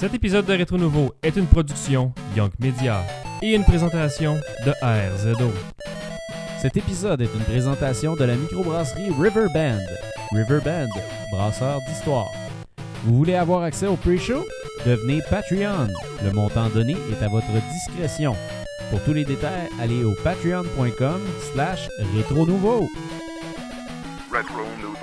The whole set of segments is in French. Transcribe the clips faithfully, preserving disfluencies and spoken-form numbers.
Cet épisode de Rétro Nouveau est une production Young Media et une présentation de A R Z O. Cet épisode est une présentation de la microbrasserie Riverbend. Riverbend, brasseur d'histoire. Vous voulez avoir accès au pre-show? Devenez Patreon. Le montant donné est à votre discrétion. Pour tous les détails, allez au patreon.com slash rétro nouveau. Retro Nouveau.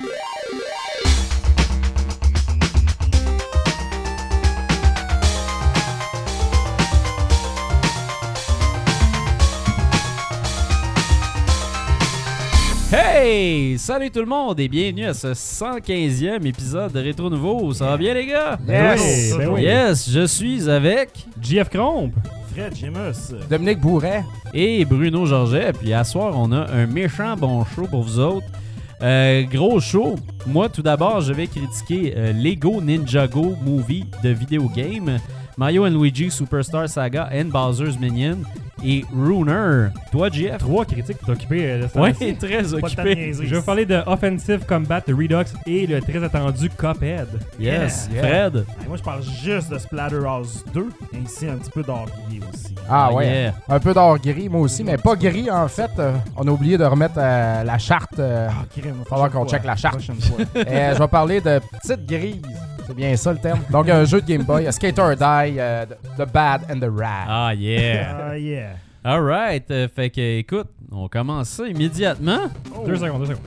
Hey! Salut tout le monde et bienvenue à ce cent quinzième épisode de Rétro Nouveau. Ça va bien les gars? Yes! Ben oui. Yes, je suis avec J F Cromp Fred Gemus, Dominique Bourret et Bruno Georget. Puis à soir, on a un méchant bon show pour vous autres. Euh, gros show. Moi, tout d'abord, je vais critiquer euh, Lego Ninjago Movie de vidéo game, Mario and Luigi Superstar Saga and Bowser's Minion et Runer. Toi, J F? Trois critiques pour t'occuper euh, de ça. Oui, aussi. très pas de temps de occupé. niaiser. Je vais vous parler de Offensive Combat de Redux et le très attendu Cuphead. Yes, Yeah. Fred. Hey, moi je parle juste de Splatterhouse deux, ainsi un petit peu d'Orgueil aussi. Ah Oh, ouais, yeah. un peu d'or gris moi aussi, mais pas gris en fait. Euh, on a oublié de remettre euh, la charte. Euh, Ah, crème, va falloir qu'on check la charte. Prochaine fois. euh, je vais parler de Petite Grise. C'est bien ça le terme. Donc un jeu de Game Boy, Skate or Die, euh, The Bad and the Rad. Ah, yeah. Ah, yeah. All right. Euh, fait que, écoute, on commence ça immédiatement. Oh. Deux secondes, deux secondes.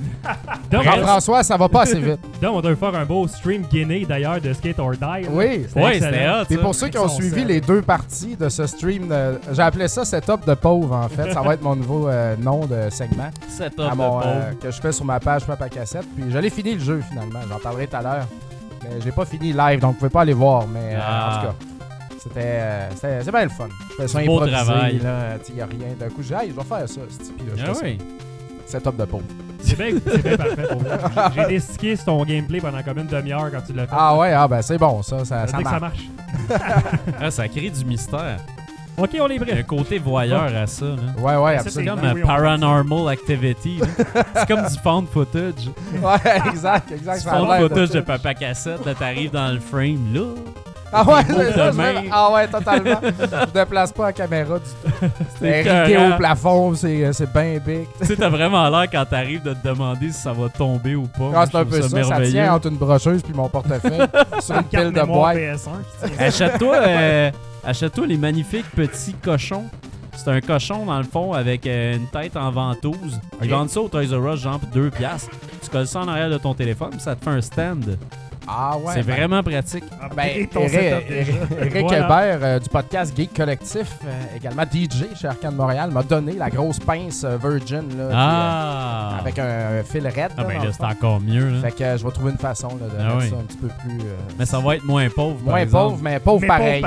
Donc, Jean-François, ça va pas assez vite. donc, on doit faire un beau stream Guinée d'ailleurs de Skate or Die. là. Oui. C'était Ouais, excellent. c'était hot. Et ça. pour ceux qui ont Son suivi sel. les deux parties de ce stream, euh, j'ai appelé ça Setup de pauvre en fait. Ça va être mon nouveau euh, nom de segment Setup à de mon, pauvre. euh, que je fais sur ma page Papa Cassette. Puis je l'ai fini le jeu finalement. J'en parlerai tout à l'heure. Mais j'ai pas fini live, donc vous pouvez pas aller voir. Mais euh, Ah. en tout cas, c'était, euh, c'était c'est bien le fun. Je fais ça Du beau improvisé. travail. Il n'y a rien. D'un coup, j'ai dit, hey, je vais faire ça. c'ti. Puis là, je Ah fais oui. ça. Setup de pauvre. C'est bien, c'est bien parfait pour moi. J'ai déstiqué sur ton gameplay pendant comme une demi-heure quand tu l'as fait. Ah ouais, ah ben c'est bon ça. Ça, Ça ça dit que ça marche. marche. Ah, ça crée du mystère. Ok, on est Il y a un prêt. côté voyeur à ça. Là. Ouais, ouais, Ça, C'est absolument. comme Ben un oui, on paranormal activity. là. C'est comme du found footage. Ouais, exact, exact. Du ça a found l'air footage de ça. Papa Cassette. Là, t'arrives dans le frame. Là. Ah ouais, Des c'est mots ça, de je main. fais- ah ouais, totalement. Je déplace pas la caméra du tout. C'est écœurant. riqué au plafond, c'est c'est bien big. Tu sais, t'as vraiment l'air quand t'arrives de te demander si ça va tomber ou pas. Ah, c'est un Je peu trouve ça, ça merveilleux. tient entre une brocheuse puis mon portefeuille sur une Carte pile de mémoire boîte. P S un qui tient. Achète-toi euh, achète-toi les magnifiques petits cochons. C'est un cochon, dans le fond, avec euh, une tête en ventouse. Ils vendent ça au Toys R Us, genre pour deux piastres. Tu colles ça en arrière de ton téléphone, puis ça te fait un stand. Ah ouais. c'est ben- vraiment pratique. Ah, Ben, et ton Eric, setup déjà. Eric Voilà. Hébert euh, du podcast Geek Collectif, euh, également D J chez Arcade Montréal, m'a donné la grosse pince euh, Virgin là, puis, Ah! euh, avec un, un fil raide. Ah, là, ben dans là, le c'est fond. encore mieux. Là. Fait que euh, je vais trouver une façon là, de Ah mettre oui. ça un petit peu plus. euh, Mais ça va être moins pauvre. par moins exemple. pauvre, mais pauvre Mais pareil.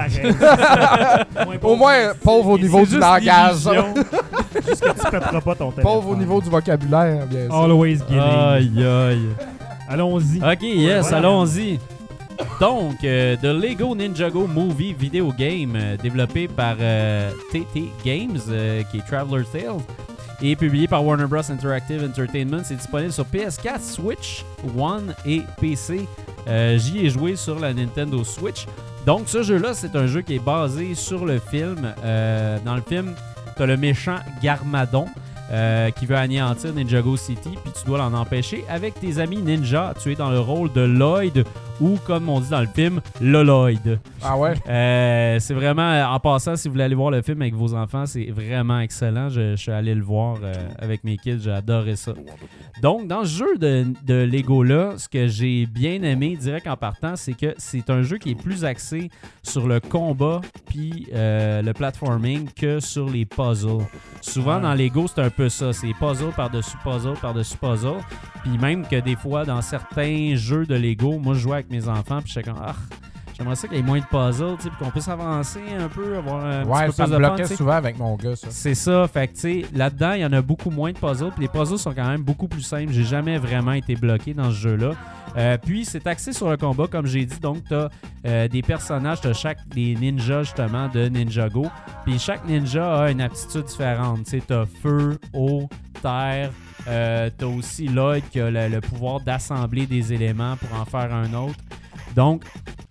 pareil. Au moins pauvre au niveau C'est du juste langage. l'illusion. Juste que tu pèteras pas ton téléphone. Pauvre au niveau du vocabulaire, bien sûr. Always Guinée. Aïe, aïe. Allons-y. Ok, yes, Voilà. allons-y. Donc, euh, The Lego Ninjago Movie Video Game, euh, développé par euh, T T Games, euh, qui est Traveler's Tales, et publié par Warner Bros. Interactive Entertainment. C'est disponible sur P S quatre, Switch, One et P C. Euh, J'y ai joué sur la Nintendo Switch. Donc, ce jeu-là, c'est un jeu qui est basé sur le film. Euh, dans le film, t'as le méchant Garmadon. Euh, qui veut anéantir Ninjago City, puis tu dois l'en empêcher avec tes amis ninja. Tu es dans le rôle de Lloyd, ou comme on dit dans le film, Loloid. Ah ouais? Euh, c'est vraiment, en passant, si vous voulez aller voir le film avec vos enfants, c'est vraiment excellent. Je, je suis allé le voir euh, avec mes kids, j'ai adoré ça. Donc, dans ce jeu de, de Lego-là, ce que j'ai bien aimé, direct en partant, c'est que c'est un jeu qui est plus axé sur le combat puis euh, le platforming que sur les puzzles. Souvent, Ouais. dans Lego, c'est un peu ça. C'est puzzle par-dessus puzzle par-dessus puzzle. Puis même que des fois, dans certains jeux de Lego, moi, je jouais avec mes enfants puis j'étais comme « Ah, j'aimerais ça qu'il y ait moins de puzzles, tu sais, puis qu'on puisse avancer un peu, avoir un Ouais, petit peu ça plus me de fun, bloquait tu sais. souvent avec mon gars, ça. C'est ça, fait que tu sais, là-dedans, il y en a beaucoup moins de puzzles, puis les puzzles sont quand même beaucoup plus simples. J'ai jamais vraiment été bloqué dans ce jeu-là. Euh, puis c'est axé sur le combat, comme j'ai dit, donc t'as euh, des personnages, t'as chaque des ninjas justement de Ninjago, puis chaque ninja a une aptitude différente. Tu sais, t'as feu, eau, terre. Euh, t'as aussi Lloyd qui a le, le pouvoir d'assembler des éléments pour en faire un autre. Donc,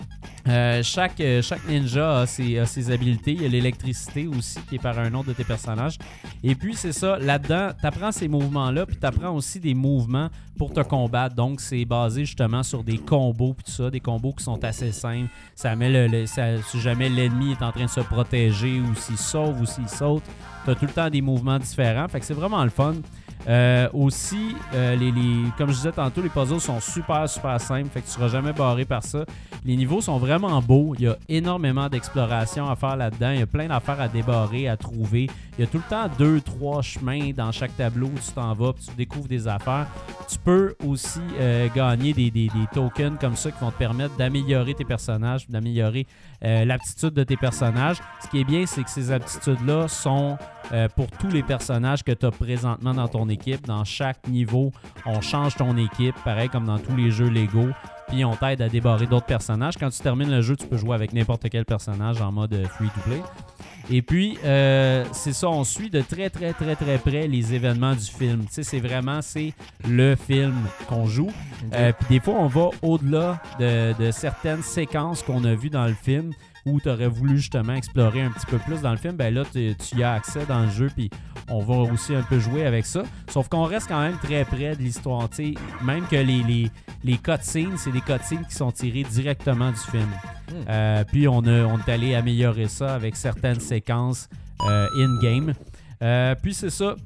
Euh, chaque, euh, chaque ninja a ses, a ses habiletés. Il y a l'électricité aussi qui est par un autre de tes personnages. Et puis c'est ça, là-dedans, tu apprends ces mouvements-là, puis tu apprends aussi des mouvements pour te combattre. Donc c'est basé justement sur des combos puis tout ça, des combos qui sont assez simples. Ça met le, le ça, si jamais l'ennemi est en train de se protéger ou s'il sauve ou s'il saute, tu as tout le temps des mouvements différents. Fait que c'est vraiment le fun. Euh, aussi, euh, les, les, comme je disais tantôt, les puzzles sont super, super simples. Fait que tu seras jamais barré par ça. Les niveaux sont vraiment beaux. Il y a énormément d'exploration à faire là-dedans. Il y a plein d'affaires à débarrer, à trouver. Il y a tout le temps deux, trois chemins dans chaque tableau où tu t'en vas puis tu découvres des affaires. Tu peux aussi euh, gagner des, des, des tokens comme ça qui vont te permettre d'améliorer tes personnages, d'améliorer euh, l'aptitude de tes personnages. Ce qui est bien, c'est que ces aptitudes-là sont euh, pour tous les personnages que tu as présentement dans ton équipe. Dans chaque niveau, on change ton équipe, pareil comme dans tous les jeux Lego. Puis on t'aide à débarrer d'autres personnages. Quand tu termines le jeu, tu peux jouer avec n'importe quel personnage en mode free-to-play. Et puis, euh, c'est ça, on suit de très, très, très, très près les événements du film. Tu sais, c'est vraiment, c'est le film qu'on joue. Okay. Euh, puis des fois, on va au-delà de, de certaines séquences qu'on a vues dans le film où tu aurais voulu justement explorer un petit peu plus dans le film. Ben là, tu y as accès dans le jeu, puis on va aussi un peu jouer avec ça. Sauf qu'on reste quand même très près de l'histoire. Tu sais, même que les, les, les cutscenes, c'est des cutscenes qui sont tirées directement du film. Mm. Euh, puis on, a, on est allé améliorer ça avec certaines séquences euh, in-game. Euh, puis c'est ça.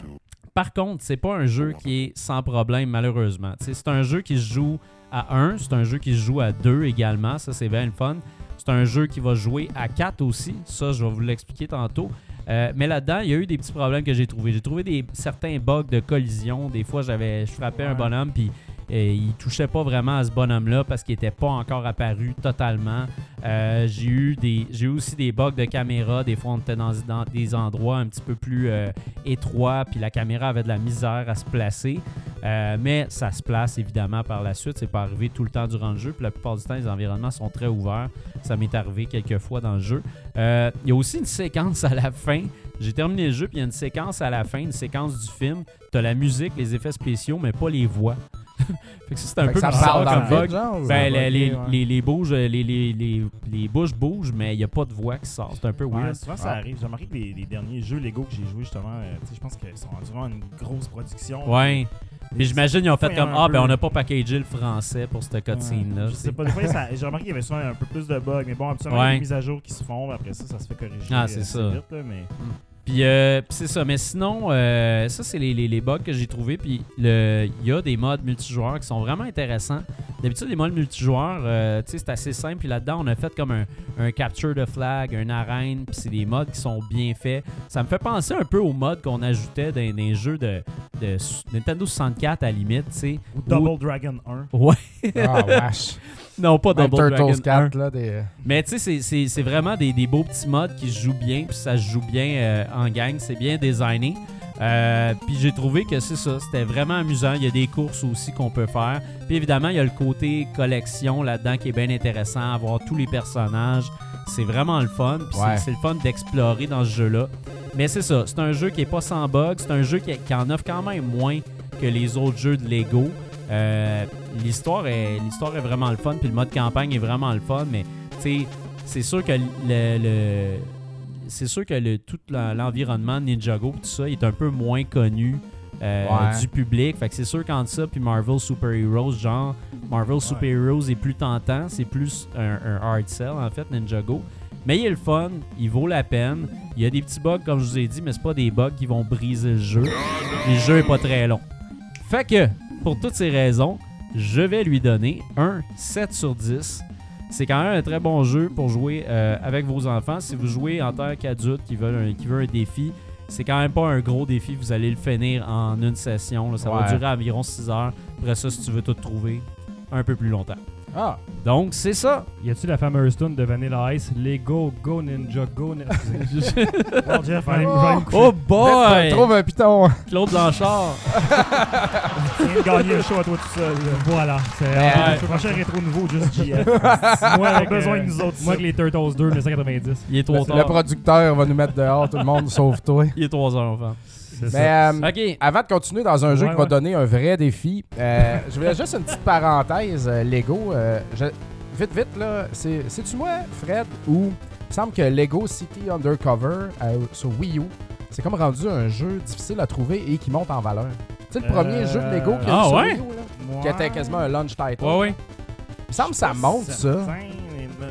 Par contre, c'est pas un jeu qui est sans problème, malheureusement. T'sais, c'est un jeu qui se joue à un, c'est un jeu qui se joue à deux également. Ça, c'est bien le fun. C'est un jeu qui va jouer à quatre aussi. Ça, je vais vous l'expliquer tantôt. Euh, mais là-dedans, il y a eu des petits problèmes que j'ai trouvés. J'ai trouvé des, certains bugs de collision. Des fois, j'avais, je frappais ouais. un bonhomme, puis et il touchait pas vraiment à ce bonhomme-là parce qu'il était pas encore apparu totalement. Euh, j'ai eu des, j'ai eu aussi des bugs de caméra. Des fois, on était dans, dans des endroits un petit peu plus euh, étroits, puis la caméra avait de la misère à se placer. Euh, mais ça se place évidemment par la suite. C'est pas arrivé tout le temps durant le jeu. Puis la plupart du temps, les environnements sont très ouverts. Ça m'est arrivé quelques fois dans le jeu. Euh, il y a aussi une séquence à la fin. J'ai terminé le jeu, puis il y a une séquence à la fin, une séquence du film. Tu as la musique, les effets spéciaux, mais pas les voix. Fait que ça, c'est un fait peu ça bizarre parle comme dans bug. Genre, ben, les, les, ouais. les, les, bouges, les, les, les, les bouches bougent, mais il n'y a pas de voix qui sort. C'est un peu weird. Ouais, souvent, ça arrive. J'ai remarqué que les, les derniers jeux Lego que j'ai joués, justement, euh, je pense qu'ils sont durant une grosse production. Ouais. Mais j'imagine qu'ils ont fait comme ah, peu... ben on n'a pas packagé le français pour cette cutscene-là. Ouais, je sais pas, des fois, ça, j'ai remarqué qu'il y avait souvent un peu plus de bugs. Mais bon, absolument, ouais. il y a des mises à jour qui se font. Après ça, ça se fait corriger. Ah, c'est ça. Vite, là, mais... Mm. Puis, euh, pis c'est ça. Mais sinon, euh, ça, c'est les, les, les bugs que j'ai trouvés. Puis, il y a des modes multijoueurs qui sont vraiment intéressants. D'habitude, les modes multijoueurs, euh, tu sais, c'est assez simple. Puis là-dedans, on a fait comme un, un capture de flag, un arène. Puis c'est des modes qui sont bien faits. Ça me fait penser un peu aux modes qu'on ajoutait dans des jeux de, de Nintendo soixante-quatre à la limite, tu sais. Ou Double Ou... Dragon un. Ouais. Ah, wesh. Non, pas Même Double Dragon quatre, là, des... Mais tu sais, c'est, c'est, c'est vraiment des, des beaux petits modes qui se jouent bien, puis ça se joue bien euh, en gang, c'est bien designé. Euh, puis j'ai trouvé que c'est ça, c'était vraiment amusant. Il y a des courses aussi qu'on peut faire. Puis évidemment, il y a le côté collection là-dedans qui est bien intéressant, avoir tous les personnages. C'est vraiment le fun, puis ouais. c'est, c'est le fun d'explorer dans ce jeu-là. Mais c'est ça, c'est un jeu qui est pas sans bugs, c'est un jeu qui, qui en offre quand même moins que les autres jeux de Lego. Euh, l'histoire est l'histoire est vraiment le fun, puis le mode campagne est vraiment le fun, mais tu sais, c'est sûr que le, le c'est sûr que le, tout l'environnement de Ninjago tout ça est un peu moins connu euh, ouais. du public. Fait que c'est sûr qu'entre ça puis Marvel Super Heroes, genre Marvel ouais. Super Heroes est plus tentant, c'est plus un, un hard sell en fait Ninjago. Mais il est le fun, il vaut la peine. Il y a des petits bugs comme je vous ai dit, mais c'est pas des bugs qui vont briser le jeu. Le jeu est pas très long. Fait que pour toutes ces raisons, je vais lui donner un sept sur dix. C'est quand même un très bon jeu pour jouer euh, avec vos enfants. Si vous jouez en tant qu'adulte qui veut un, qui veut un défi, c'est quand même pas un gros défi. Vous allez le finir en une session. Là. Ça ouais. va durer environ six heures. Après ça, si tu veux tout trouver, un peu plus longtemps. Ah. Donc, c'est ça. Y a-tu la fameuse tune de Vanilla Ice, Lego, Go Ninja, Go Ninja? Bon, Jeff, allez, oh, oh boy! Trouve un piton. Claude Blanchard. Tu viens de gagner le show à toi tout seul. Voilà. C'est ouais. le prochain rétro nouveau, juste J F. Moi, avec besoin de nous autres. Moi, avec les Turtles deux, dix-neuf cent quatre-vingt-dix. Il est trop tard. Le producteur va nous mettre dehors, tout le monde, sauf toi. Il est trois heures, enfin. Mais euh, okay. avant de continuer dans un jeu ouais, qui va ouais. donner un vrai défi, euh, je voulais juste une petite parenthèse, euh, Lego. Euh, je, vite, vite, là, c'est, c'est-tu moi, Fred, ou il me semble que Lego City Undercover euh, sur Wii U, c'est comme rendu un jeu difficile à trouver et qui monte en valeur. Tu sais, le premier Euh, jeu de Lego qu'il y a ah eu sur ouais? Wii U, là, Moi, qui était quasiment un launch title. Ouais, ouais. Il me semble que ça je suis monte, pas ça. certain, mais me-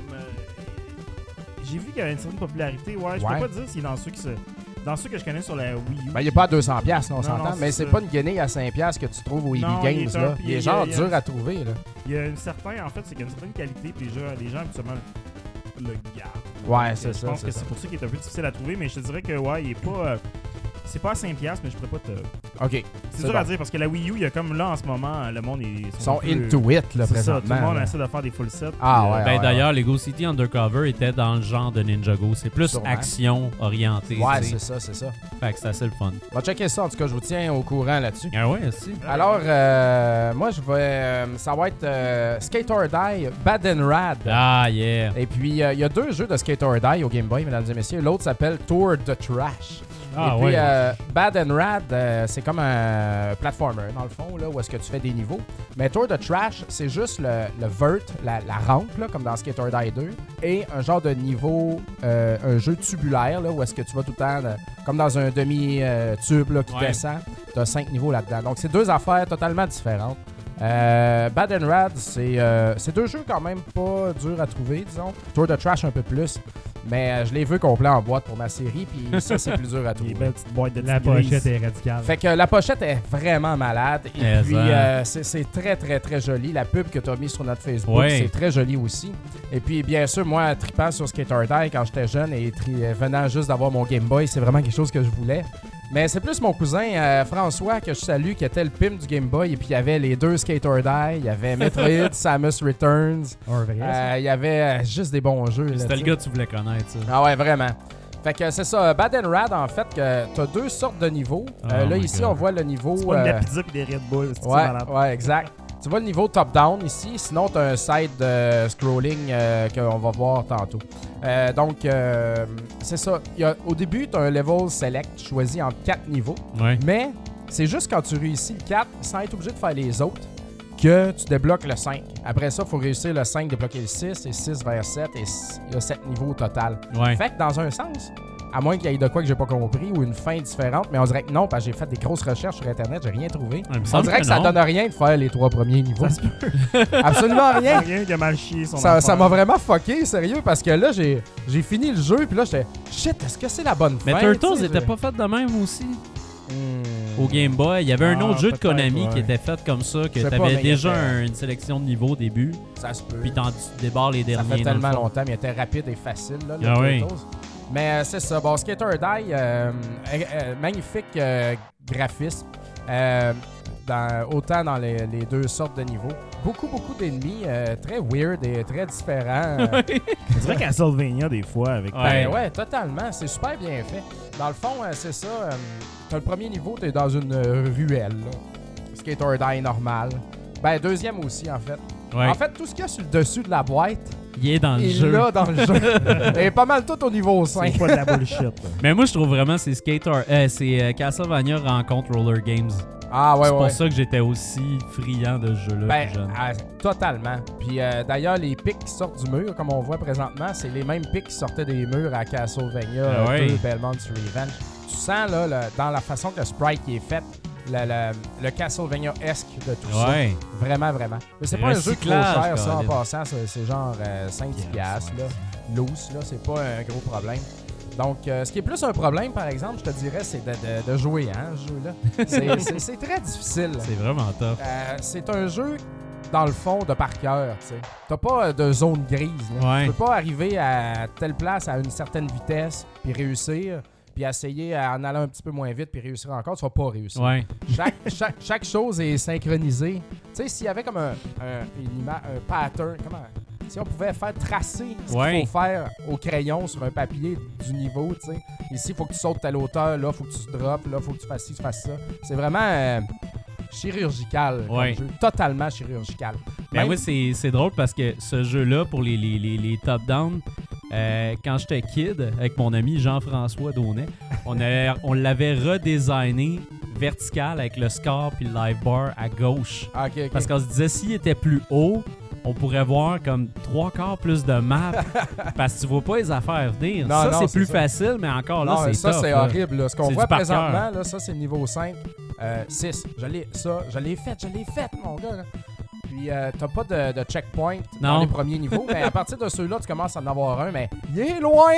me- J'ai vu qu'il y avait une certaine popularité. Ouais, je Ouais. peux pas dire si dans ceux qui se... Dans ceux que je connais sur la Wii U. Ben, il n'est pas à deux cents dollars, on Non, s'entend, non, mais c'est c'est ça. pas une guenille à cinq dollars que tu trouves au E B Non, il Games. est un- Là. puis Il est il y a- genre il y a dur un- à trouver. Là. Il y a une certaine, en fait, c'est qu'il y a une certaine qualité, puis les gens, les gens habituellement le gardent. Ouais, Donc, c'est je ça. pense c'est que ça. c'est pour ça qu'il est un peu difficile à trouver, mais je te dirais que, ouais, il est pas. euh, c'est pas à cinq dollars, mais je pourrais pas te. OK. C'est C'est dur bon. à dire parce que la Wii U, il y a comme là en ce moment, le monde est. Ils sont un peu- into it, là, C'est ça, tout présentement. le monde là. essaie de faire des full sets. Ah, puis, euh, ouais, Ben, ouais, d'ailleurs, Lego City Undercover était dans le genre de Ninjago. C'est plus Sûrement. action orientée. Ouais, tu sais. c'est ça, c'est ça. Fait que c'est assez le fun. On va checker ça, en tout cas, je vous tiens au courant là-dessus. Ah ouais, aussi. Alors, euh, moi, je vais. euh, ça va être euh, Skate or Die, Bad and Rad. Ah, yeah. Et puis, euh, il y a deux jeux de Skate or Die au Game Boy, mesdames et messieurs. L'autre s'appelle Tour de Trash. Ah, et puis, ouais. euh, Bad and Rad, euh, c'est comme un platformer, dans le fond, là, où est-ce que tu fais des niveaux. Mais Tour de Trash, c'est juste le, le vert, la, la rampe, là, comme dans Skate or Die deux, et un genre de niveau, euh, un jeu tubulaire, là, où est-ce que tu vas tout le temps, là, comme dans un demi-tube là, qui Ouais. descend. Tu as cinq niveaux là-dedans. Donc, c'est deux affaires totalement différentes. Euh, Bad and Rad, c'est euh, c'est deux jeux quand même pas durs à trouver, disons. Tour de Trash un peu plus. Mais euh, je les veux complet en boîte pour ma série, puis ça, c'est plus dur à Des trouver. belles petites boîtes de La petites grises. pochette est radicale. Fait que la pochette est vraiment malade. Et Mais puis, ça. euh, c'est c'est très, très, très joli. La pub que tu as mise sur notre Facebook, Ouais. c'est très joli aussi. Et puis, bien sûr, moi, tripant sur Skate or Die quand j'étais jeune et tri- euh, venant juste d'avoir mon Game Boy, c'est vraiment quelque chose que je voulais. Mais c'est plus mon cousin euh, François que je salue qui était le pimp du Game Boy. Et puis, il y avait les deux Skate or Die. Il y avait Metroid, Samus Returns. Un vrai, ça. Euh, Il y avait euh, juste des bons jeux. là, C'était tu le sais. gars que tu voulais connaître, ça. Ah ouais, vraiment. Fait que c'est ça, Bad and Rad, en fait, que t'as deux sortes de niveaux. Euh, Oh là, my ici, God. on voit le niveau... C'est pas de la euh, pizza puis des Red Bull. C'est ouais, malade. ouais, exact. Tu vois le niveau top-down ici, sinon t'as un side euh, scrolling euh, qu'on va voir tantôt. Euh, donc, euh, c'est ça. Il y a- au début, t'as un level select choisi en quatre niveaux, Ouais. mais c'est juste quand tu réussis le quatre, sans être obligé de faire les autres, que tu débloques le cinq. Après ça, il faut réussir le cinq, débloquer le six, et six vers sept, et il y a sept niveaux au total. Ouais. Fait que dans un sens, à moins qu'il y ait de quoi que j'ai pas compris ou une fin différente, mais on dirait que non, parce que j'ai fait des grosses recherches sur Internet, j'ai rien trouvé. Il me On semble dirait que, que ça non. donne rien de faire les trois premiers niveaux. Ça se Absolument Il y a rien. rien qui a mal chié son Ça, ça affaire. m'a vraiment fucké, sérieux, parce que là, j'ai j'ai fini le jeu, puis là, j'étais shit, est-ce que c'est la bonne Mais fin? Turtles tu sais, était j'ai- pas fait de même aussi. Hmm. Au Game Boy, il y avait un Ah, autre jeu de peut-être, Konami qui ouais. était fait comme ça, que Je sais pas, t'avais mais il déjà était- un- une sélection de niveaux au début, Ça se peut. puis t'en tu débarres les Ça derniers. fait dans le tellement fond. longtemps, mais il était rapide et facile, là, le Ah oui. Turtles. Mais euh, c'est ça. Bon, Skate or Die, euh, euh, euh, magnifique euh, graphisme. Euh, dans, autant dans les, les deux sortes de niveaux. Beaucoup, beaucoup d'ennemis, euh, très weird et très différents. euh, On dirait Castlevania des fois avec. Ouais. Ben ouais, totalement. C'est super bien fait. Dans le fond, euh, c'est ça. euh, t'as le premier niveau, t'es dans une euh, ruelle. Là. Skate or Die normal. Ben, deuxième aussi, en fait. Ouais. En fait, tout ce qu'il y a sur le dessus de la boîte, Il est dans le il jeu. est là dans le jeu. Et pas mal tout au niveau cinq. C'est pas de la bullshit. là. Mais moi, je trouve vraiment c'est Skater, euh, c'est euh, Castlevania rencontre Roller Games. Ah ouais, c'est ouais. pour ça que j'étais aussi friand de ce jeu-là Ben, plus jeune. ah, totalement. Puis euh, d'ailleurs, les pics qui sortent du mur, comme on voit présentement, c'est les mêmes pics qui sortaient des murs à Castlevania Ah ouais. deux, Belmont's Revenge. Tu sens, là, le- dans la façon que le sprite est fait, le, le, le Castlevania-esque de tout ça. Ouais. Vraiment, vraiment. Mais c'est Le pas un jeu qui vaut recyclage, cher, ça, en Colin. passant. C'est c'est genre euh, cinq dix piastres, là. Loose, là. C'est pas un gros problème. Donc, euh, ce qui est plus un problème, par exemple, je te dirais, c'est de, de- de jouer, hein, ce jeu-là. C'est- C'est c'est très difficile. C'est vraiment tough. Euh, c'est un jeu, dans le fond, de par cœur, tu sais. T'as pas euh, de zone grise, là. Ouais. Tu peux pas arriver à telle place à une certaine vitesse, puis réussir, puis essayer à en allant un petit peu moins vite, puis réussir encore, tu vas pas réussir. Ouais. Chaque, chaque, chaque chose est synchronisée. Tu sais, s'il y avait comme un, un, une ima- un pattern, comment... Si on pouvait faire tracer ce Ouais. qu'il faut faire au crayon sur un papier du niveau, tu sais. Ici, il faut que tu sautes telle hauteur, là, il faut que tu droppes, là, il faut que tu fasses ci, tu fasses ça. C'est vraiment euh, chirurgical comme Ouais. jeu. Totalement chirurgical. Ben Même- moi, c'est c'est drôle parce que ce jeu-là, pour les, les, les, les top-down, euh, quand j'étais kid, avec mon ami Jean-François Daunet, on, a- on l'avait redesigné vertical avec le score puis le live bar à gauche. Ah, ok, ok. Parce qu'on se disait, s'il était plus haut, on pourrait voir comme trois quarts plus de maps parce que tu vois pas les affaires venir. Non, ça, non, c'est c'est plus ça. facile, mais encore là, Non, c'est ça, tough, c'est là. horrible. Là. Ce qu'on C'est voit du par présentement, cœur. là, ça, c'est niveau cinq. Euh, six. Je l'ai, ça, je l'ai fait, je l'ai fait, mon gars. Là. Puis, euh, t'as pas de, de checkpoint dans Non. les premiers niveaux, mais à partir de ceux-là, tu commences à en avoir un, mais il est loin!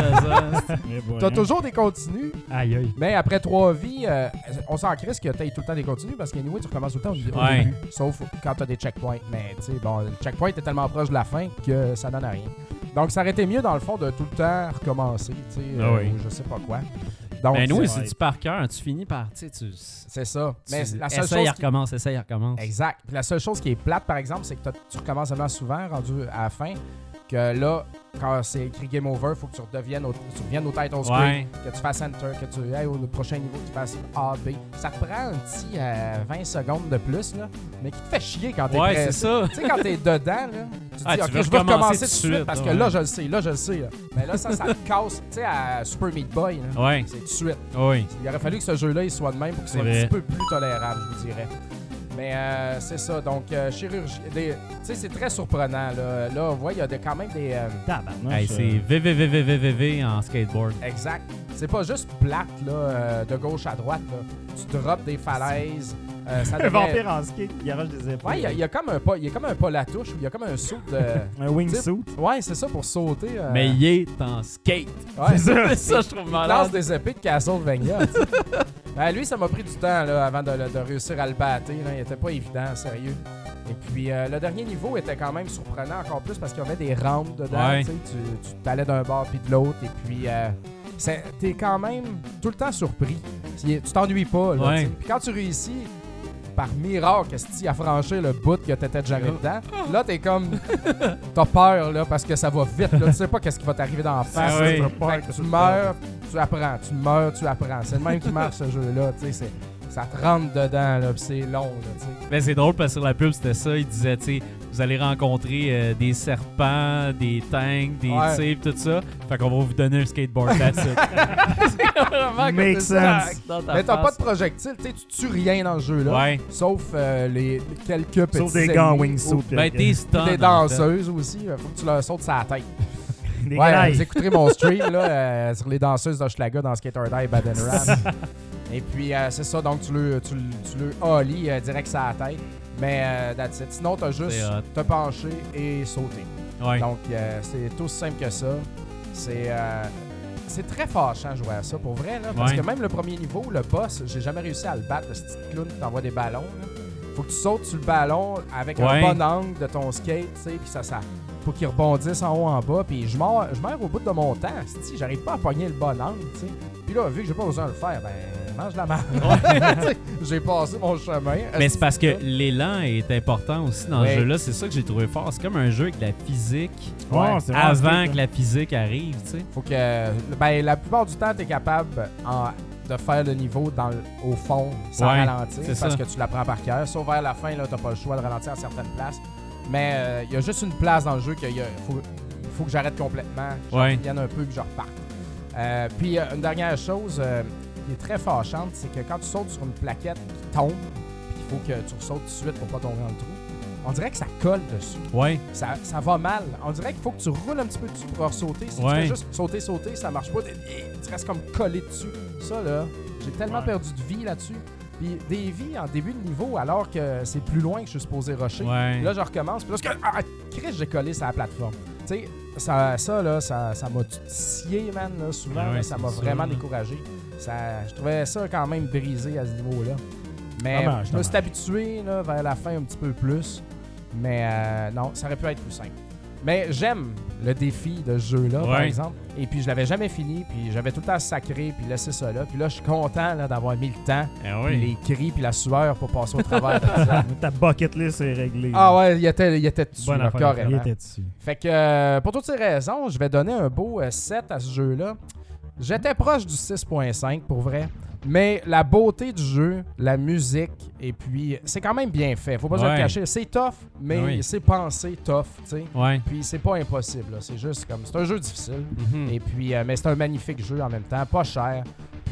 Mais bon, T'as hein. toujours des continues, Aïe, aïe. mais après trois vies, euh, on s'en crisse que t'aies tout le temps des continues parce qu'anyway, tu recommences tout le temps au, au Ouais. début, sauf quand t'as des checkpoints. Mais, tu sais, bon, le checkpoint est tellement proche de la fin que ça donne à rien. Donc, ça aurait été mieux, dans le fond, de tout le temps recommencer, tu sais, Ah euh, oui. ou je sais pas quoi. Donc, Ben nous, c'est- c'est du par cœur. Tu finis par, tu sais, tu... c'est ça. Mais tu la seule essaye, chose il qui... recommence, essaye, il recommence. Exact. Puis la seule chose qui est plate, par exemple, c'est que t'as- tu recommences tellement souvent, rendu à la fin, que là, quand c'est écrit Game Over, il faut que tu redeviennes au, tu reviennes au title screen, Ouais. que tu fasses Enter, que tu ailles au prochain niveau, que tu fasses A, B. Ça te prend un petit euh, vingt secondes de plus, là, mais qui te fait chier quand t'es Ouais, prêt. c'est ça. Tu sais, quand t'es dedans, là, tu te Ah, dis, tu ok, veux je vais recommencer recommencer tout tout de de suite, suite, parce que ouais. là, je le sais, là, je le sais. Là. Mais là, ça, ça te casse, tu sais, à Super Meat Boy, là, Ouais, c'est tout de suite. oui. Il aurait fallu que ce jeu-là il soit de même pour qu'il C'est soit un vrai. petit peu plus tolérable, je vous dirais. Mais euh, c'est ça, donc euh, chirurgie. des- Tu sais, c'est très surprenant. Là, là on voit, il y a des- quand même des. euh, Tabarnouche, Hey, euh, c'est V V V V V V V en skateboard. exact. C'est pas juste plate, là, euh, de gauche à droite. Là. Tu drops des falaises. euh, ça Un devient- vampire en skate qui garage des épaules. Ouais, il y a- il y, a comme un pas, il y a comme un pas la touche, il y a comme un saut de. Un wingsuit. Ouais, c'est ça pour sauter. euh, Mais il est en skate. ouais, C'est ça, je trouve il lance malade. des épées de Castlevania. tu sais. Ben, lui, ça m'a pris du temps là, avant de, de réussir à le battre. là. Il était pas évident, sérieux. Et puis, euh, le dernier niveau était quand même surprenant encore plus parce qu'il y avait des rampes dedans. Ouais. tu sais, Tu tu t'allais d'un bord puis de l'autre. Et puis, euh, c'est- t'es quand même tout le temps surpris. Tu t'ennuies pas. Là, Ouais. tu sais. Puis quand tu réussis, par miracle, esti, à franchir le bout que t'étais jamais dedans, là, t'es comme... T'as peur, là, parce que ça va vite. Là. Tu sais pas qu'est-ce qui va t'arriver dans la face. Ah oui. là. Fait que tu meurs, tu apprends. Tu meurs, tu apprends. C'est le même qui marche, ce jeu-là. Tu sais, c'est- ça te rentre dedans, là, pis c'est long, là, tu sais. Ben, c'est drôle parce que sur la pub, c'était ça. Il disait, tu sais, vous allez rencontrer euh, des serpents, des tanks, des Ouais. types, tout ça. Fait qu'on va vous donner un skateboard, that's it. C'est vraiment comme Makes ça, sense. dans ta Mais t'as pas face. de projectiles, tu sais, tu tues rien dans ce jeu-là. Ouais. Sauf euh, les, les quelques petits Sauf des gars en ennemis, wingsuit. ou- Ben, t'es stun. Puis des en fait. danseuses aussi, euh, faut que tu leur sautes sur la tête. Des Ouais, gars, vous écouterez mon stream là, euh, sur les danseuses d'Hochelaga dans Skater Die Bad and Ram. Et puis, euh, c'est ça, donc tu le, tu, le- tu le ollies euh, direct sur la tête. Mais euh, that's it. Sinon, t'as juste C'est hot. te pencher et sauter. Ouais. Donc, euh, c'est tout simple que ça. C'est euh, c'est très fâchant de jouer à ça, pour vrai. Là, parce Ouais. que même le premier niveau, le boss, j'ai jamais réussi à le battre, le petit clown qui t'envoie des ballons. Là. Faut que tu sautes sur le ballon avec Ouais. un bon angle de ton skate, tu sais, puis ça, ça, faut qu'il rebondisse en haut, en bas, puis je meurs, je meurs au bout de mon temps, si j'arrive pas à pogner le bon angle, tu sais. Puis là, vu que j'ai pas besoin de le faire, ben, mange la marde. Tu sais, j'ai passé mon chemin. Mais c'est parce que l'élan est important aussi dans Ouais. ce jeu-là. C'est ça que j'ai trouvé fort. C'est comme un jeu avec de la physique Ouais, c'est vraiment avant skate, que la physique arrive, tu sais. Faut que, ben, la plupart du temps, t'es capable en- de faire le niveau dans le- au fond sans Ouais, ralentir c'est parce ça. que tu l'apprends par cœur. Sauf vers la fin, là, t'as pas le choix de ralentir à certaines places. Mais il y a juste une place dans le jeu qu'il y a- faut, faut que j'arrête complètement, que Ouais. je revienne un peu, que je reparte. Euh, puis euh, une dernière chose euh, qui est très fâchante, c'est que quand tu sautes sur une plaquette qui tombe, puis qu'il faut que tu ressautes tout de suite pour pas tomber dans le trou, on dirait que ça colle dessus. Ouais. Ça, ça va mal. On dirait qu'il faut que tu roules un petit peu dessus pour sauter. Si Ouais. tu fais juste sauter, sauter, ça marche pas. Tu tu restes comme collé dessus. Ça, là, j'ai tellement Ouais. perdu de vie là-dessus. Puis des vies en début de niveau, alors que c'est plus loin que je suis supposé rusher. Ouais. Là, je recommence. Puis là, parce que, ah, Chris, j'ai collé sur la plateforme. Tu sais, ça, ça, là, ça, ça m'a scié, man, là, souvent. Ah ouais, là, ça c'est m'a sûr, vraiment là. découragé. Ça, je trouvais ça quand même brisé à ce niveau-là. Mais Dommage, je me suis dommage. habitué là, vers la fin un petit peu plus. Mais euh, non, ça aurait pu être plus simple. Mais j'aime le défi de ce jeu-là, par Ouais. exemple. Et puis, je l'avais jamais fini. Puis, j'avais tout le temps sacré. Puis, laissé ça là. Puis là, je suis content là, d'avoir mis le temps. Eh Puis oui. les cris. Puis la sueur pour passer au travers de ça. Ta bucket list est réglée. Ah ouais, il était, il était dessus, Bonne là, affaire. carrément. Il était dessus. Fait que euh, pour toutes ces raisons, je vais donner un beau euh, sept à ce jeu-là. J'étais proche du six point cinq pour vrai. Mais la beauté du jeu, la musique, et puis c'est quand même bien fait. Faut pas se le Ouais. cacher. C'est tough, mais Oui. c'est pensé tough, tu sais. Ouais. Puis c'est pas impossible. là. C'est juste comme. C'est un jeu difficile. Mhm. Et puis, euh, mais c'est un magnifique jeu en même temps, pas cher.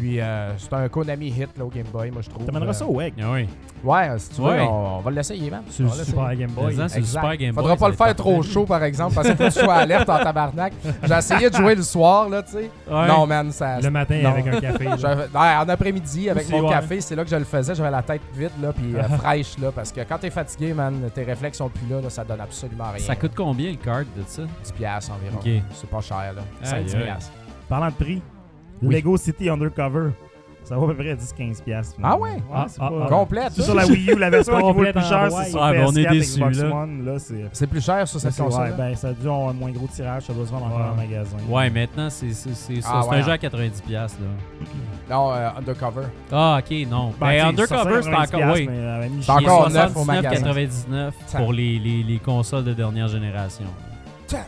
Puis euh, c'est un Konami hit là, au Game Boy, moi je trouve. T'amèneras Euh, ça au W E G. Ah oui. Ouais, si tu veux, Ouais. on, on va l'essayer, man. Sur On le va Super l'essayer. Game Boy. Mais c'est le Exact. Super Game Boy. Faudra pas ça le va faire être trop parfait. chaud, par exemple, parce qu'il faut que tu sois alerte en tabarnak. J'ai essayé de jouer le soir, là, tu sais. Ouais. Non, man, ça... Le matin non. avec un café. là. J'avais- ouais, en après-midi, avec Aussi, mon ouais. café, c'est là que je le faisais. J'avais la tête vide, là, puis euh, fraîche, là, parce que quand t'es fatigué, man, tes réflexes sont plus là, là, ça donne absolument rien. Ça coûte combien le card de ça? dix piastres environ. Ok. C'est pas cher, là. Aïe, cinq dix aïe. piastres. Parlant de prix, Oui. Lego City Undercover. Ça vaut à peu près dix à quinze piastres. Ah finalement. ouais? Ah, c'est ah, pas- ah. Complète, C'est ça? sur la Wii U, la version qui vaut le Complète plus en cher, bois. c'est sur Ah, ben, on P S est quatre, déçus, Xbox là. One. Là, c'est... C'est plus cher sur cette c'est- console. ouais, ben, ça a dû avoir un moins gros tirage, ça doit se vendre encore Ouais. en magasin. Ouais, maintenant, c'est c'est- c'est ça. Ah, c'est ouais. un jeu à quatre-vingt-dix piastres, là. Non, euh, Undercover. Ah, ok, non. Ben, Ben, tu sais, Undercover, c'est quatre-vingt-dix encore. Oui. mais, euh, mis C'est chier. encore Il est neuf au soixante-dix-neuf magasin. quatre-vingt-dix-neuf Ça. pour les, les, les consoles de dernière génération. Ça.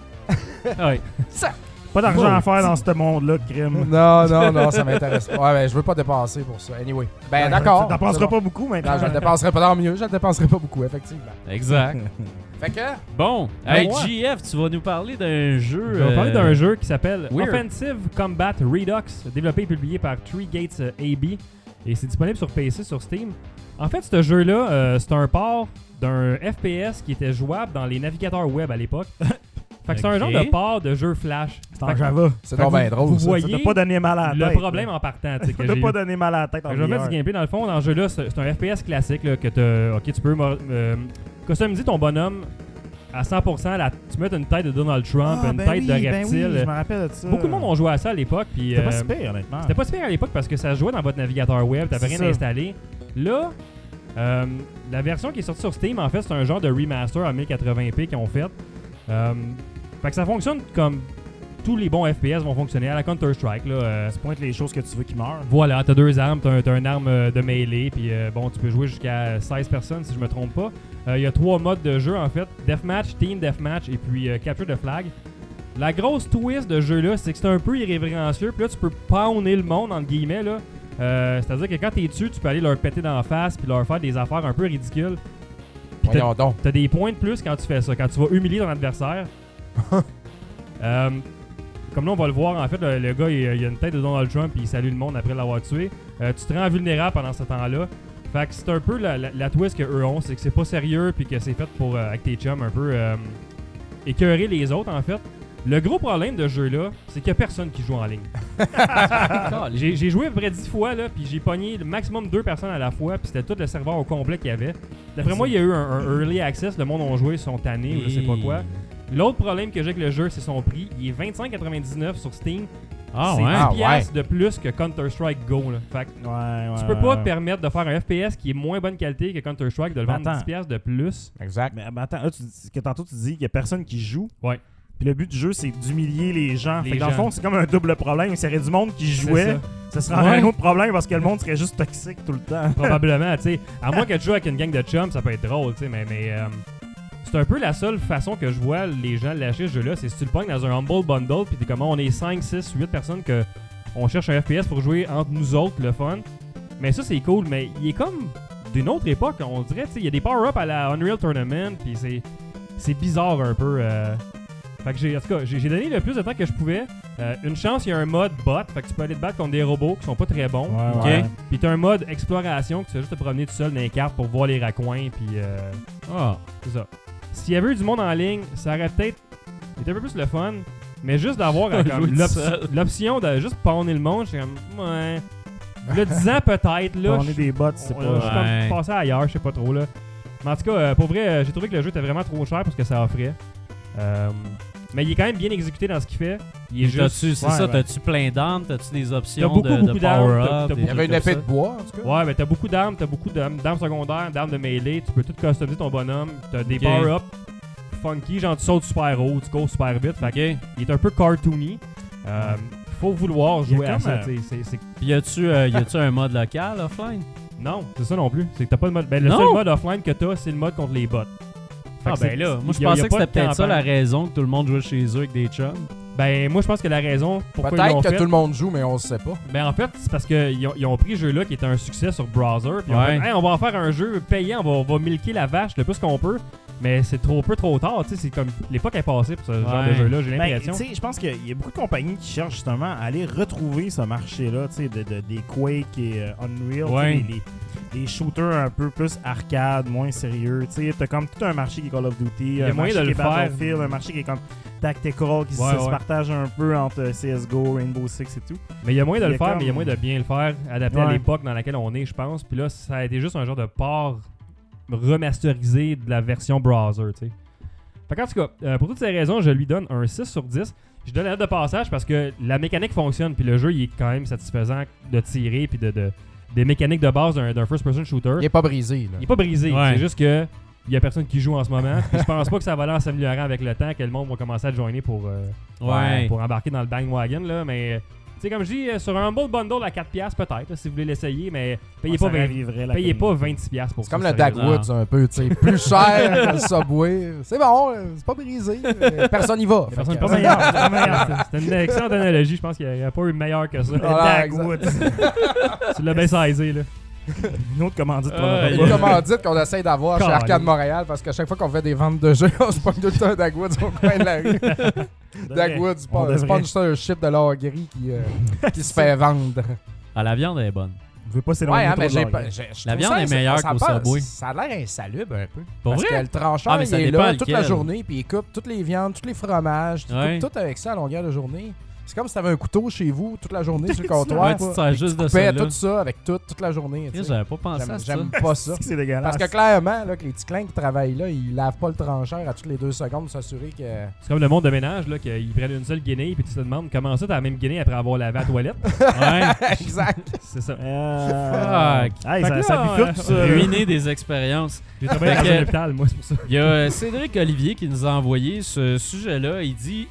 Ouais. Pas d'argent Oh. à faire dans ce monde-là, crime. Non, non, non, ça m'intéresse pas. Ouais, ben, je veux pas dépenser pour ça. Anyway. Ben, d'accord. Tu dépenseras c'est bon. pas beaucoup maintenant. Non, je le dépenserai pas. Tant mieux, je le dépenserai pas beaucoup, effectivement. Exact. Fait que, Bon, Ben, hey, moi. G F, tu vas nous parler d'un jeu. Je vais parler euh, d'un jeu qui s'appelle weird. Offensive Combat Redux, développé et publié par Three Gates euh, A B. Et c'est disponible sur P C, sur Steam. En fait, ce jeu-là, euh, c'est un port d'un F P S qui était jouable dans les navigateurs web à l'époque. Fait que c'est un Ok. genre de port de jeu Flash. C'est en Fait que Java. c'est Fait donc que bien vous- drôle, vous ça. voyez Ça t'a pas donné mal à la le tête. problème en partant. tu sais, que Ça t'a j'ai pas eu. donné mal à la tête en Fait que je vais mettre V R. du gameplay dans le fond. Dans ce jeu-là, c'est c'est un F P S classique là, que t'as- ok, tu peux mo- euh, customiser ton bonhomme à cent pour cent. La, tu mets une tête de Donald Trump, Ah, une ben tête oui, de ben reptile. oui, je me rappelle de ça. Beaucoup de monde ont joué à ça à l'époque. puis, C'était pas euh, si pire, honnêtement. C'était pas si pire à l'époque parce que ça se jouait dans votre navigateur web, t'avais C'est rien ça. installé. Là, euh, la version qui est sortie sur Steam, en fait, c'est un genre de remaster en mille quatre-vingts p qu'ils ont fait. Euh, fait que ça fonctionne comme tous les bons F P S vont fonctionner à la Counter-Strike. Là, euh, Tu pointes les choses que tu veux qui meurent. voilà, t'as deux armes, t'as, t'as une arme euh, de mêlée, puis euh, bon, tu peux jouer jusqu'à seize personnes si je me trompe pas. Il y a trois modes de jeu en fait, Deathmatch, Team Deathmatch et puis euh, Capture the Flag. La grosse twist de jeu là, c'est que c'est un peu irrévérencieux, puis là tu peux pawner le monde entre guillemets là. Euh, c'est-à-dire que quand t'es dessus, tu peux aller leur péter d'en face puis leur faire des affaires un peu ridicules. Puis t'as, Voyons donc. t'as des points de plus quand tu fais ça, quand tu vas humilier ton adversaire. Euh, comme là, on va le voir, en fait, le, le gars, il, il a une tête de Donald Trump puis il salue le monde après l'avoir tué. Euh, tu te rends vulnérable pendant ce temps-là. Fait que c'est un peu la, la, la twist que eux ont, c'est que c'est pas sérieux puis que c'est fait pour, euh, avec tes chums, un peu euh, écœurer les autres, en fait. Le gros problème de ce jeu-là, c'est qu'il y a personne qui joue en ligne. J'ai j'ai joué à peu près dix fois, là, puis j'ai pogné le maximum deux personnes à la fois, puis c'était tout le serveur au complet qu'il y avait. D'après moi, il y a eu un, un early access, le monde a joué, ils sont tannés, ou je sais pas quoi. L'autre problème que j'ai avec le jeu, c'est son prix. Il est vingt-cinq quatre-vingt-dix-neuf sur Steam. Ah c'est ouais. Ah dix piastres de plus que Counter-Strike Go. Là. Fait que Ouais, ouais. tu peux pas ouais. te permettre de faire un F P S qui est moins bonne qualité que Counter-Strike, de le Mais vendre attends. dix piastres de plus. Ah, Exact. Mais, mais attends, là, tu dis- que tantôt tu dis qu'il y a personne qui joue. Ouais. Puis le but du jeu, c'est d'humilier les gens. Les fait que dans le gens. fond, c'est comme un double problème. S'il y aurait du monde qui C'est jouait, ça. ce serait Ouais. un autre problème parce que le monde serait juste toxique tout le temps. Probablement, tu sais. À moins que tu joues avec une gang de chums, ça peut être drôle, tu sais, mais, mais euh, c'est un peu la seule façon que je vois les gens lâcher ce jeu-là, c'est si tu le pognes dans un Humble Bundle, puis t'es comme, on est cinq, six, huit personnes que on cherche un F P S pour jouer entre nous autres, le fun. Mais ça, c'est cool, mais il est comme d'une autre époque, on dirait, tu sais, il y a des power-ups à la Unreal Tournament, puis c'est, c'est bizarre un peu. Euh... Fait que j'ai, en tout cas, j'ai, j'ai donné le plus de temps que je pouvais. Euh, une chance, il y a un mode bot, fait que tu peux aller te battre contre des robots qui sont pas très bons. Ouais, Ok. ouais. Puis t'as un mode exploration que tu vas juste te promener tout seul dans les cartes pour voir les raccoins, puis euh, Ah. c'est ça. S'il y avait eu du monde en ligne, ça aurait peut-être été un peu plus le fun, mais juste d'avoir euh, comme Jouer tout l'op- seul. l'option de juste pawner le monde, j'étais comme, ouais. Là, dix ans peut-être, là, On est je des bots, c'est on- pas. là, je suis Ouais. comme passé ailleurs, je sais pas trop, là. Mais en tout cas, euh, pour vrai, euh, j'ai trouvé que le jeu était vraiment trop cher pour ce que ça offrait. Euh, mais il est quand même bien exécuté dans ce qu'il fait. Il est Puis juste... t'as-tu- C'est ouais, ça, ouais. t'as-tu plein d'armes? T'as-tu des options beaucoup, de, beaucoup de d'armes, t'as- power-up? t'as des beaucoup- Il y avait une trucs épée comme de bois, en tout cas. Ouais, mais t'as beaucoup d'armes, t'as beaucoup d'armes, d'armes secondaires, d'armes de mêlée, tu peux tout customiser ton bonhomme, t'as des Ok. power-ups funky, genre tu sautes super haut, tu cours super vite, ça? fait Ok. il est un peu cartoony. Euh, faut vouloir Il y a jouer à comme, ça, euh, tu sais, c'est- c'est- Puis y a-tu euh, y a-tu un mode local offline? Non, c'est ça non plus, c'est que t'as pas de mode... Ben, le Non. seul mode offline que t'as, c'est le mode contre les bots. Fait Ah que ben c'est- là, moi je y a- y a pensais que pas c'était de peut-être ça la campagne. raison que tout le monde jouait chez eux avec des chums. Ben, moi je pense que la raison pourquoi ils Peut-être l'ont que fait... tout le monde joue, mais on le sait pas. Ben en fait, c'est parce qu'ils ont, ils ont pris ce jeu-là qui était un succès sur browser, puis ils ont Ouais. fait, hey, on va en faire un jeu payant, on va, on va milquer la vache le plus qu'on peut. Mais c'est trop peu trop tard, tu sais, c'est comme l'époque est passée pour ce genre de Ouais. jeu-là, j'ai Ben, l'impression. tu sais, je pense qu'il y a beaucoup de compagnies qui cherchent justement à aller retrouver ce marché-là, tu sais, de, de- des Quake et euh, Unreal, tu sais, Ouais. les, les, les shooters un peu plus arcade, moins sérieux, tu sais, t'as comme tout un marché qui est Call of Duty, Il y a un moyen marché de qui le est faire. Battlefield, un marché qui est comme Tactical, qui se- Ouais, se ouais. partage un peu entre C S G O, Rainbow Six et tout. Mais il y a moyen de Il y le a faire, comme- mais il y a moyen de bien le faire, adapté à Ouais. l'époque dans laquelle on est, je pense. Puis là, ça a été juste un genre de port remasterisé de la version browser, tu sais. Fait qu'en tout cas, euh, pour toutes ces raisons, je lui donne un six sur dix. Je donne la note de passage parce que la mécanique fonctionne, puis le jeu, il est quand même satisfaisant de tirer, puis de, de- des mécaniques de base d'un d'un first-person shooter. Il est pas brisé, là. Il est pas brisé, Ouais. c'est juste que il y a personne qui joue en ce moment. Puis je pense pas que ça va aller en s'améliorant avec le temps, que le monde va commencer à joiner pour, euh, Ouais. pour embarquer dans le bandwagon, là. Mais, tu sais, comme je dis, euh, sur un Humble Bundle à quatre piastres peut-être, là, si vous voulez l'essayer, mais payez, Ouais, pas, ça vingt, raviverait la payez pas communauté. vingt-six piastres pour C'est ça. comme le sérieusement. Dagwoods un peu, tu sais. Plus cher que le Subway. C'est bon, c'est pas brisé. mais Personne n'y va. Personne Fait que- pas meilleur. c'est pas meilleur. C'est une excellente analogie, je pense qu'il n'y a pas eu meilleur que ça. Voilà, Dagwood. Tu l'as bien saisé, là. Une autre commandite qu'on Euh, aura Une pas. commandite qu'on essaye d'avoir chez Calme. Arcade Montréal parce qu'à chaque fois qu'on fait des ventes de jeux, on se pogne tout le temps un Dagwoods au coin de la rue. Dagwoods, On devrait. sponsorship de l'or gris qui, euh, qui se fait vendre. Ah, la viande est bonne. Vous pouvez pas s'éloigner Ouais, hein, trop mais de j'ai leur pas. game. j'ai- je La trouve viande ça, est ça- meilleure ça a qu'au pas- Subway. Ça a l'air insalubre un peu. Pour Parce vrai? que le trancheur, Ah, mais il ça est dépend là toute la lequel. journée, puis il coupe toutes les viandes, tous les fromages, il Ouais. coupe tout avec ça à longueur de journée. C'est comme si t'avais un couteau chez vous toute la journée sur le Ouais, comptoir. tu te sers juste de Tu ça. fais là. tout ça avec tout, toute la journée. tu sais. J'avais pas pensé J'aime à ça. j'aime pas ça. C'est dégueulasse. Parce que clairement, là, que les petits clins qui travaillent là, ils lavent pas le trancheur à toutes les deux secondes pour s'assurer que. C'est comme le monde de ménage, là, qu'ils prennent une seule guinée, puis tu te demandes comment ça, t'as la même guinée après avoir lavé à la toilette. Ouais. Exact. C'est ça. Euh... Fuck. Hey, Fait ça, que ça là, bifurque, ça. Ruiner des expériences. J'ai travaillé Fait dans que- un hôpital, moi, c'est pour ça. Il y a euh, Cédric Olivier qui nous a envoyé ce sujet-là. Il dit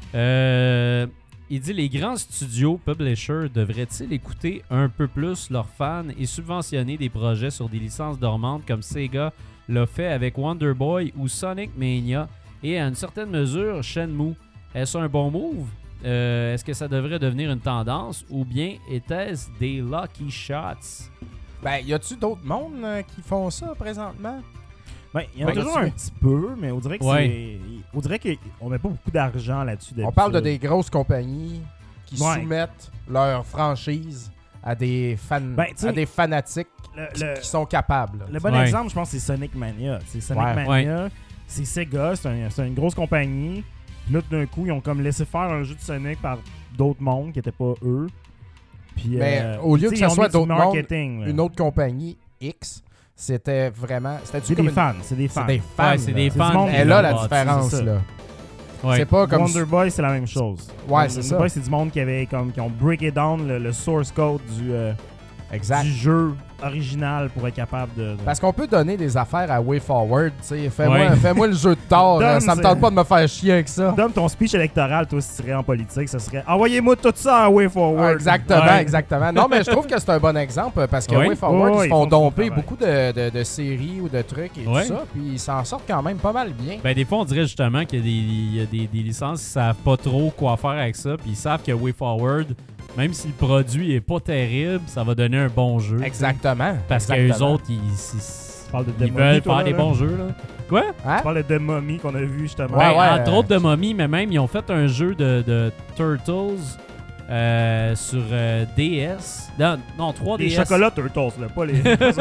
euh, il dit les grands studios publishers devraient-ils écouter un peu plus leurs fans et subventionner des projets sur des licences dormantes comme Sega l'a fait avec Wonder Boy ou Sonic Mania et à une certaine mesure Shenmue. Est-ce un bon move? Euh, Est-ce que ça devrait devenir une tendance ou bien était-ce des lucky shots? Ben, y a-tu d'autres mondes euh, qui font ça présentement? Ben, il y en a Ouais, toujours là-dessus. un petit peu, mais on dirait que Ouais. c'est. On dirait qu'on met pas beaucoup d'argent là-dessus. On parle de d'habitude. des grosses compagnies qui Ouais. soumettent leur franchise à des fans, Ben, tu sais, à des fanatiques Le, qui, le- qui sont capables. là. le bon Ouais. exemple, je pense, c'est Sonic Mania. C'est Sonic Ouais. Mania, c'est Sega, c'est un- c'est une grosse compagnie. Puis là, tout d'un coup, ils ont comme laissé faire un jeu de Sonic par d'autres mondes qui n'étaient pas eux. Puis, Mais euh, au lieu tu que sais, ça ils ont soit mis du d'autres mondes, marketing, là. Une autre compagnie X, c'était vraiment. C'était C'est des fans, c'est des C'est fans. des fans. Ouais, c'est des là. du fans. monde qui Et là, la l'ont bâti, différence, c'est ça. là. Ouais. C'est pas comme. Wonder Boy, c'est la même chose. Ouais, c'est Wonder ça. Boy, c'est du monde qui avait comme qui ont breaké down le, le source code du, euh, Exact. du jeu original pour être capable de. de- Parce qu'on peut donner des affaires à WayForward, tu sais. Fais-moi Ouais. fais-moi le jeu de tort, là. Donne, Ça me c'est- tente pas de me faire chier avec ça. Donne ton speech électoral, toi, si tu serais en politique, ça serait envoyez-moi tout ça à Way Forward. Ouais, exactement, Ouais. exactement. Non, mais je trouve que c'est un bon exemple parce que Oui. WayForward, Ouais, ils se ils font font du domper travail. beaucoup de, de- de séries ou de trucs et Ouais. tout ça, puis ils s'en sortent quand même pas mal bien. Ben, des fois, on dirait justement qu'il y a des, il y a des, des licences qui savent pas trop quoi faire avec ça, puis ils savent que WayForward, même si le produit est pas terrible, ça va donner un bon jeu. Exactement. Parce qu'eux exactement. autres, ils, ils- Tu parles de ils The veulent Mummy, toi, faire là, des là? bons jeux. Là. Quoi? Hein? Tu parles de The Mummy qu'on a vu justement. Ouais, Ben, ouais, entre euh, autres de Mommy, mais même, ils ont fait un jeu de, de Turtles euh, sur euh, D S. Non, non, trois D Des S. chocolats Turtles, là, pas les.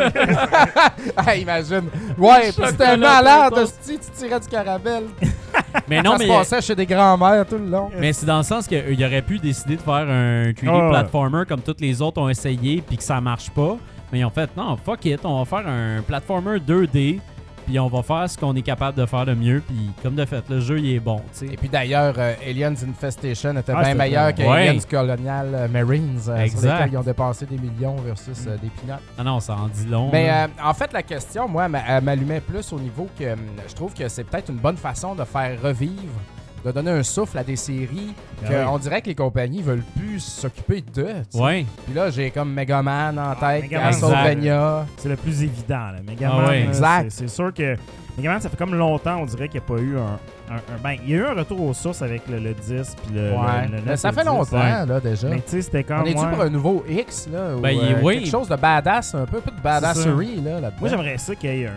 Ah, imagine. Ouais, puis c'était Chocolat malade, Turtles. hostie, tu tirais du caramel. Mais non, ça mais, se passait chez des grands-mères tout le long. mais c'est dans le sens qu'il aurait pu décider de faire un trois D Ah ouais. platformer comme tous les autres ont essayé, puis que ça marche pas. Mais ils ont fait, non, fuck it, on va faire un platformer deux D, puis on va faire ce qu'on est capable de faire de mieux, puis comme de fait, le jeu, il est bon, tu sais. Et puis d'ailleurs, euh, Aliens Infestation était Ah, bien c'était meilleur que bon. Ouais. Aliens Colonial euh, Marines, euh, sur Exact. lesquels ils ont dépensé des millions versus euh, des peanuts. Ah non, ça en dit long. Mais là. euh, en fait, la question, moi, m'a- elle m'allumait plus au niveau que hum, je trouve que c'est peut-être une bonne façon de faire revivre, de donner un souffle à des séries Ben que oui. on dirait que les compagnies veulent plus s'occuper d'eux. tu sais. Ouais. Puis là, j'ai comme Megaman en Ah, tête, Megaman, Castlevania. C'est le plus évident, là. Megaman, Ah ouais. là, Exact. c'est- c'est sûr que. Megaman, ça fait comme longtemps, on dirait qu'il n'y a pas eu un, un- un- Ben, il y a eu un retour aux sources avec le, le dix puis le, Ouais. le, le Mais neuf ça et le fait dix. longtemps, ouais. là, déjà. Mais tu sais, c'était quand On est-tu même. pour un nouveau X, là? Ou, Ben, il- euh, oui. quelque chose de badass, un peu, un peu de badasserie, là, là-dedans. Moi, j'aimerais ça qu'il y ait un.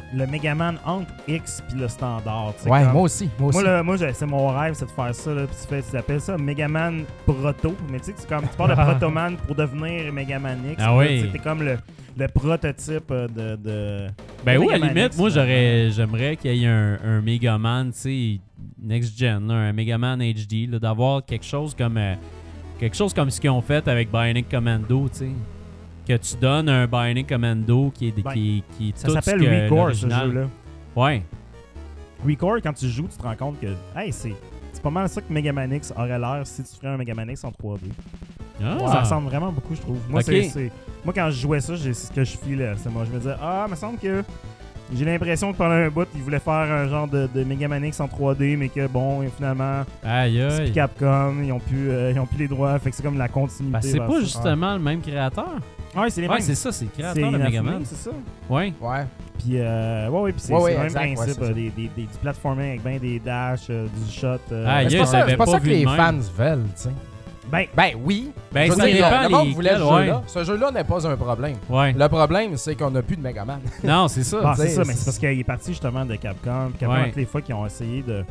le Megaman entre X puis le standard. tu sais, Ouais, comme- moi aussi. Moi aussi. Moi, là, moi j'ai- c'est mon rêve, c'est de faire ça. Là, puis tu, fais, tu appelles ça Megaman Proto. Mais tu sais, tu, comme, tu pars de Protoman pour devenir Megaman X. Ah Là, oui. tu sais, t'es comme le, le prototype euh, de. de Ben de oui, à la Megaman limite, X, moi, là. j'aurais, j'aimerais qu'il y ait un, un Megaman, tu sais, next-gen, là, un Megaman H D, là, d'avoir quelque chose comme euh, quelque chose comme ce qu'ils ont fait avec Bionic Commando, tu sais. Que tu donnes un Bionic Commando qui est, Ben, qui, qui est Ça tout s'appelle ce que Recore, ce l'original. jeu-là. Ouais. Recore, quand tu joues, tu te rends compte que hey, c'est, c'est pas mal ça que Megaman X aurait l'air si tu ferais un Megaman X en trois D. Ah. Ça ressemble vraiment beaucoup, je trouve. Moi, Ok. c'est, c'est- moi quand je jouais ça, j'ai- c'est ce que je filais. C'est moi, je me disais, ah, il me semble que j'ai l'impression que pendant un bout, ils voulaient faire un genre de, de Megaman X en trois D, mais que bon, et finalement, Aïe, c'est aïe. Capcom, ils ont, plus, euh, ils ont plus les droits, fait que c'est comme la continuité. Ben, c'est vers pas ça. justement le même créateur. Ouais, c'est les Ouais, mêmes. c'est ça, c'est le C'est créateur de Inafune, Megaman. c'est ça. Ouais. Ouais. Puis, euh, ouais, ouais, puis c'est, Ouais, c'est ouais, le même exact, ouais, principe, c'est euh, ça. des, des, des, du platforming avec ben des dashs, euh, du shot. euh, Ah, Mais c'est yeah, pas ça, j'avais c'est pas pas ça que vu les de même. fans veulent, tu sais. Ben, Ben oui. Ben, Je veux ça dire, dépend le monde les- voulait ce quel, ouais. jeu-là. Ce jeu-là n'est pas un problème. Ouais. Le problème, c'est qu'on n'a plus de Megaman. Non, c'est ça. bah, c'est tu sais, ça, mais c'est- c'est parce qu'il est parti justement de Capcom. Capcom, Ouais. toutes les fois qu'ils ont essayé de,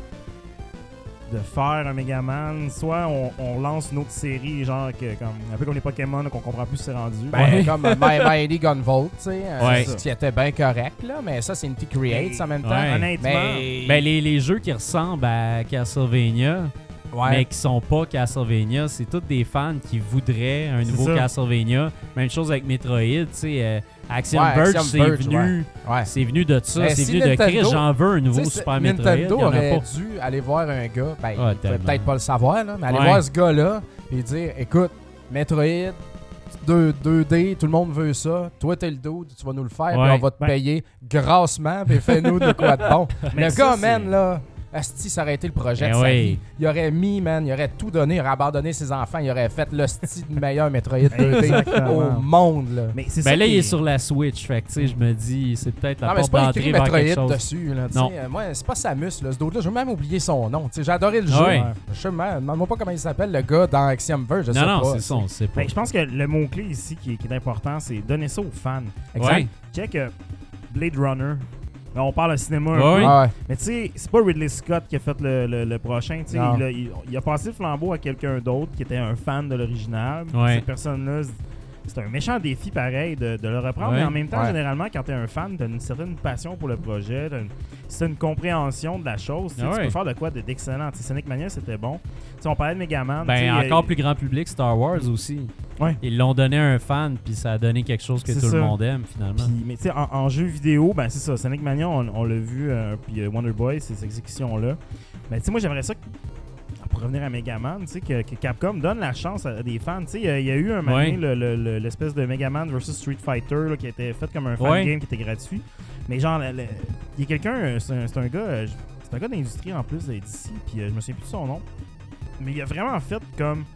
de faire un Megaman, soit on, on lance une autre série, genre que, comme, un peu comme les Pokémon, qu'on comprend plus où c'est rendu. Ben, Ouais. comme euh, My Mighty Gunvolt, tu sais. euh, Ouais. Ce qui était bien correct, là. Mais ça, c'est une T Creates en même temps. Ouais. Honnêtement, Mais. Ben, les, les jeux qui ressemblent à Castlevania, ouais. mais qui sont pas Castlevania, c'est tous des fans qui voudraient un C'est nouveau ça. Castlevania. Même chose avec Metroid, tu sais. euh, Axiom Ouais, Verge, Axiom c'est Verge, venu, ouais. c'est venu de ça. Mais C'est si venu de Nintendo- Chris, j'en veux un nouveau Tu sais, Super Metroid. Nintendo Il y en a aurait pas. dû aller voir un gars, ben, Ah, il pouvait tellement. peut-être pas le savoir, là, mais aller Ouais. voir ce gars-là et dire écoute, Metroid, deux, 2D, tout le monde veut ça, toi t'es le dude, tu vas nous le faire, Ouais. puis on va te Ben- payer grassement, puis fais-nous de quoi de bon. Mais le ça, gars, c'est- man, là, asti, ça aurait été le projet Ben de sa oui. vie. Il aurait mis, man, il aurait tout donné, il aurait abandonné ses enfants, il aurait fait le style de meilleur Metroid deux D Exactement. au monde, là. mais c'est ça Ben là, qui il est sur la Switch, fait que tu sais, je me dis, c'est peut-être la Non, mais c'est porte pas d'entrée écrit vers Metroid quelque chose. dessus. Là, tu Non. sais. Euh, moi, c'est pas Samus. Là, ce dude-là, j'ai même oublié son nom. Tu sais, j'ai adoré le jeu. Ouais. Je sais même, demande-moi pas comment il s'appelle, le gars dans Axiom Verge. Je sais Non, non, pas. c'est ça, on sait pas. Ben, je pense que le mot-clé ici qui est, qui est important, c'est donner ça aux fans. Ouais. Check euh, Blade Runner. Là, on parle de cinéma un Ouais, peu. oui. Ah ouais. Mais tu sais, c'est pas Ridley Scott qui a fait le, le- le prochain. tu sais, Non. Il a, il, il a passé le flambeau à quelqu'un d'autre qui était un fan de l'original. Ouais. Cette personne-là, c'est un méchant défi pareil de, de le reprendre. Ouais. Mais en même temps, Ouais. généralement, quand t'es un fan, t'as une certaine passion pour le projet. T'as une, c'est une compréhension de la chose. tu sais, Ah Tu ouais. peux faire de quoi de- d'excellent. Tu sais, Sonic Mania, c'était bon. Tu sais, on parlait de Megaman. tu Ben, sais, encore euh, plus grand public, Star Wars aussi. Ouais. Ils l'ont donné à un fan, puis ça a donné quelque chose que C'est tout ça. le monde aime, finalement. Puis, mais tu sais, en, en jeu vidéo, ben c'est ça. Sonic Mania, on, on l'a vu. euh, puis euh, Wonder Boy, ces exécutions-là. Mais tu sais, moi, j'aimerais ça, que- pour revenir à Megaman, tu sais, que, que Capcom donne la chance à des fans. Tu sais, il y a- il y, a eu un moment Ouais. donné, le- le- le- l'espèce de Megaman versus Street Fighter là, qui a été fait comme un fan Ouais. game qui était gratuit. Mais genre, le- le- il y a quelqu'un, euh, c'est un, c'est un gars, euh, c'est un gars d'industrie en plus d'ici, puis euh, je me souviens plus de son nom. Mais il a vraiment fait comme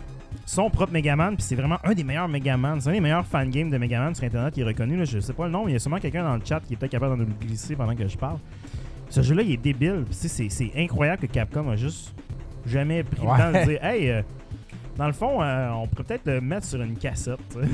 son propre Megaman, puis c'est vraiment un des meilleurs Megaman. C'est un des meilleurs fangames de Megaman sur Internet qui est reconnu. Là, je sais pas le nom, mais il y a sûrement quelqu'un dans le chat qui est peut-être capable de nous le glisser pendant que je parle. Ce jeu-là, il est débile. Puis, tu sais, c'est c'est incroyable que Capcom a juste jamais pris Ouais. le temps de dire Hey, euh, dans le fond, euh, on pourrait peut-être le mettre sur une cassette. tu sais.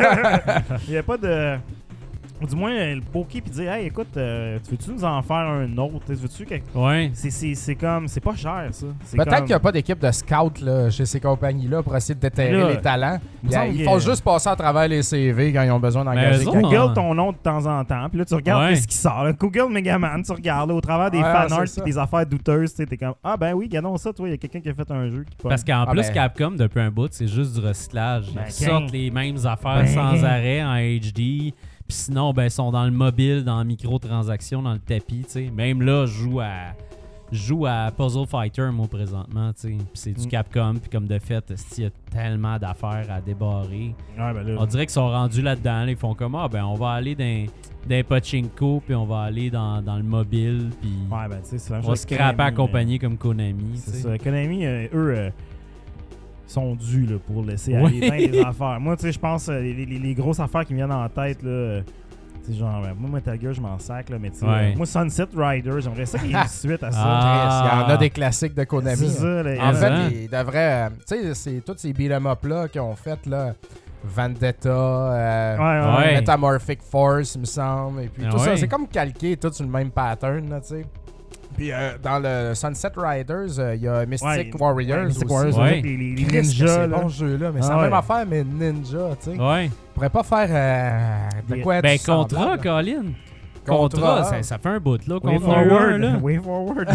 Il n'y a pas de. Ou du moins, euh, le poker puis dire Hey, écoute, euh, tu veux-tu nous en faire un autre Tu sais, veux-tu que- Ouais. C'est- C'est c'est comme. C'est pas cher, ça. C'est Peut-être comme- qu'il n'y a pas d'équipe de scouts là, chez ces compagnies-là pour essayer de déterrer Là, les talents. il me Ils, semble ils que- font juste passer à travers les C V quand ils ont besoin d'engager eux autres, quelqu'un. Google Ah. ton nom de temps en temps, puis là tu regardes Ouais. ce qui sort. là. Google Megaman, tu regardes là, au travers des Ouais, fanarts c'est ça. et des affaires douteuses, tu sais, t'es comme ah ben oui, regardons ça, toi, il y a quelqu'un qui a fait un jeu qui pogne. Parce qu'en Ah plus, ben. Capcom, depuis un bout, c'est juste du recyclage. Ben, Ils sortent gang. les mêmes affaires Ben, sans gang. arrêt en H D. Puis sinon, ben, ils sont dans le mobile, dans la microtransaction, dans le tapis, tu sais. Même là, je joue à, je joue à Puzzle Fighter, moi, présentement, tu sais. Puis c'est du Mm. Capcom, puis comme de fait, esti, il y a tellement d'affaires à débarrer. Ouais, ben là, On dirait qu'ils sont rendus là-dedans. là. Ils font comme, ah, ben, on va aller dans, dans pachinko, puis on va aller dans, dans le mobile, puis ouais, ben tu sais, c'est la même on va chose se avec scraper à Konami, compagnie comme Konami, euh, tu C'est sais. ça. Konami, euh, eux, euh, sont dus là, pour laisser Oui. aller bien des affaires. Moi, tu sais, je pense euh, les, les- les grosses affaires qui me viennent en tête, là. euh, tu sais, genre, ben, moi, Metal Gear, je m'en sac, là, mais tu sais, Ouais. euh, moi, Sunset Rider, j'aimerais ça qu'il y ait une suite à ça. Ah. Il y en a des classiques de Konami. C'est ça, là, En Ah, fait, hein? ils devraient. euh, Tu sais, c'est tous ces beat'em up là qu'ils ont fait là. Vendetta, euh, Ouais, ouais. Ouais. Metamorphic Force, il me semble. Et puis Ah tout ouais. ça, c'est comme calqué tout sur le même pattern, là, tu sais. Puis euh, dans le Sunset Riders, euh, il y a Mystic Ouais, Warriors. ouais, Mystic aussi. Warriors, Ouais. avec les, les, les Christ, que ninjas. c'est là. bon ce jeu-là, mais Ah c'est la ouais. même affaire, mais ninja, tu sais. Ouais. On pourrait pas faire euh, de Des- quoi être Ben, semblable, Contra, là. Colin. Contra, Contra, hein. ça, ça fait un bout, là. Way Contra un, forward. là. Way forward.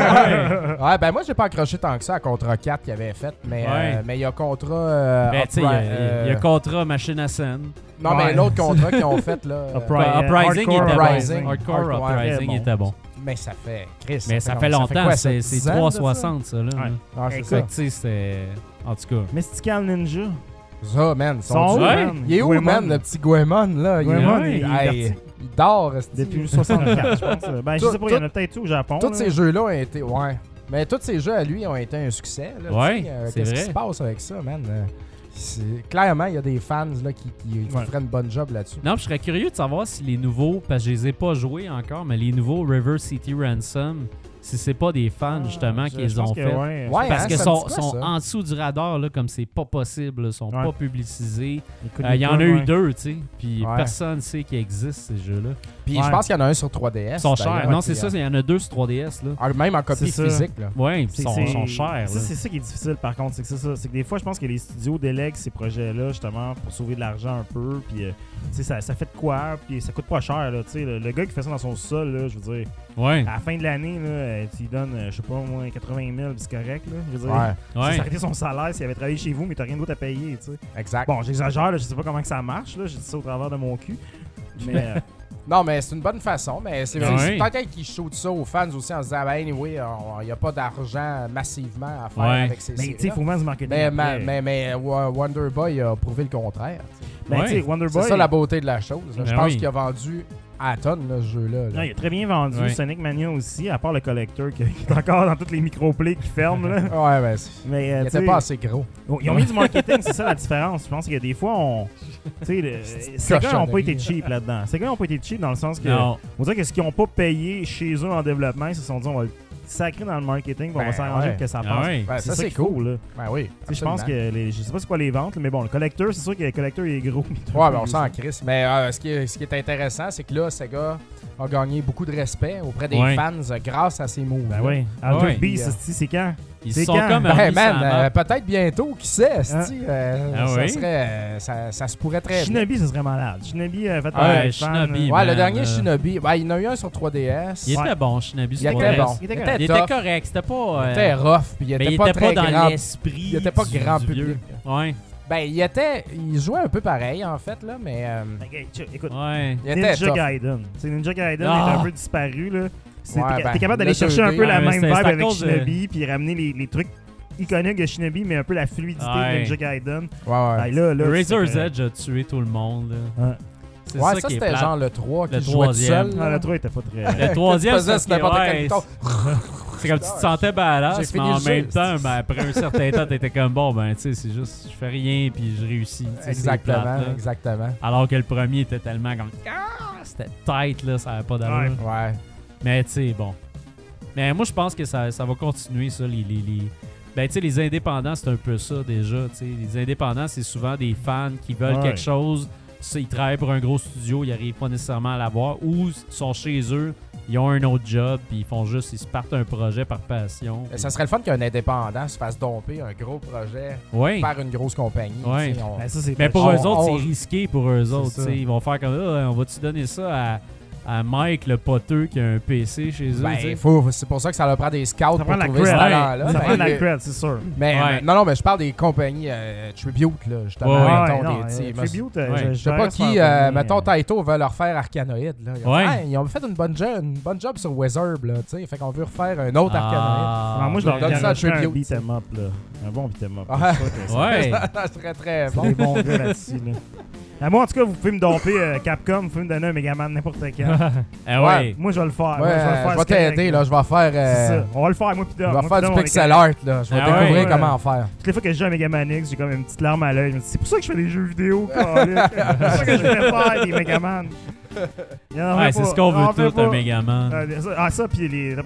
Ouais, ben moi, j'ai pas accroché tant que ça à Contra quatre qu'il avait fait, mais Ouais. euh, mais il y a Contra... euh, Ben, tu sais, il y a- Upri- il y, a- il y a euh, Contra Machine à scène. Non, Ouais. mais l'autre Contra qu'ils ont fait, là... euh, Upri- Uprising, il Hardcore était Uprising. bon. Hardcore Hardcore, Uprising, très il bon. était bon. Mais ça fait... Chris, Mais ça fait combien- longtemps, quoi, ça, c'est c'est dix ans de trois ça? soixante, ça, là. Ouais. là. Ah, c'est Écoute, ça. Fait que, tu sais, c'était... En tout cas. Mystical Ninja. Ça, man, Sont son où, Ouais. man? Il est où, Goemon. man, le petit Goemon, là? Il, Goemon, est- il est Hey, parti. il dort, esti. Depuis soixante-quatre, je pense. Ben, je Tout- sais pas, il y en a peut-être tout au Japon. Tous là. ces jeux-là ont été... Ouais. Mais tous ces jeux à lui ont été un succès, là. Ouais, tu sais, euh, c'est Qu'est-ce qui vrai. se passe avec ça, man? Euh, c'est- Clairement, il y a des fans, là, qui, qui, qui Ouais. feraient une bonne job là-dessus. Non, je serais curieux de savoir si les nouveaux, parce que je les ai pas joués encore, mais les nouveaux River City Ransom, si c'est pas des fans, justement, Je- qui je les pense ont que fait. ouais. Ouais, Parce hein, que ça me sont, dit quoi, sont ça? en dessous du radar, là, comme c'est pas possible, là, sont Ouais. pas publicisés. Écoute, Euh, Il y en a ouais. eu deux, tu sais, puis Ouais. personne sait qu'ils existent, ces jeux-là. Puis Ouais. je pense qu'il y en a un sur trois D S. Ils sont d'ailleurs, chers. Non, qui, c'est ça, euh, il y en a deux sur trois D S, là. ah, Même en copie C'est ça. physique, là. Ouais, ils C'est- sont, c'est- sont chers, Ça, là. c'est ça qui est difficile, par contre. C'est que c'est ça. C'est que des fois, je pense que les studios délèguent ces projets-là, justement, pour sauver de l'argent un peu. Puis, euh, tu sais, ça, ça fait de quoi. Puis, ça coûte pas cher, là. Tu sais, le, le gars qui fait ça dans son sol, là, je veux dire, Ouais, à la fin de l'année, là, euh, tu lui donnes, euh, je sais pas, au moins quatre-vingt mille, puis c'est correct, là. Je veux dire, Ouais, ça ouais. s'arrêtait son salaire s'il avait travaillé chez vous, mais t'as rien d'autre à payer, tu sais. exact. Bon, j'exagère, là, je sais pas comment que ça marche, là. J'ai dit ça au travers de mon cul. Mais, euh, Non, mais c'est une bonne façon. Mais c'est Ouais. c'est peut-être qu'ils shootent ça aux fans aussi en se disant, ben, anyway, il n'y a pas d'argent massivement à faire Ouais. avec ces mais tu sais, il séries-là. faut vraiment du marketing. Mais, ma- après. mais, mais euh, Wonder Boy a prouvé le contraire. tu sais. Ben, Ouais. tu sais, Wonder C'est Boy. ça la beauté de la chose. là. Je Ben pense oui. qu'il a vendu à tonne, là, ce jeu-là. là. Non, il a très bien vendu. Ouais. Sonic Mania aussi, à part le collector qui, qui est encore dans toutes les micro-plays qui ferment. Là. Ouais, mais c'est- Mais, euh, il tu était sais, pas assez gros. oh, ils ont mis du marketing, c'est ça la différence. Je pense que des fois, on. Tu sais, le- ces gars n'ont pas été cheap là-dedans. Ces gars n'ont pas été cheap dans le sens que. Non. On dirait que ce qu'ils n'ont pas payé chez eux en développement, ils se sont dit, on va le sacrer dans le marketing, puis on Ben, va s'arranger ouais. pour que ça Ah passe. ouais. Ouais, C'est ça, ça c'est qu'il faut, cool. là. Ben oui. Tu sais, je pense absolument. que les, je sais pas c'est quoi les ventes, mais bon, le collector, c'est sûr que le collector il est gros. Ouais, ben on s'en crisse. Mais euh, ce, qui est, ce qui est intéressant, c'est que là, Sega a gagné beaucoup de respect auprès des Ouais. fans euh, grâce à ses moves. Ben oui. Altered Ouais. Beast, Puis, c'est- c'est quand? Ils C'est sont quand? comme Ben, remis man, sur la euh, map. peut-être bientôt, qui sait, esti, euh, Ah ça oui? serait, euh, ça, ça se pourrait très bien. Shinobi, ça serait malade. Shinobi euh, fait par Ouais, les fans, Shinobi, euh, Ouais, man, le dernier euh, Shinobi, ben, il y en a eu un sur trois D S. Il Il était Ouais. bon, Shinobi. Il sur était trois D S. bon. Il était Il correct. Il était était tough. correct, c'était pas... euh, Il était rough, puis il mais était il pas était très pas dans grand. l'esprit Il était pas du- grand du public. vieux. Ouais, Ben, il était. Il jouait un peu pareil, en fait, là, mais. euh, Ok, check, écoute, ouais. il était Ninja tough. Gaiden. C'est Ninja Gaiden Ah. est un peu disparu là. C'est- Ouais, T'es ben, t'es capable d'aller le chercher deux un D, peu la ouais, mais même c'est- vibe c'est à avec cause de- Shinobi, puis ramener les, les trucs iconiques de Shinobi, mais un peu la fluidité Ouais. de Ninja Gaiden. Ouais, ouais. Ah, là, là, Razor's c'est- Edge a tué tout le monde. là. Ouais. C'est Ouais, ça, ça, qui est c'était plate. genre le trois qui Le jouait tout troisième. seul. Ah, là. le trois était pas très. Le troisième, Tu faisais c'est sur n'importe ouais, quel bouton. c'est comme tu te sentais J'ai badass, mais fini en le jeu, même temps, c'est- ben, après un certain temps, t'étais comme bon, ben tu sais, c'est juste, je fais rien puis je réussis. Tu sais, c'est Exactement, plate, là. exactement. Alors que le premier était tellement comme ah, c'était tight là, ça avait pas d'allure. Ouais. Ouais. Mais tu sais, bon. Mais moi, je pense que ça, ça va continuer, ça. Les, les, les- Ben, tu sais, les indépendants, c'est un peu ça déjà. tu sais. Les indépendants, c'est souvent des fans qui veulent Ouais. quelque chose. Ça, ils travaillent pour un gros studio, ils n'arrivent pas nécessairement à l'avoir. Ou ils sont chez eux, ils ont un autre job, puis ils font juste, ils se partent un projet par passion. Mais ça serait le fun qu'un indépendant se fasse domper un gros projet Oui. par une grosse compagnie. Ouais. tu sais, on- Ben, ça, c'est Mais pour On- eux autres, on- c'est risqué pour eux autres. ça. tu sais. Ils vont faire comme ah, on va-tu donner ça à, à Mike, le poteux, qui a un P C chez eux? Ben, tu sais? faut, c'est pour ça que ça leur prend des scouts Ça pour prend de la trouver ce cred. talent-là. Ça Ben, prend de la mais- cred, c'est sûr. Mais, Ouais. mais- non, non, mais je parle des compagnies euh, Tribute, là, justement. Ouais, ouais. mettons, Ouais, non, des- tu sais, euh, moi, Tribute, euh, ouais. je- Je sais pas j'aurais qui, faire euh, venir, mettons, euh, Taito veut leur faire Arkanoid. Là. Ils, ont Ouais. dit, Hey, ils ont fait une bonne, job, une bonne job sur Wizard, là, tu sais. Fait qu'on veut refaire un autre Ah, Non, moi, je leur donne ça à garocherais un Tribute. beat'em up, là. Un bon beat'em up. Ouais. C'est sûr que c'est- Ouais. Arkanoid. Ça serait très C'est bon. des bons gars là-dessus, là. Ah, moi, en tout cas, vous pouvez me domper euh, Capcom, vous pouvez me donner un Megaman n'importe quand. Ah ouais. Moi, je vais le faire. Ouais, Moi, je vais le euh, faire. je vais c'est correct, t'aider, là. Je vais faire. C'est euh, ça. On va le faire, moi, pis Je Dom. vais Moi, faire pis Dom, du on est pixel correct. art, là. Je vais Ah ouais, découvrir ouais. comment faire. Toutes les fois que je joue à Mega Man X, j'ai comme une petite larme à l'œil. Je me dis, c'est pour ça que je fais des jeux vidéo, câlisse. C'est pour ça que je vais faire des Megaman. Il y en Ouais, fait c'est pas. ce qu'on Il en veut fait tout, un pas. Megaman. Ah, ça- Ah, ça, pis les. attends un peu.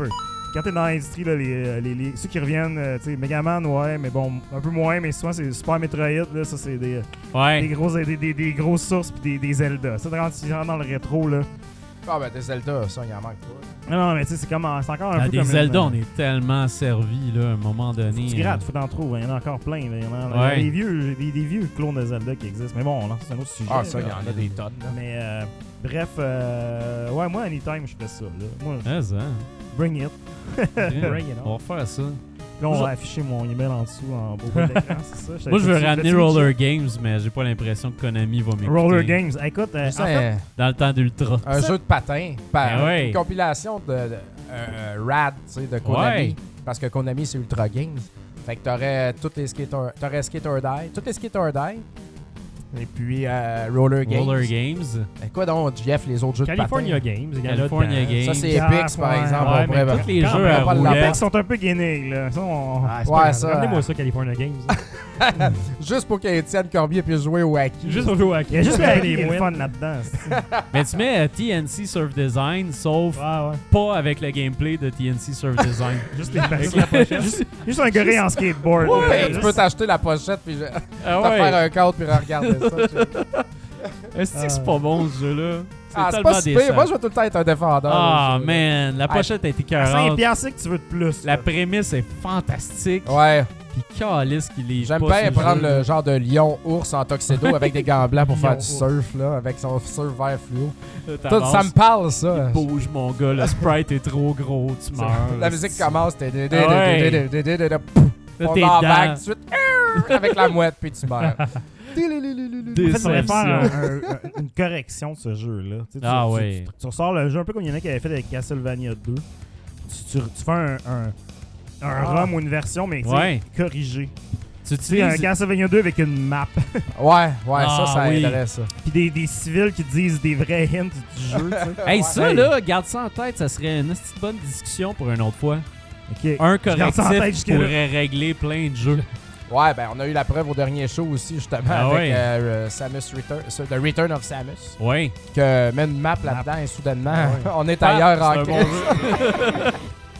quand t'es dans l'industrie, là, les, les, les, ceux qui reviennent, euh, tu sais, Megaman, ouais, mais bon, un peu moins, mais souvent c'est Super Metroid, là, ça c'est des, Ouais. des, grosses, des, des, des grosses sources pis des, des Zelda. Ça, quand tu rentres dans le rétro, là. Ah, ben des Zelda, ça, il en manque pas. Non, non, mais tu sais, c'est comme, c'est encore un Ah, peu des comme Zelda, une, on est tellement servi là, à un moment donné. Tu grattes, faut t'en trouver, il y en a encore plein. Là. Il y en a, il y a Ouais. des, vieux, des, des vieux clones de Zelda qui existent. Mais bon, là, c'est un autre sujet. Ah, ça, il y là. en a des tonnes. là. Mais euh, bref, euh, ouais, moi, anytime, je fais ça. Là. Moi, Ah, ça. bring it. Bring it On on. va faire ça. Là, on Moi, va afficher mon email en dessous, en beau bas d'écran, c'est ça? Moi, je veux Fais-tu- ramener fais-tu Roller check? Games, mais j'ai pas l'impression que Konami va m'écouter. Roller Games. Écoute, euh, Juste en fait, un, Dans le temps d'Ultra. un jeu de patin. Pa- Ben ouais. Une compilation de, de euh, Rad, tu sais, de Konami. Ouais. Parce que Konami, c'est Ultra Games. Fait que t'aurais tous les skaters. T'aurais Skater Die. Tous les Skater Die. Et puis euh, Roller Games. Roller Games. Et quoi donc, Jeff, les autres jeux California de patin? Games, il y en a California dedans. Games. Ça, c'est Gap, Epix, par ouais. exemple. Ouais, on pourrait- mais tous les Quand jeux même, à on va les l'avoir. roulettes. Apex sont un peu guenilles, là. Ça, on... Ah, c'est Ouais, pas grave. ça, Ramenez-moi euh, ça, California Games. Juste pour qu'Étienne Corbier puisse jouer au hockey. Juste au jeu à Il y a juste les les le mouettes. fun là-dedans. c'est- Mais tu mets euh, T N C Surf Design, sauf Ouais, ouais. pas avec le gameplay de T N C Surf Design. Juste les personnes. juste, juste un gorille en skateboard. là. Ouais, tu Juste- peux t'acheter la pochette puis je- Ah te faire un cadre puis regarder ça. Est-ce que c'est pas bon ce jeu-là? C'est Ah, c'est tellement pas si décevant. pire. Moi, je vais tout le temps être un défendeur. Ah, là, je- man, la pochette a été À cinq écœurante. piastres, c'est que tu veux de plus. La là. prémisse est fantastique. Ouais, Puis calisse qu'il est j'aime pas bien ce prendre jeu. le genre de lion-ours en tuxedo avec des gants blancs pour faire du Lion-ours. surf, là, avec son surf vert fluo. Là, Tout, t'avances, ça me parle, ça. bouge, mon gars. Le sprite est trop gros, tu meurs. La musique commence, t'es. Ouais. Là, Là, on t'es embarque dedans. tout de suite avec la mouette, puis tu meurs. En fait, on devrait faire un- un- un- une correction de ce jeu-là. Tu sais, tu- Ah tu, ouais. Tu, tu ressors le jeu un peu comme il y en a qui avaient fait avec Castlevania deux. Tu, tu, tu fais un, un, un Ah. ROM ou une version, mais tu sais, Ouais. corrigée. Tu Tu sais, un utilises... Castlevania deux avec une map. Ouais, ouais, Ah, ça, ça oui. aiderait, ça. Puis des, des civils qui te disent des vrais hints du jeu. tu sais. Hey, Ouais. ça, Hey. là, garde ça en tête. Ça serait une petite bonne discussion pour une autre fois. Ok. Un garde ça en tête correctif jusque-là. pourrait régler plein de jeux. Ouais, ben, on a eu la preuve au dernier show aussi, justement, Ah avec ouais. euh, euh, Samus Return, euh, The Return of Samus. Ouais. Que met une map là-dedans et soudainement, Ah ouais. on est Ah, ailleurs c'est en un bon crise. jeu.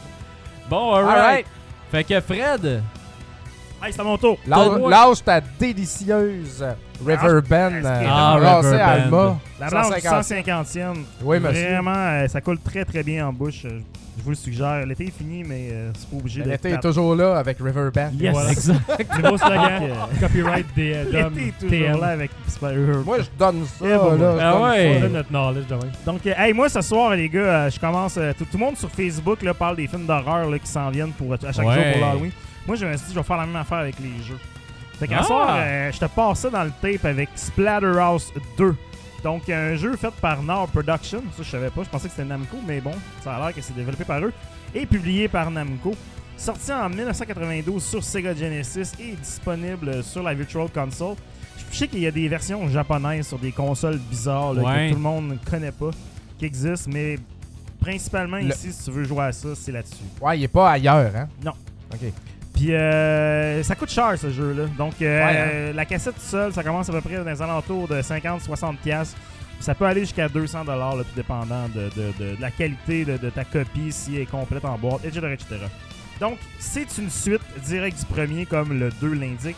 Bon, alright. Alright. Fait que Fred, Hey, c'est à mon tour. Lâche Donne-moi- lâche ta délicieuse River Bend. Ah, Ah, Rancé River à Bend. Alma. La blanche cent cinquante. cent cinquantième. Oui, monsieur. Vraiment, euh, ça coule très très bien en bouche. Euh, Je vous le suggère. L'été est fini, mais euh, c'est pas obligé d'être L'été est plate. toujours là avec River Bend. Yes. Voilà. exact. Nouveau slogan. Donc, euh, Copyright des euh, Dom L'été est T toujours M. là avec Spider. Moi, je donne ça. Eh, bon, là, je ah donne ouais. On ça. donne notre knowledge demain. Donc, euh, hey, moi ce soir, les gars, euh, je commence. euh, tout, tout le monde sur Facebook là, parle des films d'horreur là, qui s'en viennent pour, à chaque Ouais. jour pour l'Halloween. Moi, je me suis dit, je vais faire la même affaire avec les jeux. Fait qu'à Ah. soir, euh, je te passe ça dans le tape avec Splatterhouse deux. Donc, un jeu fait par Now Production. Ça, je savais pas. Je pensais que c'était Namco, mais bon, ça a l'air que c'est développé par eux. Et publié par Namco. Sorti en dix-neuf cent quatre-vingt-douze sur Sega Genesis et disponible sur la Virtual Console. Je sais qu'il y a des versions japonaises sur des consoles bizarres là, Ouais. que tout le monde ne connaît pas, qui existent, mais principalement Le- ici, si tu veux jouer à ça, c'est là-dessus. Ouais, il est pas ailleurs, hein? Non. OK. Puis euh, ça coûte cher ce jeu-là. Donc euh, Ouais, la cassette seule, ça commence à peu près dans les alentours de cinquante à soixante piastres. Ça peut aller jusqu'à deux cents dollars, tout dépendant de, de- de- de la qualité de, de ta copie, si elle est complète en boîte, et cetera et cetera. Donc, c'est une suite directe du premier, comme le deux l'indique.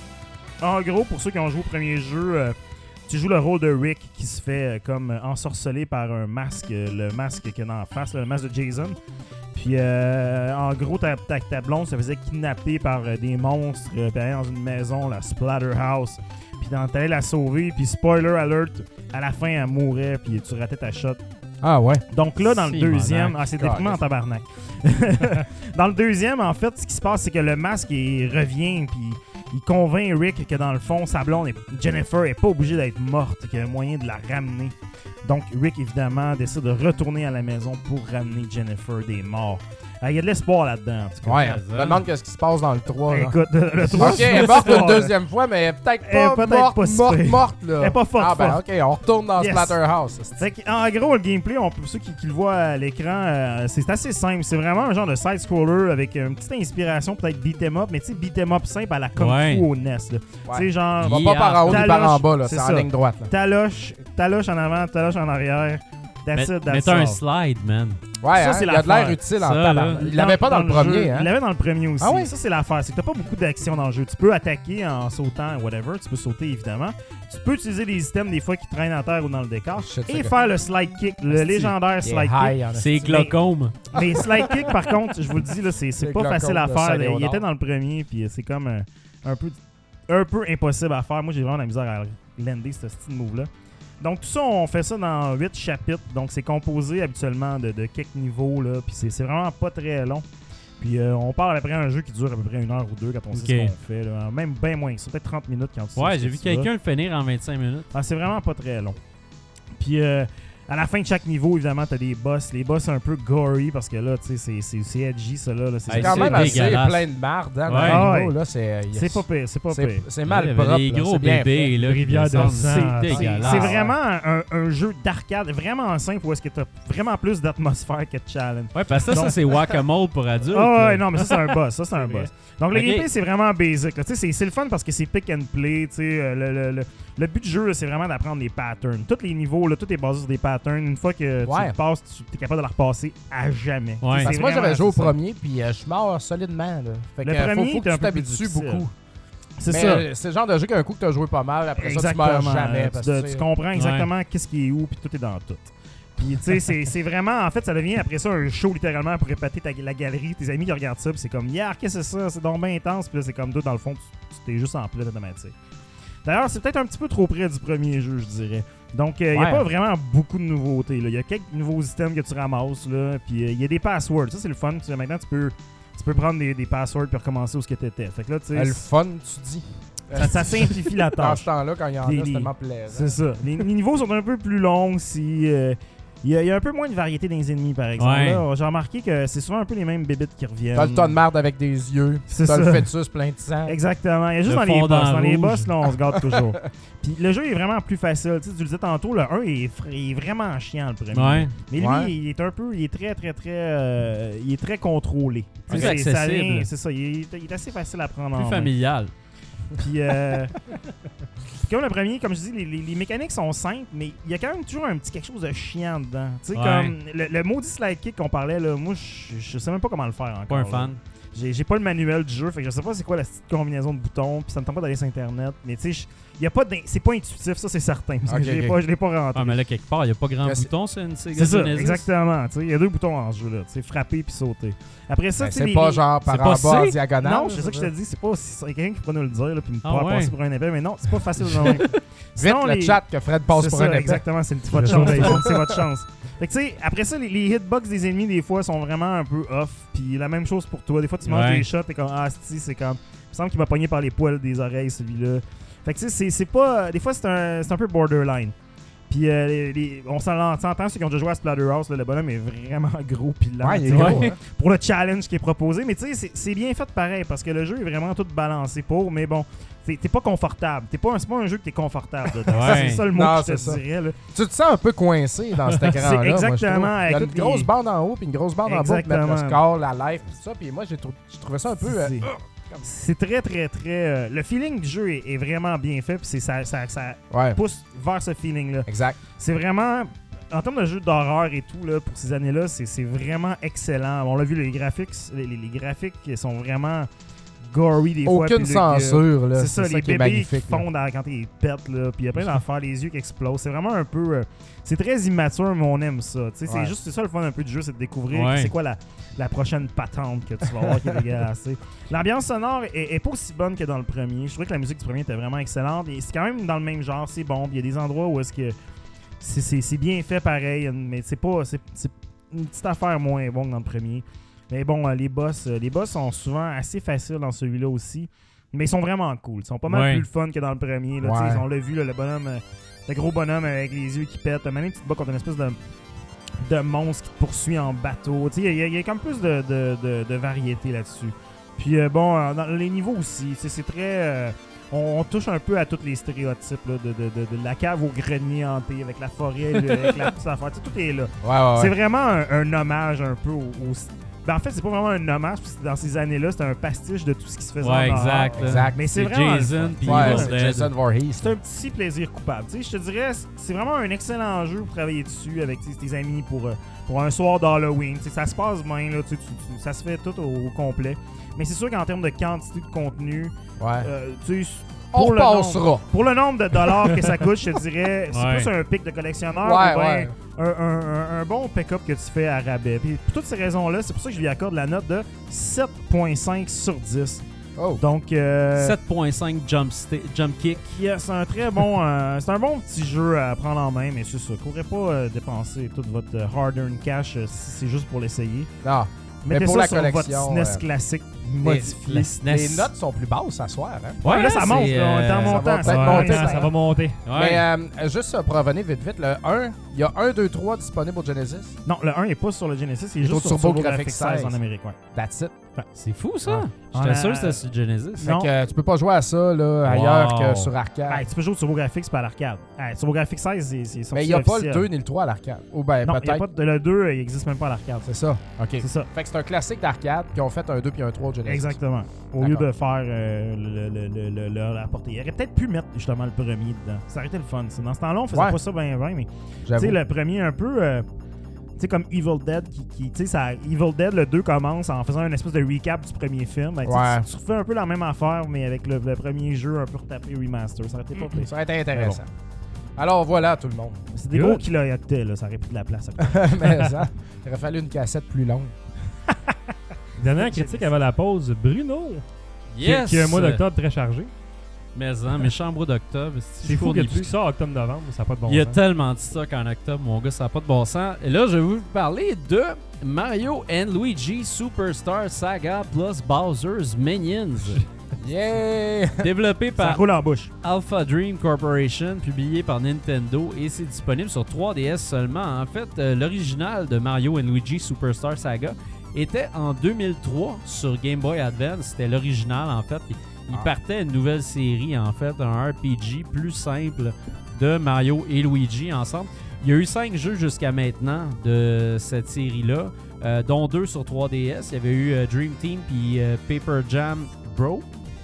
En gros, pour ceux qui ont joué au premier jeu, euh, tu joues le rôle de Rick qui se fait euh, comme euh, ensorcelé par un masque, euh, le masque qu'il y a en face, là, le masque de Jason. Puis, euh, en gros, ta, ta, ta blonde se faisait kidnapper par euh, des monstres, euh, puis elle allait dans une maison, la Splatterhouse. Puis, t'allais la sauver, puis spoiler alert, à la fin, elle mourait, puis tu ratais ta shot. Ah ouais. Donc là, dans le Si, deuxième, monac. ah, c'est déprimant en tabarnak. Dans le deuxième, en fait, ce qui se passe, c'est que le masque, il revient, puis il convainc Rick que dans le fond, sa blonde, est- Jennifer, est pas obligée d'être morte, qu'il y a un moyen de la ramener. Donc Rick, évidemment, décide de retourner à la maison pour ramener Jennifer des morts. Euh, Il y a de l'espoir là-dedans, en tout cas. Ouais. ça. Je me demande qu'est-ce qui se passe dans le trois. là. Écoute, le trois, Ok, elle est morte une deuxième fois, mais peut-être Elle est pas peut-être morte, pas si morte, pire. morte, là. Elle est pas forte, Ah ben forte. ok, on retourne dans Yes. Splatterhouse. Fait que, en gros, le gameplay, on peut, ceux qui, qui le voient à l'écran, euh, c'est assez simple. C'est vraiment un genre de side-scroller avec une petite inspiration, peut-être beat'em up, mais tu sais, beat'em up simple à la Kung Ouais. Fu au N E S. là. Tu sais, genre, On va Yeah. pas par en haut ni par en bas, là. C'est C'est en ça. ligne droite, là. taloche, taloche en avant, taloche en arrière. That's Mais, it, mais that's t'as un all. slide, man. Ouais, Ça, hein, c'est il a de l'air l'affaire. utile en Ça, tabarnak. là. Il l'avait pas dans, le premier, jeu. hein? Il l'avait dans le premier aussi. Ah ouais? Ça, c'est l'affaire. C'est que t'as pas beaucoup d'action dans le jeu. Tu peux attaquer en sautant, whatever. Tu peux sauter, évidemment. Tu peux utiliser des items, des fois, qui traînent à terre ou dans le décor. Shit, Et ça, faire le slide kick, le Asti, légendaire il est slide high kick. en C'est esti. glaucome. Les slide kicks, par contre, je vous le dis, là, c'est c'est C'est pas glaucome facile à de faire. Saint-Léonard. Il était dans le premier, puis c'est comme euh, un peu un peu impossible à faire. Moi, j'ai vraiment la misère à lander ce style move-là. Donc, tout ça, on fait ça dans huit chapitres. Donc, c'est composé habituellement de, de quelques niveaux, là. Puis, c'est c'est vraiment pas très long. Puis, euh, on parle à peu près d'un jeu qui dure à peu près une heure ou deux quand on sait Ok. ce qu'on fait. Là. Même bien moins. C'est peut-être trente minutes quand tu sais Ouais, ce j'ai que vu tu vas. quelqu'un le finir en vingt-cinq minutes. Ah, c'est vraiment pas très long. Puis, euh, à la fin de chaque niveau, évidemment, t'as des boss. Les boss, c'est un peu gory parce que là, tu sais, c'est- c'est c'est edgy, ça, là. là. C'est Hey, C'est quand c'est même assez dégueulasse. plein de marde, hein, Ouais. dans Ah le niveau, ouais. là. C'est c'est pas pire, c'est pas c'est- pire. c'est Il mal y avait propre. des là, gros c'est bien bébés, fait. là. qui Rivière de descendent. sang. C'est C'est- dégueulasse. C'est Ah, vraiment un, un jeu d'arcade vraiment simple où est-ce que t'as vraiment plus d'atmosphère que de challenge. Ouais, parce que ça, ça Donc- c'est Whack-A-Mole pour adultes. Ah là. ouais, non, mais ça, c'est un boss. Ça, c'est un C'est vrai. boss. Donc, le Ok. gameplay, c'est vraiment basic. là. Tu sais, C'est c'est le fun parce que c'est pick and play. tu sais, euh, Le, le, le, le but du jeu, là, c'est vraiment d'apprendre des patterns. Tous les niveaux, là, tout est basé sur des patterns. Une fois que tu Ouais. le passes, tu es capable de la repasser à jamais. Ouais. C'est Parce que moi, vraiment j'avais joué au assez simple. premier, puis euh, je suis mort solidement. Là. Fait Le que, euh, premier faut, faut était que un tu peu plus t'habitues difficile. beaucoup. C'est Mais, ça. euh, c'est le genre de jeu qu'un coup que tu as joué pas mal, après ça, tu Exactement. meurs jamais. Parce tu, que, tu tu sais, comprends exactement qu'est-ce qui est où, puis tout est dans tout. Puis, tu sais, c'est- c'est vraiment, en fait, ça devient après ça un show littéralement pour répéter ta- la galerie. Tes amis qui regardent ça, puis c'est comme, yeah, qu'est-ce que c'est ça? C'est donc bien intense. Puis là, c'est comme toi, dans le fond, tu tu t'es juste en plein automatique. D'ailleurs, c'est peut-être un petit peu trop près du premier jeu, je dirais. Donc, il n'y Ouais. a pas vraiment beaucoup de nouveautés. Il y a quelques nouveaux items que tu ramasses, là. Puis, il y a des passwords. Ça, c'est le fun. Tu sais, maintenant, tu peux, tu peux prendre des, des passwords puis recommencer où ce que tu étais. Fait que là, tu sais, euh, le fun, tu dis. ça, ça simplifie la Dans tâche. ce temps-là, quand il y en Les- a, c'est les- tellement plaisant. C'est ça. Les, les niveaux sont un peu plus longs. Si, euh, il y, a- il y a un peu moins de variété dans les ennemis, par exemple. Ouais. Là, j'ai remarqué que c'est souvent un peu les mêmes bébites qui reviennent. T'as le tas de marde avec des yeux. C'est T'as ça. le fœtus plein de sang. Exactement. Il y a juste Le dans les fondant boss. Dans les rouge. boss, là, on se garde toujours. Puis le jeu est vraiment plus facile. Tu sais, tu le disais tantôt, le un est, fr- il est vraiment chiant, le premier. Ouais. Mais lui, Ouais. il est un peu, il est très, très, très, euh, il est très contrôlé. Plus Tu sais, c'est- ça accessible. vient- C'est ça. Il est, il est assez facile à prendre en Plus main. familial. Puis, euh, puis comme le premier, comme je dis, les, les- les mécaniques sont simples, mais il y a quand même toujours un petit quelque chose de chiant dedans. Tu sais, Ouais. comme le, le maudit slide kick qu'on parlait, là, moi, je, je sais même pas comment le faire encore. Pas un là. fan. J'ai j'ai pas le manuel du jeu, fait que je sais pas c'est quoi la petite combinaison de boutons, puis ça me tente pas d'aller sur Internet. Mais tu sais, je- y a pas d'in- c'est pas intuitif, ça c'est certain. Parce que Ok, je l'ai ok. pas, je l'ai pas rentré. Ah, mais là, quelque part, il n'y a pas grand Mais c'est- bouton, c'est une Sega c'est ça, Genesis. exactement. Il y a deux boutons dans ce jeu-là. Tu sais, frapper puis sauter. Après ça, Ben, tu sais, c'est les- pas les- genre par c'est en pas bas en C? diagonale. Non, c'est ça que je te dis, c'est pas aussi. Il y a quelqu'un qui pourrait nous le dire, là, puis me Ah faire ouais. passer pour un épée, mais non, c'est pas facile de même. Vite Sinon, le les- chat que Fred passe C'est pour ça, un épée. exactement, c'est c'est votre Je chance. surveille. c'est votre chance. Fait que tu sais, après ça, les, les hitbox des ennemis, des fois, sont vraiment un peu off. Puis la même chose pour toi. Des fois, tu manges Ouais. des shots, t'es comme, ah, si, c'est comme. Il me semble qu'il m'a pogné par les poils des oreilles, celui-là. Fait que tu sais, c'est- c'est pas. Des fois, c'est un, c'est un peu borderline. Puis euh, les- les- on s'en- s'entend, ceux qui ont déjà joué à Splatterhouse, là, le bonhomme est vraiment gros. Puis lent, Ouais, il est tu sais, gros, pour- hein. pour le challenge qui est proposé. Mais tu sais, c'est- c'est bien fait pareil parce que le jeu est vraiment tout balancé pour. Mais bon, t'es t'es pas confortable. T'es pas un- C'est pas un jeu que t'es confortable dedans. Ouais. C'est ça le mot Non, que je te c'est ça. dirais. Là. Tu te sens un peu coincé dans cet écran-là. moi, je trouve. exactement, Il y avec a une toutes grosse les- bande en haut puis une grosse bande en bas pour mettre le Exactement. score, la life, tout ça. Puis moi, j'ai trou- j'ai trouvé ça un peu. euh, C'est- C'est très, très, très. euh, le feeling du jeu est, est vraiment bien fait. Puis c'est- ça, ça, ça Ouais, pousse vers ce feeling-là. exact. C'est vraiment. En termes de jeu d'horreur et tout, là, pour ces années-là, c'est c'est vraiment excellent. On l'a vu, les graphiques, les, les- les graphiques sont vraiment gory des fois. Aucune puis le- censure, là. C'est ça, les qui est bébés qui magnifique. là. fondent dans- quand ils pètent, là. Puis il y a plein d'affaires, les yeux qui explosent. C'est vraiment un peu. euh, c'est très immature, mais on aime ça. Tu sais, Ouais. C'est juste c'est ça le fun un peu du jeu, c'est de découvrir Ouais. c'est quoi la, la prochaine patente que tu vas voir qui est dégueulassée. L'ambiance sonore est, est pas aussi bonne que dans le premier. Je trouvais que la musique du premier était vraiment excellente. Et c'est quand même dans le même genre, c'est bon. Puis il y a des endroits où est-ce que c'est- c'est c'est bien fait pareil, mais c'est pas. C'est c'est une petite affaire moins bonne dans le premier. Mais bon, euh, les boss, euh, les boss sont souvent assez faciles dans celui-là aussi. Mais ils sont vraiment cool. Ils sont pas mal Ouais. plus le fun que dans le premier. Là, Ouais. Tu sais, On l'a vu, là, le bonhomme, euh, le gros bonhomme avec les yeux qui pètent. Même tu te bats contre une espèce de, de monstre qui te poursuit en bateau. Tu sais, Il y, a- il y a comme plus de, de, de- de variété là-dessus. Puis euh, bon, euh, dans les niveaux aussi, tu sais, c'est très. euh, on, on touche un peu à tous les stéréotypes là, de, de, de, de la cave au grenier hanté avec la forêt, le- avec la petite affaire. Tu sais, tout est là. Ouais, ouais, C'est ouais. vraiment un, un hommage un peu au, au- Ben, en fait, c'est pas vraiment un hommage, parce que dans ces années-là, c'était un pastiche de tout ce qui se faisait Ouais, en horreur. exact. là. Exact. Mais c'est C'est vraiment. Jason puis Ouais, Evil c'est Dead. Jason Voorhees. C'est un petit plaisir coupable. Tu sais, je te dirais, c'est vraiment un excellent jeu pour travailler dessus avec tu sais, tes amis pour, euh, pour un soir d'Halloween. Tu sais, ça se passe bien, là, tu sais, tu- tu- ça se fait tout au, au complet. Mais c'est sûr qu'en termes de quantité de contenu, Ouais. euh, tu sais, On pour le nombre- repassera. Pour le nombre de dollars que ça coûte, je te dirais, c'est Ouais. plus un pic de collectionneur Ouais, ou bien ouais. un, un- un- un bon pick-up que tu fais à rabais. Puis pour toutes ces raisons-là, c'est pour ça que je lui accorde la note de sept virgule cinq sur dix. Oh. Donc, euh, sept virgule cinq jump, sta- jump kick. yeah, c'est un très bon, euh, c'est un bon petit jeu à prendre en main, mais c'est ça. Courez pas euh, dépenser toute votre euh, hard-earned cash euh, si c'est juste pour l'essayer. Non. Mais Mettez pour ça la sur votre collection, S N E S euh, classique modifié. Les S N E S. Les notes sont plus basses à soir. Hein? Ouais, là, ça c'est, monte, là, on est en euh, montant. va ça peut-être va monter, monter, ça, ça. va monter. Ouais. Mais euh, juste euh, pour revenir vite vite, le un, il y a un, deux, trois disponible au Genesis. Non, le un n'est pas sur le Genesis, il est Il est juste au sur Turbo TurboGrafx Graphics seize en seize. Amérique. Ouais. That's it. C'est fou, ça. Ouais. J'étais On a- sûr que c'était sur Genesis. Non. Fait que euh, tu peux pas jouer à ça là, ailleurs Wow. que sur arcade. Hey, tu peux jouer au TurboGrafx pas à l'arcade. Hey, TurboGrafx seize, c'est c'est sorti Mais il n'y a pas le officiel. deux ni le trois à l'arcade. Ou ben Non, il y a peut-être. pas de, le deux, il n'existe même pas à l'arcade. C'est ça. OK. C'est ça. Fait que c'est un classique d'arcade, puis on fait un deux puis un trois au Genesis. Exactement. Au lieu D'accord. de faire euh, le, le, le, le, le- la portée. Il aurait peut-être pu mettre justement le premier dedans. Ça aurait été le fun. ça. Dans ce temps-là, on faisait Ouais. pas ça bien bien, mais tu J'avoue. sais, le premier un peu. euh, tu sais, comme Evil Dead, qui, qui tu sais, ça, Evil Dead, le deux commence en faisant une espèce de recap du premier film. Ben, tu sais, Ouais. tu, tu refais un peu la même affaire, mais avec le, le premier jeu un peu retapé remaster. Ça aurait été pas pire. Ça aurait été intéressant. Alors voilà tout le monde. C'est des Good. gros kilooctets, là. Ça aurait pris de la place. à Mais ça, il aurait fallu une cassette plus longue. Dernière critique avant la pause, Bruno, qui- Yes! qui a un mois d'octobre très chargé. Mais en méchant mois d'octobre. si C'est je fou que fournis tu plus. sors octobre-novembre, ça n'a pas de bon Il y a sens. tellement de stock en octobre, mon gars, ça n'a pas de bon sens. Et là, je vais vous parler de Mario and Luigi Superstar Saga plus Bowser's Minions. Yeah! Développé Ça par roule en bouche. Alpha Dream Corporation, publié par Nintendo, et c'est disponible sur trois D S seulement. En fait, euh, l'original de Mario and Luigi Superstar Saga était en deux mille trois sur Game Boy Advance. C'était l'original, en fait. Il, il Ah. partait une nouvelle série, en fait, un R P G plus simple de Mario et Luigi ensemble. Il y a eu cinq jeux jusqu'à maintenant de cette série-là, euh, dont deux sur trois D S. Il y avait eu euh, Dream Team puis euh, Paper Jam Bro.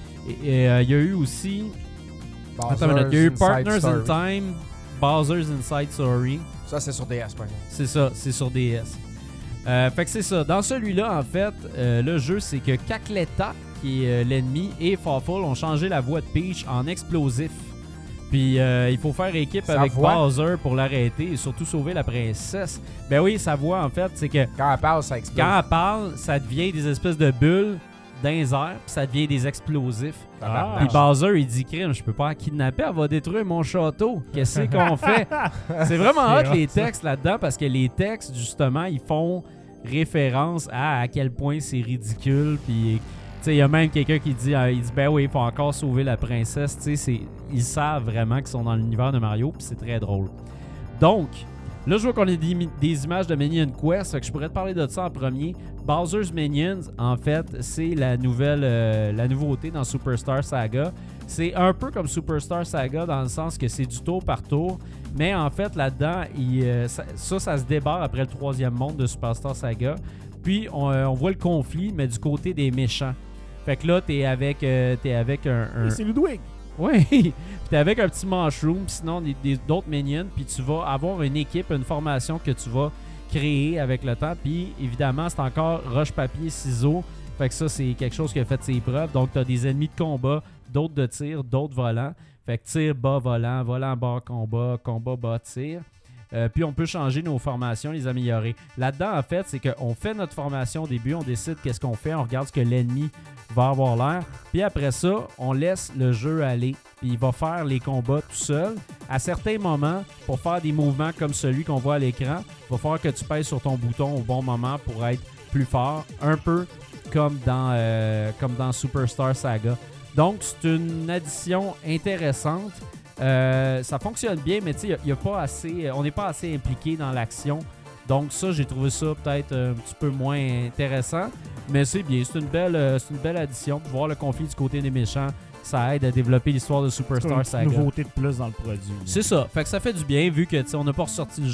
Et et, euh, il y a eu aussi... Attends une minute, il y a eu Bowser's Partners Inside in Story. Time, Bowser's Inside Story. Ça, c'est sur D S, par exemple. C'est ça, c'est sur D S. Euh, fait que c'est ça. Dans celui-là, en fait, euh, le jeu, c'est que Cacletta, qui est euh, l'ennemi, et Fawful ont changé la voix de Peach en explosif. Puis euh, il faut faire équipe Sa avec voix? Bowser pour l'arrêter et surtout sauver la princesse. Ben oui, sa voix, en fait, c'est que Quand elle parle, ça explose. quand elle parle, ça devient des espèces de bulles dans les airs, puis ça devient des explosifs. Ah. Puis Bowser, il dit crime, je peux pas la kidnapper, elle va détruire mon château. Qu'est-ce qu'on fait? C'est vraiment C'est hot hot, les ça. textes là-dedans parce que les textes, justement, ils font référence à à quel point c'est ridicule. Puis, tu sais, il y a même quelqu'un qui dit, euh, il dit, ben oui, il faut encore sauver la princesse. Tu sais, c'est- ils savent vraiment qu'ils sont dans l'univers de Mario, puis c'est très drôle. Donc, là, je vois qu'on a des, mi- des images de Minion Quest, fait que je pourrais te parler de ça en premier. Bowser's Minions, en fait, c'est la nouvelle, euh, la nouveauté dans Superstar Saga. C'est un peu comme Superstar Saga dans le sens que c'est du tour par tour, mais en fait, là-dedans, il, euh, ça, ça, ça se débarre après le troisième monde de Superstar Saga. Puis, on, euh, on voit le conflit, mais du côté des méchants. Fait que là, t'es avec, euh, t'es avec un... un- Et c'est Ludwig. oui, puis t'es avec un petit mushroom, puis sinon des- des- d'autres minions, puis tu vas avoir une équipe, une formation que tu vas créer avec le temps. Puis évidemment, c'est encore roche, papier, ciseaux. Fait que ça, c'est quelque chose qui a fait ses preuves. Donc, t'as des ennemis de combat, d'autres de tir, d'autres volants. Fait que tir, bas, volant, volant, bas, combat, combat, bas, tir. Euh, puis on peut changer nos formations, les améliorer. Là-dedans, en fait, c'est qu'on fait notre formation au début, on décide qu'est-ce qu'on fait, on regarde ce que l'ennemi va avoir l'air. Puis après ça, on laisse le jeu aller. Puis il va faire les combats tout seul. À certains moments, pour faire des mouvements comme celui qu'on voit à l'écran, il va falloir que tu pèses sur ton bouton au bon moment pour être plus fort. Un peu comme dans, euh, comme dans Superstar Saga. Donc, c'est une addition intéressante. Euh, ça fonctionne bien, mais tu sais, y a, y a pas assez, on n'est pas assez impliqué dans l'action. Donc ça, j'ai trouvé ça peut-être un petit peu moins intéressant. Mais c'est bien, c'est une belle, euh, c'est une belle addition. Puis voir le conflit du côté des méchants, ça aide à développer l'histoire de C'est comme Superstar une petite Saga. nouveauté de plus dans le produit. C'est ça. Fait que ça fait du bien vu que tu sais, on n'a pas ressorti le jeu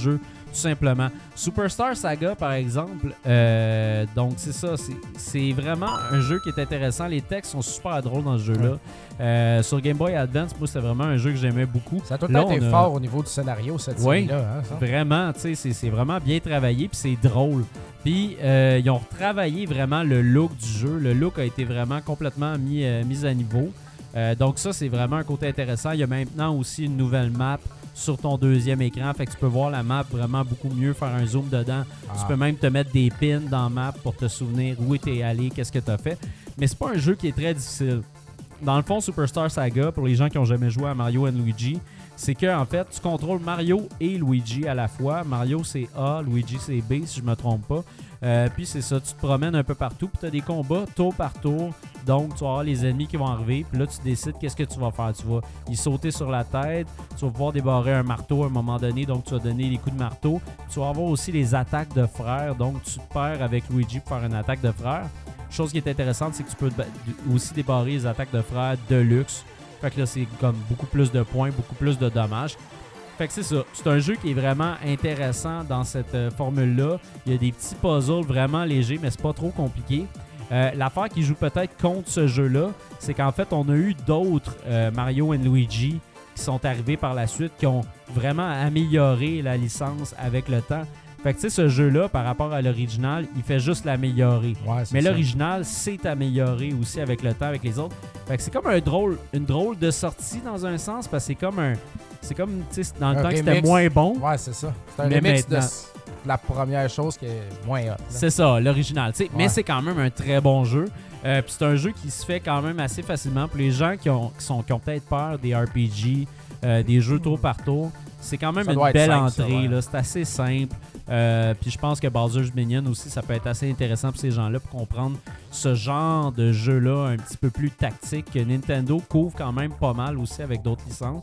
tout simplement. Superstar Saga, par exemple, euh, donc c'est ça, c'est, c'est vraiment un jeu qui est intéressant. Les textes sont super drôles dans ce jeu-là. Ouais. Euh, sur Game Boy Advance, moi, c'était vraiment un jeu que j'aimais beaucoup. Ça a tout le Là, temps été on a- fort au niveau du scénario, cette Oui. série-là. Hein, ça? Vraiment, tu sais, c'est, c'est vraiment bien travaillé, puis c'est drôle. Puis euh, ils ont retravaillé vraiment le look du jeu. Le look a été vraiment complètement mis, euh, mis à niveau. Euh, donc ça, c'est vraiment un côté intéressant. Il y a maintenant aussi une nouvelle map sur ton deuxième écran. Fait que tu peux voir la map vraiment beaucoup mieux, faire un zoom dedans. Ah. Tu peux même te mettre des pins dans la map pour te souvenir où t'es allé, qu'est-ce que t'as fait. Mais c'est pas un jeu qui est très difficile. Dans le fond, Superstar Saga, pour les gens qui ont jamais joué à Mario and Luigi, c'est que en fait, tu contrôles Mario et Luigi à la fois. Mario, c'est A, Luigi, c'est B, si je me trompe pas. Euh, puis c'est ça, tu te promènes un peu partout, puis tu as des combats tour par tour. Donc, tu vas avoir les ennemis qui vont arriver, puis là, tu décides qu'est-ce que tu vas faire. Tu vas y sauter sur la tête, tu vas pouvoir débarrer un marteau à un moment donné, donc tu vas donner les coups de marteau. Tu vas avoir aussi les attaques de frères, donc tu te perds avec Luigi pour faire une attaque de frère. Chose qui est intéressante, c'est que tu peux aussi débarrer les attaques de frères de luxe. Fait que là, c'est comme beaucoup plus de points, beaucoup plus de dommages. Fait que c'est ça. C'est un jeu qui est vraiment intéressant dans cette euh, formule-là. Il y a des petits puzzles vraiment légers, mais c'est pas trop compliqué. Euh, l'affaire qui joue peut-être contre ce jeu-là, c'est qu'en fait, on a eu d'autres euh, Mario and Luigi qui sont arrivés par la suite, qui ont vraiment amélioré la licence avec le temps. Fait que tu sais, ce jeu-là, par rapport à l'original, il fait juste l'améliorer. Ouais, c'est Mais ça. l'original s'est amélioré aussi avec le temps, avec les autres. Fait que c'est comme un drôle, une drôle de sortie dans un sens, parce que c'est comme un... C'est comme, tu sais, dans le Un temps que c'était remix. moins bon. Ouais, c'est ça. C'est un Mais remix de maintenant- s- de la première chose qui est moins hot. là. C'est ça, l'original. tu sais. Mais Ouais. c'est quand même un très bon jeu. Euh, Puis c'est un jeu qui se fait quand même assez facilement. Pour les gens qui ont, qui sont, qui ont peut-être peur des R P G, euh, des jeux tour par tour, c'est quand même Ça une doit être belle simple, ça, entrée. ouais. là. C'est assez simple. Euh, Puis je pense que Bowser's Minion aussi, ça peut être assez intéressant pour ces gens-là pour comprendre ce genre de jeu-là un petit peu plus tactique que Nintendo couvre quand même pas mal aussi avec d'autres licences.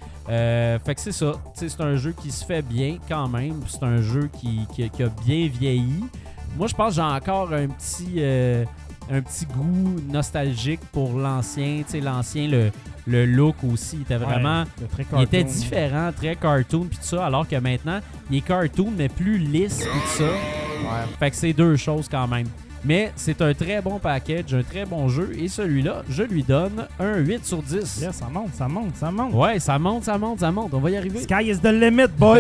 Euh, fait que c'est ça. Tu sais, c'est un jeu qui se fait bien quand même. C'est un jeu qui, qui- qui a bien vieilli. Moi, je pense que j'ai encore un petit, euh, un petit goût nostalgique pour l'ancien. Tu sais, l'ancien, le, le look aussi. Il était vraiment... Ouais, c'est très Il était cartoon. différent, très cartoon puis tout ça, alors que maintenant, il est cartoon, mais plus lisse et tout ça. Ouais. Fait que c'est deux choses quand même. Mais c'est un très bon package, un très bon jeu. Et celui-là, je lui donne un huit sur dix. Yeah, ça monte, ça monte, ça monte. Ouais, ça monte, ça monte, ça monte. On va y arriver. Sky is the limit, boys.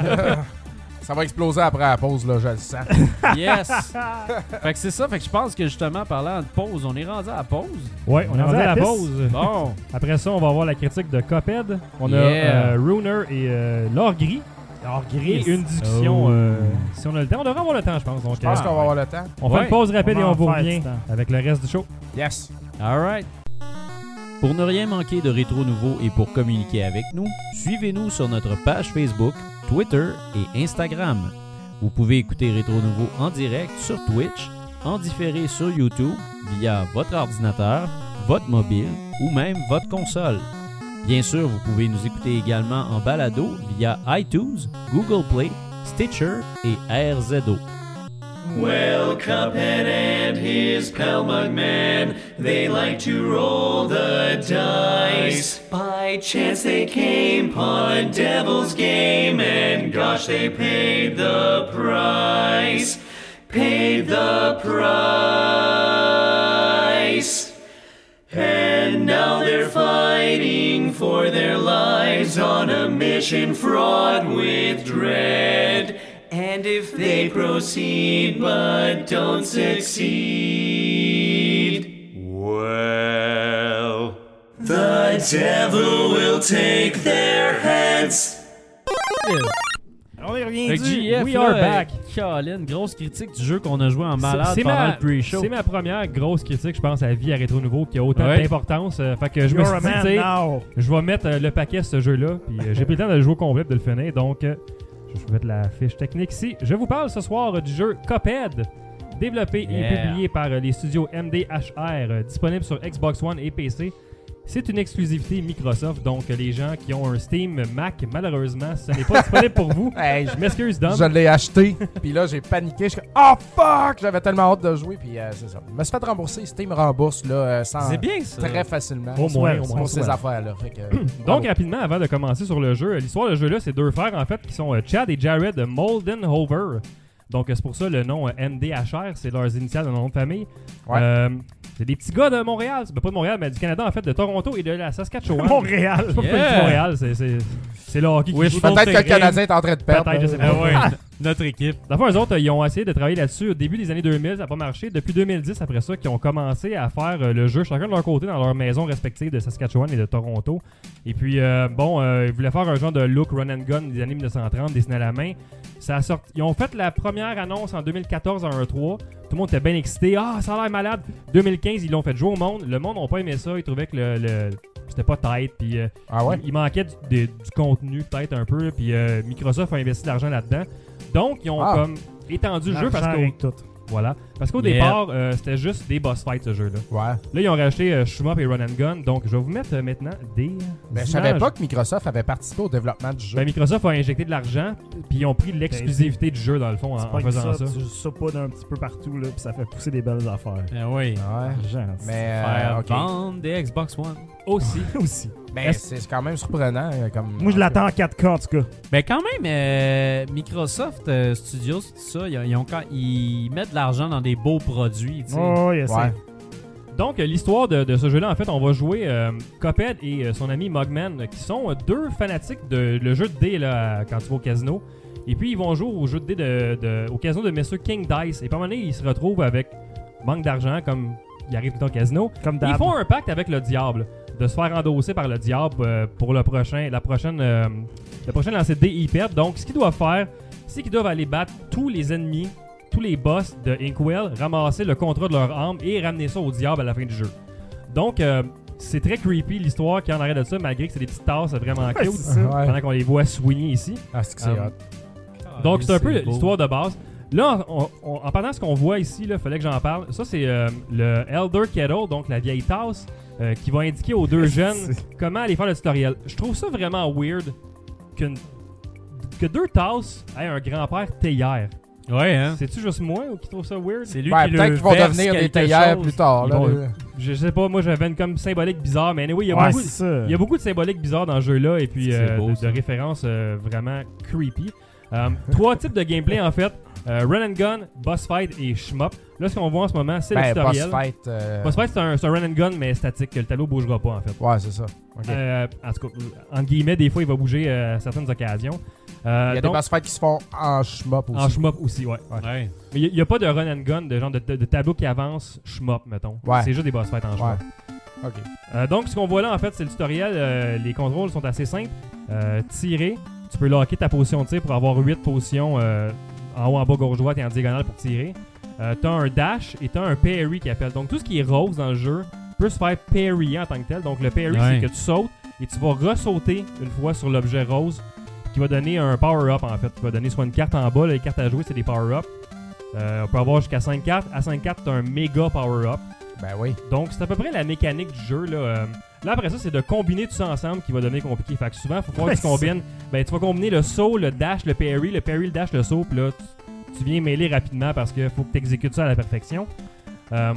Ça va exploser après la pause, là, je le sens. Yes! Fait que c'est ça. Fait que je pense que justement, parlant de pause, on est rendu à la pause. Ouais, on est rendu à la piste. pause. Bon. Après ça, on va avoir la critique de Cuphead. On Yeah. a euh, Runer et euh, L'Or Gris. Alors, Et gris. une discussion, Oh. euh, si on a le temps. On devrait avoir le temps, je pense. Donc, Je pense euh, qu'on va avoir le temps. on fait Ouais. une pause rapide On et va on en vous faire revient du temps. avec le reste du show. Yes. All right. Pour ne rien manquer de Rétro Nouveau et pour communiquer avec nous, suivez-nous sur notre page Facebook, Twitter et Instagram. Vous pouvez écouter Rétro Nouveau en direct sur Twitch, en différé sur YouTube via votre ordinateur, votre mobile ou même votre console. Bien sûr, vous pouvez nous écouter également en balado via iTunes, Google Play, Stitcher et R Z O. Well, Cuphead and his pal Mugman, they like to roll the dice. By chance they came upon a devil's game, and gosh, they paid the price. Paid the price. And now they're fighting for their lives on a mission fraught with dread. And if they proceed but don't succeed, well, the devil will take their heads. On est revient Fait que J F, We là, are euh, back. Colin, grosse critique du jeu qu'on a joué en malade C'est pendant ma, le pre-show. c'est ma première grosse critique, je pense, à vie à Rétro Nouveau qui a autant Ouais. d'importance. Euh, fait que je me You're suis a dit, man tu sais, now. je vais mettre euh, le paquet sur ce jeu-là. Puis euh, j'ai pris le temps de le jouer au complet, de le finir. Donc, euh, je vais mettre la fiche technique ici. Je vous parle ce soir euh, du jeu Cuphead, développé Yeah. et publié par euh, les studios M D H R, euh, disponible sur Xbox One et P C. C'est une exclusivité Microsoft, donc les gens qui ont un Steam Mac, malheureusement, ce n'est pas disponible pour vous. Hey, Je m'excuse, Dom. Je l'ai acheté, puis là j'ai paniqué, je suis comme oh fuck, j'avais tellement hâte de jouer, puis euh, c'est ça. Je me suis fait rembourser, Steam rembourse là, euh, sans C'est bien ça. très facilement. Au moins, Ouais, au moins, pour ces ouais. affaires-là. Fait que, Donc, bravo. rapidement, avant de commencer sur le jeu, l'histoire du jeu-là, c'est deux frères, en fait, qui sont euh, Chad et Jared Moldenhover. Donc, euh, c'est pour ça le nom euh, M D H R, c'est leurs initiales de nom de famille. Ouais. Euh, c'est des petits gars de Montréal, ben, pas de Montréal, mais du Canada, en fait, de Toronto et de la Saskatchewan. Montréal. C'est pas Yeah. du Montréal, c'est, c'est, c'est le hockey qui Oui, joue je dans Peut-être que le terrain. Canadien est en train de perdre. Peut-être, je sais pas. Ah ouais, notre équipe. Dans le fond, eux autres, ils ont essayé de travailler là-dessus au début des années deux mille, ça n'a pas marché. Depuis deux mille dix, après ça, qu'ils ont commencé à faire euh, le jeu, chacun de leur côté, dans leurs maisons respectives de Saskatchewan et de Toronto. Et puis, euh, bon, euh, ils voulaient faire un genre de look run and gun des années dix-neuf cent trente, dessiné à la main. Ça a sorti... Ils ont fait la première annonce en deux mille quatorze à un trois. Tout le monde était bien excité. Ah, ça a l'air malade. deux mille quinze, ils l'ont fait jouer au monde. Le monde n'a pas aimé ça. Ils trouvaient que le... le... c'était pas tight, puis euh, Ah ouais? il, il manquait du, de- du contenu peut-être un peu, puis euh, Microsoft a investi de l'argent là-dedans. Donc, ils ont Ah. comme étendu le jeu parce L'argent qu'au avec tout. voilà, parce qu'au Yeah. départ, euh, c'était juste des boss fights ce jeu-là. Ouais. Là, ils ont rajouté euh, shoot 'em up et run and gun, donc je vais vous mettre euh, maintenant des Mais je images. savais pas que Microsoft avait participé au développement du jeu. Ben, Microsoft a injecté de l'argent, puis ils ont pris l'exclusivité du jeu dans le fond en, Tu en pognes faisant ça, ça. tu saupoudes un petit peu partout, là, puis ça fait pousser des belles affaires. Ah oui. Ouais. Argent, Mais, Faire euh, ok. vendre des Xbox One. Aussi. aussi. Mais Est-ce- c'est quand même surprenant. euh, Comme, Moi, je l'attends en quatre K, en tout cas. Ben quand même, euh, Microsoft euh, Studios, tout ça, ils, ils ont quand- ils mettent de l'argent dans des beaux produits, tu sais. Oh, yes, Ouais. Donc, euh, l'histoire de, de ce jeu-là, en fait, on va jouer euh, Cuphead et euh, son ami Mugman, euh, qui sont euh, deux fanatiques de le jeu de dés là, quand tu vas au casino. Et puis, ils vont jouer au jeu de dés de, de- au casino de Monsieur King Dice. Et par un moment donné, ils se retrouvent avec manque d'argent, comme il arrive tout le temps au casino. Comme Ils d'hab. font un pacte avec le diable, de se faire endosser par le diable euh, pour le prochain, la prochaine, euh, le prochain lancer de dés, ils perdent. Donc, ce qu'ils doivent faire, c'est qu'ils doivent aller battre tous les ennemis, tous les boss de Inkwell, ramasser le contrat de leur âme et ramener ça au diable à la fin du jeu. Donc, euh, c'est très creepy l'histoire qui en arrière de ça, malgré que c'est des petites tasses vraiment Ouais, cute, c'est ça. Ouais. pendant qu'on les voit swinguer ici. Ah, c'est que c'est Euh, hot. Donc, c'est un peu beau. l'histoire de base. Là, on- on- en parlant de ce qu'on voit ici, il fallait que j'en parle. Ça, c'est euh, le Elder Kettle, donc la vieille tasse, euh, qui va indiquer aux deux jeunes comment aller faire le tutoriel. Je trouve ça vraiment weird qu'une- que deux tasses aient un grand-père théière. Ouais, hein. C'est-tu juste moi ou qui trouve ça weird? C'est lui Ouais, qui le peut-être qu'ils vont verse devenir des quelque théières chose. plus tard. Là, Ils vont- le- Je sais pas, moi j'avais une comme symbolique bizarre, mais anyway, il y a, Ouais, beaucoup, c'est ça. il y a beaucoup de symboliques bizarres dans ce jeu-là et puis C'est euh, beau, de, ça. de références euh, vraiment creepy. Euh, trois types de gameplay en fait. Euh, run and gun, boss fight et shmup. Là, ce qu'on voit en ce moment, c'est le Ben, boss tutoriel. fight. euh, Boss fight, c'est un, c'est un run and gun, mais statique, que le tableau bougera pas en fait. Ouais, c'est ça. Ok. Euh, en tout cas, entre guillemets, des fois, il va bouger euh, à certaines occasions. Euh, Il y a donc, des boss fights qui se font en shmup aussi. en shmup aussi, ouais. Ouais. Mais il n'y a, pas de run and gun, de genre de, de- de tableau qui avance shmup, mettons. Ouais. C'est juste des boss fights en shmup. Ouais. Ok. Euh, donc, ce qu'on voit là, en fait, c'est le tutoriel. Euh, les contrôles sont assez simples. Euh, tirer, tu peux locker ta position de tir pour avoir huit positions euh, en haut, en bas, gauche, droite et en diagonale pour tirer. Euh, t'as un dash et t'as un parry qui appelle. Donc, tout ce qui est rose dans le jeu peut se faire parry en tant que tel. Donc, le parry, Ouais. c'est que tu sautes et tu vas ressauter une fois sur l'objet rose qui va donner un power-up, en fait. Qui va donner soit une carte en bas. Là, les cartes à jouer, c'est des power-up. Euh, on peut avoir jusqu'à cinq cartes. À cinq cartes, t'as un méga power-up. Ben oui. Donc, c'est à peu près la mécanique du jeu. Là, Euh, là après ça, c'est de combiner tout ça ensemble qui va devenir compliqué. Fait que souvent, il faut voir que tu Ouais, combines. Ben, tu vas combiner le saut, le dash, le parry, le parry, le dash, le saut. Puis là, tu, tu viens mêler rapidement parce qu'il faut que tu exécutes ça à la perfection. Euh,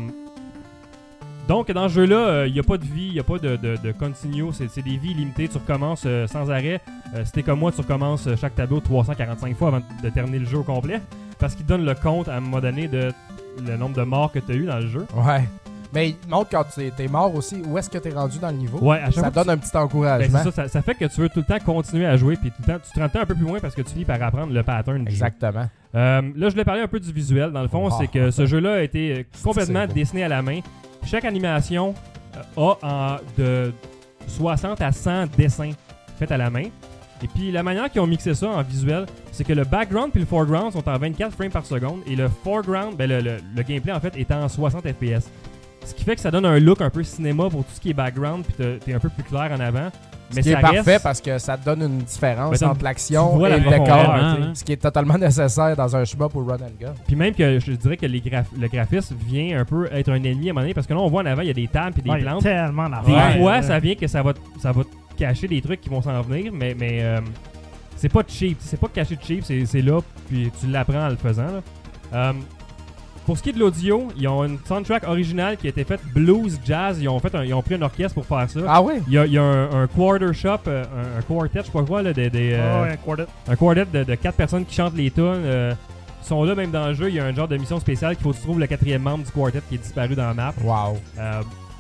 donc, dans ce jeu-là, il n'y a pas de vie, il n'y a pas de, de, de continue. C'est c'est des vies limitées. Tu recommences euh, sans arrêt. Euh, si t'es comme moi, tu recommences euh, chaque tableau trois cent quarante-cinq fois avant de terminer le jeu au complet. Parce qu'il donne le compte à un moment donné de le nombre de morts que tu as eu dans le jeu. Ouais. Mais il montre quand t'es t'es mort aussi, où est-ce que t'es rendu dans le niveau. Ouais, à chaque Ça fois que donne un petit Ben, encouragement. c'est ça, ça, ça fait que tu veux tout le temps continuer à jouer, puis tout le temps, tu te rends un peu plus loin parce que tu finis par apprendre le pattern du jeu. Exactement. Euh, là, je voulais parler un peu du visuel. Dans le fond, Oh. c'est que ce jeu-là a été euh, complètement C'est beau. dessiné à la main. Chaque animation euh, a en, de soixante à cent dessins faits à la main. Et puis, la manière qu'ils ont mixé ça en visuel, c'est que le background puis le foreground sont en vingt-quatre frames par seconde et le foreground, ben, le, le- le gameplay, en fait, est en soixante F P S. Ce qui fait que ça donne un look un peu cinéma pour tout ce qui est background, puis t'es- t'es un peu plus clair en avant. Ce Mais qui ça est parfait reste... parce que ça te donne une différence Ben, t'as- entre l'action tu vois et la le décor. profondeur, hein. tu sais. Ce qui est totalement nécessaire dans un shmup ou run and gun. Puis même que je dirais que les graph- le graphisme vient un peu être un ennemi à un moment donné, parce que là, on voit en avant, il y a des tables puis des Ouais, il y a plantes. tellement Des d'affaires. fois, là. ça vient que ça va, t- ça va te cacher des trucs qui vont s'en venir, mais, mais euh, c'est pas cheap. C'est pas caché de cheap, c'est c'est là, puis tu l'apprends en le faisant. Là. Euh, pour ce qui est de l'audio, ils ont une soundtrack originale qui a été faite blues, jazz. Ils ont, fait un- ils ont pris un orchestre pour faire ça. Ah oui? Il y a, il y a un, un quarter shop, euh, un, un quartet, je sais pas quoi, là, des, des, euh, Ah ouais, un quartet. un quartet de, de quatre personnes qui chantent les tunes. euh, ils sont là même dans le jeu. Il y a un genre de mission spéciale qu'il faut que tu trouves le quatrième membre du quartet qui est disparu dans la map. Wow. Euh,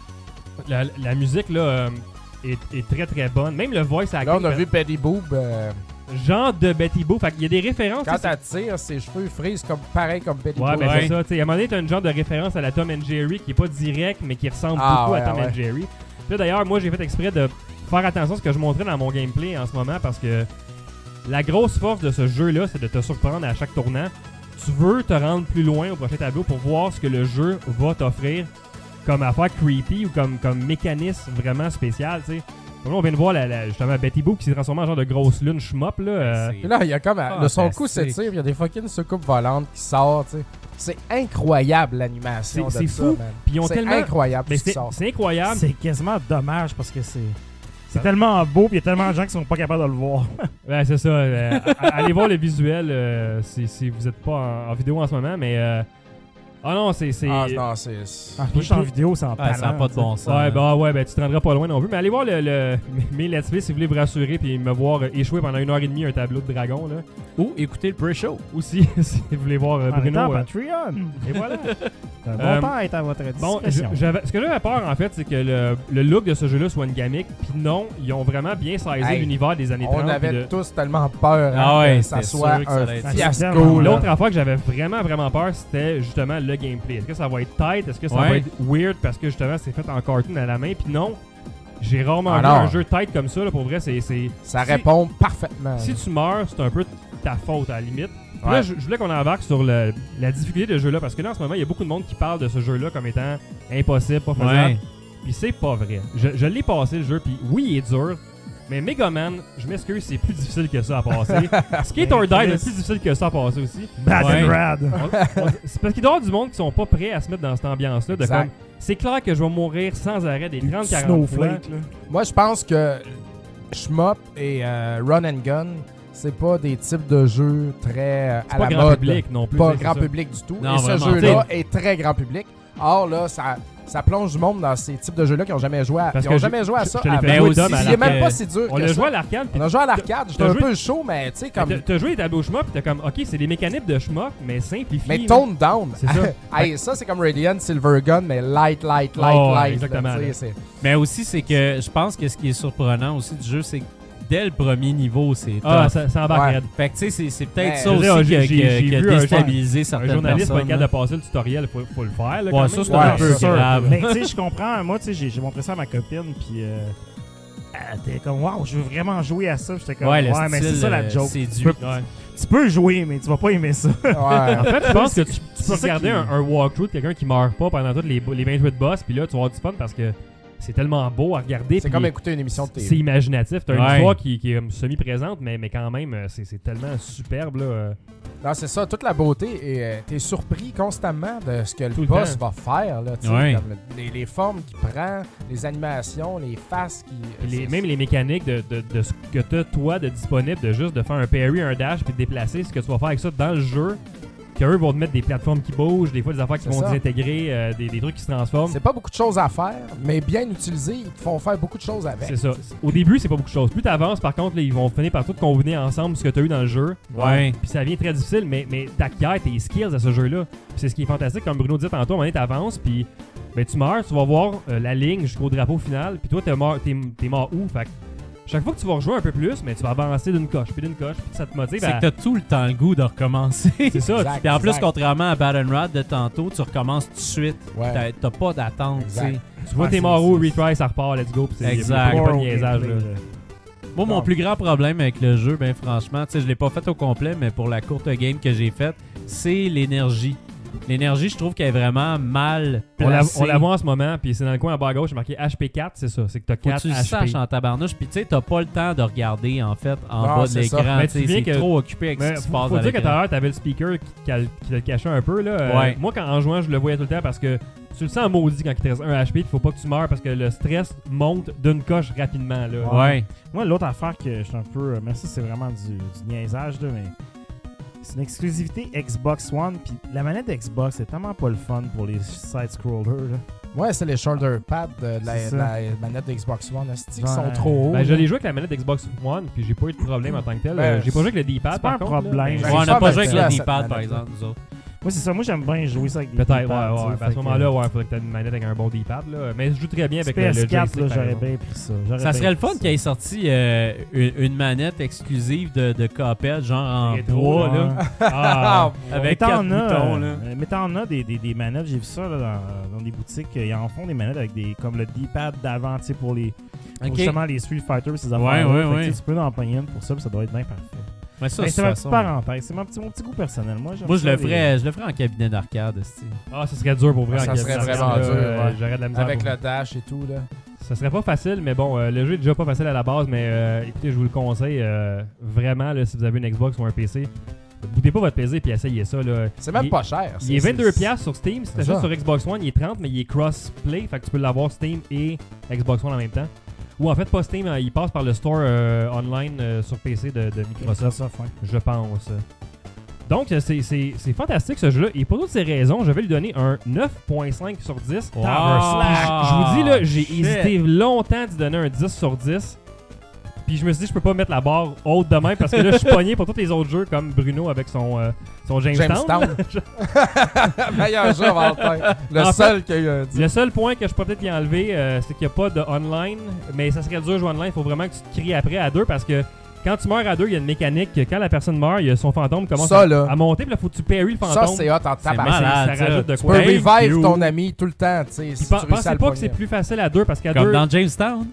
la, la musique là euh, est, est très très bonne. Même le voice acting. Là, on a vu Betty Boop. euh, genre de Betty Boop. Fait qu'il y a des références. quand tu sais, elle tire, ses cheveux frisent comme, pareil comme Betty Ouais, Boop. ben Ouais. c'est ça. Tu sais, à un moment donné, t'as une genre de référence à la Tom and Jerry qui est pas direct, mais qui ressemble Ah, beaucoup ouais, à Tom ouais. and Jerry. Puis là, d'ailleurs, moi, j'ai fait exprès de faire attention à ce que je montrais dans mon gameplay en ce moment parce que la grosse force de ce jeu-là, c'est de te surprendre à chaque tournant. Tu veux te rendre plus loin au prochain tableau pour voir ce que le jeu va t'offrir comme affaire creepy ou comme, comme mécanisme vraiment spécial, tu sais. Comme là, on vient de voir la, la- justement Betty Boop qui s'est transformée en genre de grosse lune schmop, là. euh, Puis là, il y a comme. Ah, le son coup fantastique. s'étire, il y a des fucking soucoupes volantes qui sortent, tu sais. C'est incroyable l'animation de C'est- c'est ça, fou. man. Puis ils ont C'est tellement... incroyable Mais ce qui c'est sort. c'est incroyable. C'est quasiment dommage parce que c'est. C'est Ça- tellement beau, puis il y a tellement de gens qui sont pas capables de le voir. Ouais, c'est ça. euh, a- allez voir le visuel euh, si, si vous n'êtes pas en, en vidéo en ce moment, mais... euh, ah non, c'est... c'est- Ah, non, c'est. Ah, juste en vidéo, c'est en Ah, ça n'a talent, pas de tu sais. bon sens. Ouais, hein. bah ouais, ben tu te rendras pas loin non plus. Mais allez voir le, le- mes let's play si vous voulez vous rassurer puis me voir euh, échouer pendant une heure et demie un tableau de dragon, là. Ou écoutez le pre-show. Aussi, si vous voulez voir euh, En étant Bruno... euh, Patreon. et voilà. C'est un bon Euh, temps à être à votre Bon, discrétion. je- j'avais- ce que j'avais peur, en fait, c'est que le, le look de ce jeu-là soit une gamique. Puis non, ils ont vraiment bien saisi Hey, l'univers des années On trente. avait puis de- tous tellement peur hein, Ah ouais, que ça c'était soit sûr que ça un allait être- fiasco. tellement là. L'autre affaire que j'avais vraiment, vraiment peur, c'était justement le gameplay. Est-ce que ça va être tight? Est-ce que ça Ouais. va être weird parce que justement c'est fait en cartoon à la main? Puis non, j'ai rarement Ah vu non. un jeu tight comme ça. Là, pour vrai, c'est. c'est- Ça si- répond parfaitement. Si tu meurs, c'est un peu ta faute à la limite. Puis Ouais. Là, je, je voulais qu'on embarque sur le- la difficulté de ce jeu-là parce que là, en ce moment, il y a beaucoup de monde qui parle de ce jeu-là comme étant impossible, pas faisable. Ouais. Puis c'est pas vrai. Je, je l'ai passé le jeu, puis oui, il est dur. Mais Mega Man, je m'excuse, c'est plus difficile que ça à passer. Skate or Die, c'est plus difficile que ça à passer aussi. Bad Ouais. and rad. On- on- c'est parce qu'il doit y avoir du monde qui sont pas prêts à se mettre dans cette ambiance-là. De Exact. comme, c'est clair que je vais mourir sans arrêt des trente à quarante fois. Snowflake, là. Moi, je pense que Shmup et euh, Run and Gun, c'est pas des types de jeux très euh, C'est à pas la grand mode. public non plus. Pas c'est grand ça. public du tout. Non, et ce vraiment. jeu-là est très grand public. Or, là, ça, ça plonge du monde dans ces types de jeux-là qui n'ont jamais joué à, Parce ils que ont je- jamais joué à je- ça. je te l'ai avant. fait Mais jouer, aussi, Dom, à Il la- est même que- pas si dur On que l'a ça. joué à l'arcade. puis On a joué à l'arcade, j'étais t'as un joué- peu chaud, mais tu sais, comme. T'as t'as joué les tableaux schmuck, pis t'as comme, ok, c'est des mécaniques de schmuck, mais simplifiées. Mais là. tone down. C'est ça. Hey, ça, c'est comme Radiant Silver Gun, mais light, light, light, Oh, light. exactement, là, tu sais, là. c'est- Mais aussi, c'est que je pense que ce qui est surprenant aussi du jeu, c'est que dès le premier niveau, c'est Ah, tough. ça, ça embarque Ouais. raide. Fait que tu sais, c'est- c'est peut-être Mais- ça Je veux aussi dire, qui a- j'ai- qui a j'ai qui a vu un déstabilisé Un certaines journaliste pas personnes. capable là. de passer le tutoriel, faut, faut le faire. Là, Ouais, quand ça, même. c'est Ouais, un peu c'est sûr. grave. Mais tu sais, je comprends. Moi, tu sais, j'ai j'ai montré ça à ma copine, puis euh, elle était comme, waouh, je veux vraiment jouer à ça. J'étais comme, Ouais, ouais, le mais c'est style, ça la euh, joke. c'est Tu du- peux, Ouais. tu peux jouer, mais tu vas pas aimer ça. Ouais. En fait, je pense que tu, tu C'est peux ça regarder qui- un, un walkthrough de quelqu'un qui meurt pas pendant tous les, les vingt-huit boss, puis là, tu vas avoir du fun parce que c'est tellement beau à regarder. C'est puis comme écouter une émission de c'est télé. imaginatif. T'as une Ouais. histoire qui, qui est comme semi-présente, mais, mais quand même, euh, c'est c'est tellement superbe. Là. euh. Non, c'est ça, toute la beauté. Et euh, t'es surpris constamment de ce que le Tout le boss temps. va faire. Là, tu sais, Ouais. comme le- les, les formes qu'il prend, les animations, les faces qui. Puis les- c'est- même les mécaniques de, de, de ce que tu as, toi, de disponible, de juste de faire un parry, un dash, puis de déplacer, ce que tu vas faire avec ça dans le jeu, qu'eux vont te mettre des plateformes qui bougent, des fois des affaires qui C'est vont ça. désintégrer, euh, des, des trucs qui se transforment. C'est pas beaucoup de choses à faire, mais bien utilisés, ils te font faire beaucoup de choses avec. C'est ça. Au début, c'est pas beaucoup de choses. Plus tu avances, par contre, là, ils vont finir par tout combiner ensemble ce que tu as eu dans le jeu. Ouais. Puis ça devient très difficile, mais, mais t'acquiers tes skills à ce jeu-là. Puis c'est ce qui est fantastique, comme Bruno disait tantôt, à un moment donné, t'avances, puis ben, tu meurs, tu vas voir euh, la ligne jusqu'au drapeau final, puis toi, t'es mort, t'es, t'es mort où? Fait que chaque fois que tu vas rejouer un peu plus, mais tu vas avancer d'une coche, puis d'une coche, puis ça te motive C'est à... que t'as tout le temps le goût de recommencer. C'est ça. Exact. Puis en plus, Exact. contrairement à Bad and Rod de tantôt, tu recommences tout de suite. Ouais. T'as- T'as pas d'attente, tu Exact. sais. Tu vois Ouais, t'es c'est- mort où, c'est- retry, ça repart, let's go. Puis c'est- Exact. y a pas de Moral niaisage, là. gameplay, là. Moi, mon Non. plus grand problème avec le jeu, ben franchement, tu sais, je l'ai pas fait au complet, mais pour la courte game que j'ai faite, c'est l'énergie. l'énergie, je trouve qu'elle est vraiment mal On la, placée. on la voit en ce moment, puis c'est dans le coin en bas à gauche, c'est marqué H P quatre, c'est ça. C'est que t'as Faut que quatre tu le H P. saches en tabarnouche, puis tu sais, t'as pas le temps de regarder, en fait, en Non, bas de c'est ça. l'écran. Mais tu tu sais, viens C'est que- trop occupé avec ce Mais qui se faut, passe faut à dire que tout à l'écran. l'heure, t'avais le speaker qui, qui, qui le cachait un peu. Là. Euh, Ouais. moi, quand, en jouant, je le voyais tout le temps parce que tu le sens maudit quand il te reste un H P, il faut pas que tu meurs parce que le stress monte d'une coche rapidement. Là. Ouais. Moi, l'autre affaire que je suis un peu. Mais ça, c'est vraiment du, du niaisage, là, mais. C'est une exclusivité Xbox One, puis la manette Xbox, c'est tellement pas le fun pour les side-scrollers. là. Ouais, c'est les shoulder pads de la, C'est de ça. la manette de Xbox One. Est-ce qu'ils Ouais. sont trop hauts? Ben, je là? l'ai joué avec la manette Xbox One, puis j'ai pas eu de problème en tant que tel. Ben, Euh, j'ai pas joué avec le D-pad, c'est par pas un contre. là. problème. Ben, Ben, Ouais, on c'est n'a pas pas joué avec habitué à le cette D-pad, par manette-là. exemple, nous autres. Moi, c'est ça. Moi, j'aime bien jouer ça avec des Peut-être, ouais, D-pads, tu sais, ouais. À fait ce moment-là, que- ouais, faudrait que t'aies une manette avec un bon D-pad, là. Mais je joue très bien avec P le, S le quatre, joystick, là, par j'aurais exemple. bien pris ça. J'aurais Ça bien serait le pris fun ça. qu'il ait sorti euh, une, une manette exclusive de, de Cuphead, genre en Rétro, bois, là. là. Ah, Avec Mais t'en quatre as, boutons, là. euh, mais t'en as des, des, des manettes, j'ai vu ça là, dans, dans des boutiques, ils en font des manettes avec des comme le D-pad d'avant, tu sais, pour les pour Ok. justement les Street Fighter, ces Ouais, affaires-là. ouais, Fait que, ouais. tu sais, tu peux en pogner une pour ça, puis ça doit être bien parfait. Mais ça, Mais de c'est toute ma petite façon, parenthèse, c'est mon petit, mon petit goût personnel. Moi, j'aime Moi, je ça, le les- ferais, je le ferais en cabinet d'arcade, esti. Ah, ça serait dur pour vrai. Ça en serait cabinet, vraiment là, dur, euh, ouais. J'aurais de la misère. Avec pour- le dash et tout, là. Ça serait pas facile, mais bon, euh, le jeu est déjà pas facile à la base, mais euh, écoutez, je vous le conseille euh, vraiment, là, si vous avez une Xbox ou un P C, boutez pas votre P C puis essayez ça. Là. C'est même Il- pas cher. Il est c'est- vingt-deux c'est- piastres sur Steam. Si C'est t'achètes ça. sur Xbox One, il est trente, mais il est cross-play, fait que tu peux l'avoir Steam et Xbox One en même temps. Ou en fait, pas Steam, euh, il passe par le store euh, online euh, sur P C de, de Microsoft, Microsoft, ouais. je pense. Donc, euh, c'est- c'est c'est fantastique ce jeu-là. Et pour toutes ces raisons, je vais lui donner un neuf virgule cinq sur dix. Wow. Je vous dis, là, j'ai Shit. hésité longtemps d'y donner un dix sur dix. Puis je me suis dit, je peux pas mettre la barre haute de même parce que là, je suis pogné pour tous les autres jeux comme Bruno avec son, euh, son Jamestown. Jamestown. Meilleur jeu avant le temps. Le En seul qui a eu un dix. Le seul point que je peux peut-être y enlever, euh, c'est qu'il n'y a pas de online, mais ça serait dur de jouer online. Il faut vraiment que tu te cries après à deux parce que quand tu meurs à deux, il y a une mécanique que quand la personne meurt, il y a son fantôme commence Ça, à, là. à monter, puis là, faut que tu parry le Ça, fantôme. c'est hot en C'est tabac. malade. ça rajoute de Tu peux quoi. Thank revive you. ton ami tout le temps, tu sais. Puis Si pen- tu réussis à pensez le pas que c'est pogner. plus facile à deux parce qu'à Comme deux, dans Jamestown.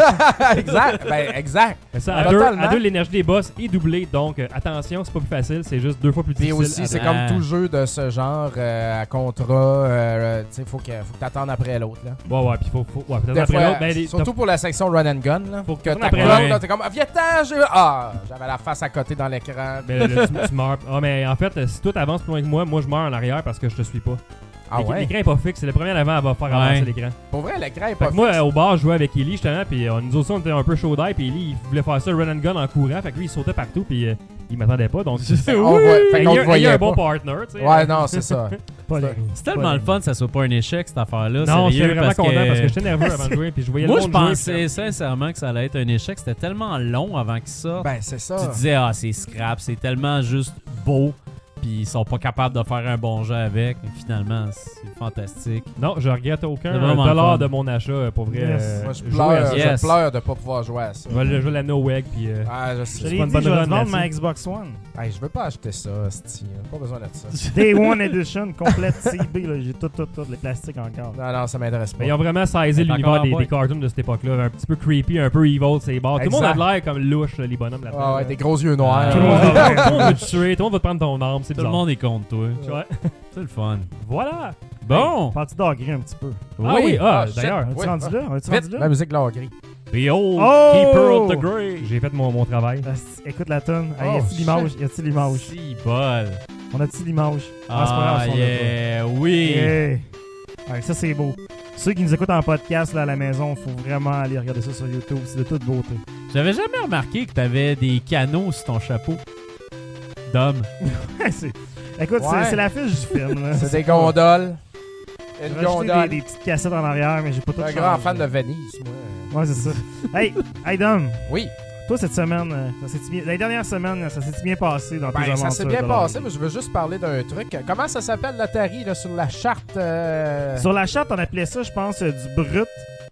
exact. Ben, exact. mais ça, à, deux Totalement. à deux, l'énergie des boss est doublée. Donc euh, attention, c'est pas plus facile, c'est juste deux fois plus Puis difficile. aussi, à c'est deux. comme Ah. tout jeu de ce genre euh, à contrat. euh, tu sais, faut que, faut que t'attendes après l'autre, là. Ouais, ouais, puis faut. faut ouais, peut-être Des après fois, l'autre. Ben, les- surtout pour la section run and gun, là. Faut que que t'accroches, après- là, t'es comme, ah, viens-t'en, j'ai... Ah, j'avais la face à côté dans l'écran. ben, là, tu, tu meurs. Ah, mais en fait, si toi t'avances plus loin que moi, moi je meurs en arrière parce que je te suis pas. Ah L'éc- ouais? L'écran est pas fixe, c'est le premier en avant, elle va faire Ouais. avancer l'écran. Pour vrai, l'écran est Fait pas que moi, fixe. euh, au bar, je jouais avec Ellie justement, puis euh, nous aussi, on était un peu chaud d'ail, puis Ellie, il voulait faire ça run and gun en courant, fait que lui, il sautait partout, puis euh, il m'attendait pas, donc. On voit- fait Il qu'on y te a, il y voyait a un pas. bon partner, tu sais. Ouais, non, c'est ça. Pas les- C'est tellement le fun que ça soit pas un échec, cette affaire-là. Non, j'étais sérieux, vraiment parce content que... parce que j'étais nerveux avant de jouer, puis je voyais Moi, le je monde jouer, pensais puis- sincèrement que ça allait être un échec. C'était tellement long avant que ça. Ben, c'est ça. Tu disais, ah, c'est scrap, c'est tellement juste beau. Puis ils sont pas capables de faire un bon jeu avec. Mais finalement, c'est fantastique. Non, je regrette aucun C'est vraiment dollar fun. de mon achat, euh, pour vrai. Yes. euh, Moi, je jouer pleure, à ça. Yes. je pleure de pas pouvoir jouer à ça. Je vais le- je vais l'amener au W E G, puis. euh, Ah, je Je sais. C'est l'ai pas une dit, bonne je vais run te vendre là-dessus. ma Xbox One. Hey, je veux pas acheter ça, Sti. Pas besoin de ça. Day One Edition, complète C B. là. J'ai tout, tout, tout, les plastiques encore. Non, non, ça m'intéresse pas. Mais ils ont vraiment saisi C'est l'univers encore en des, boîte. des cartoons de cette époque-là. Un petit peu creepy, un peu evil, c'est barres. Tout le monde a de Exact. l'air comme louche, là, les bonhommes là-dedans. Ah ouais, là. des gros yeux noirs. Tout le monde Ah. va- tout le monde veut te tuer, tout le monde va te prendre ton arme, c'est Tout le bizarre. monde est contre toi. Ouais. C'est le fun. Voilà. Bon. Parti d'agri un petit peu. Ah oui, ah, Ah, shit. d'ailleurs. On est Oui. rendu là? On est Vite, rendu là? la musique de l'agri. The old Oh! Keeper of the Grey. J'ai fait mon, mon travail. Ah, c'est- Écoute la tonne. Hey, Oh, y a-t-il shit. l'image? Y a-t-il l'image? Si bol. On a-t-il l'image? Ah, c'est pas Ah, grave, on l'a yeah, pas. oui. Yeah. Ouais, ça, c'est beau. Ceux qui nous écoutent en podcast là, à la maison, faut vraiment aller regarder ça sur YouTube. C'est de toute beauté. J'avais jamais remarqué que t'avais des canaux sur ton chapeau. D'homme. C'est- Écoute, Ouais. c'est- c'est l'affiche du film. là. C'est des gondoles. J'ai Une rajouté gondole. des, des petites cassettes en arrière, mais j'ai pas tout Je suis un changé. grand fan de Venise, moi. Ouais, c'est ça. Hey, hey Dom, Oui. toi cette semaine, euh, ça s'est bien... la dernière semaine, ça s'est bien passé dans tes Ben, aventures? ça s'est bien de passé, l'Orient? mais je veux juste parler d'un truc. Comment ça s'appelle l'Atari là, sur la charte euh, Sur la charte, on appelait ça, je pense, euh, du brut. du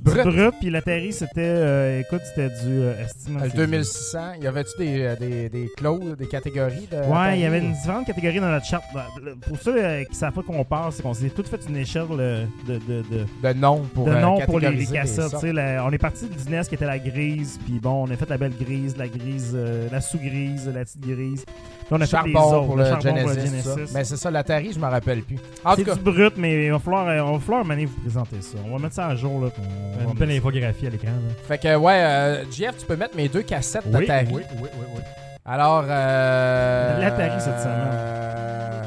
brut. brut, puis l'Atari, c'était, euh, écoute, c'était du euh, estime. Le deux mille six cents, y avait-tu des, euh, des, des clauses, des catégories de Ouais, Atari? il y avait une différente catégorie dans notre charte. Pour ceux euh, qui savent pas qu'on parle, c'est qu'on s'est tout fait une échelle euh, de, de, de, de noms pour, de euh, noms pour les, les catégoriser cassettes. sortes. tu sais, la- on est parti du N E S qui était la grise, puis bon, on a fait la belle grise, la grise, euh, la sous-grise, la petite grise. Puis on a fait les Charbon autres, pour le le charbon Genesis. pour le ça. Genesis. Mais c'est ça, l'Atari, je m'en rappelle plus. En C'est tout cas, du brut, mais il va falloir, euh, on va falloir Mané, vous présenter ça. On va mettre ça à jour. Là, qu'on- on va Une belle infographie à l'écran. là. fait que ouais, euh, J F, tu peux mettre mes deux cassettes Oui, d'Atari. oui, oui, oui, oui. Alors, euh... L'Atari cette semaine. euh,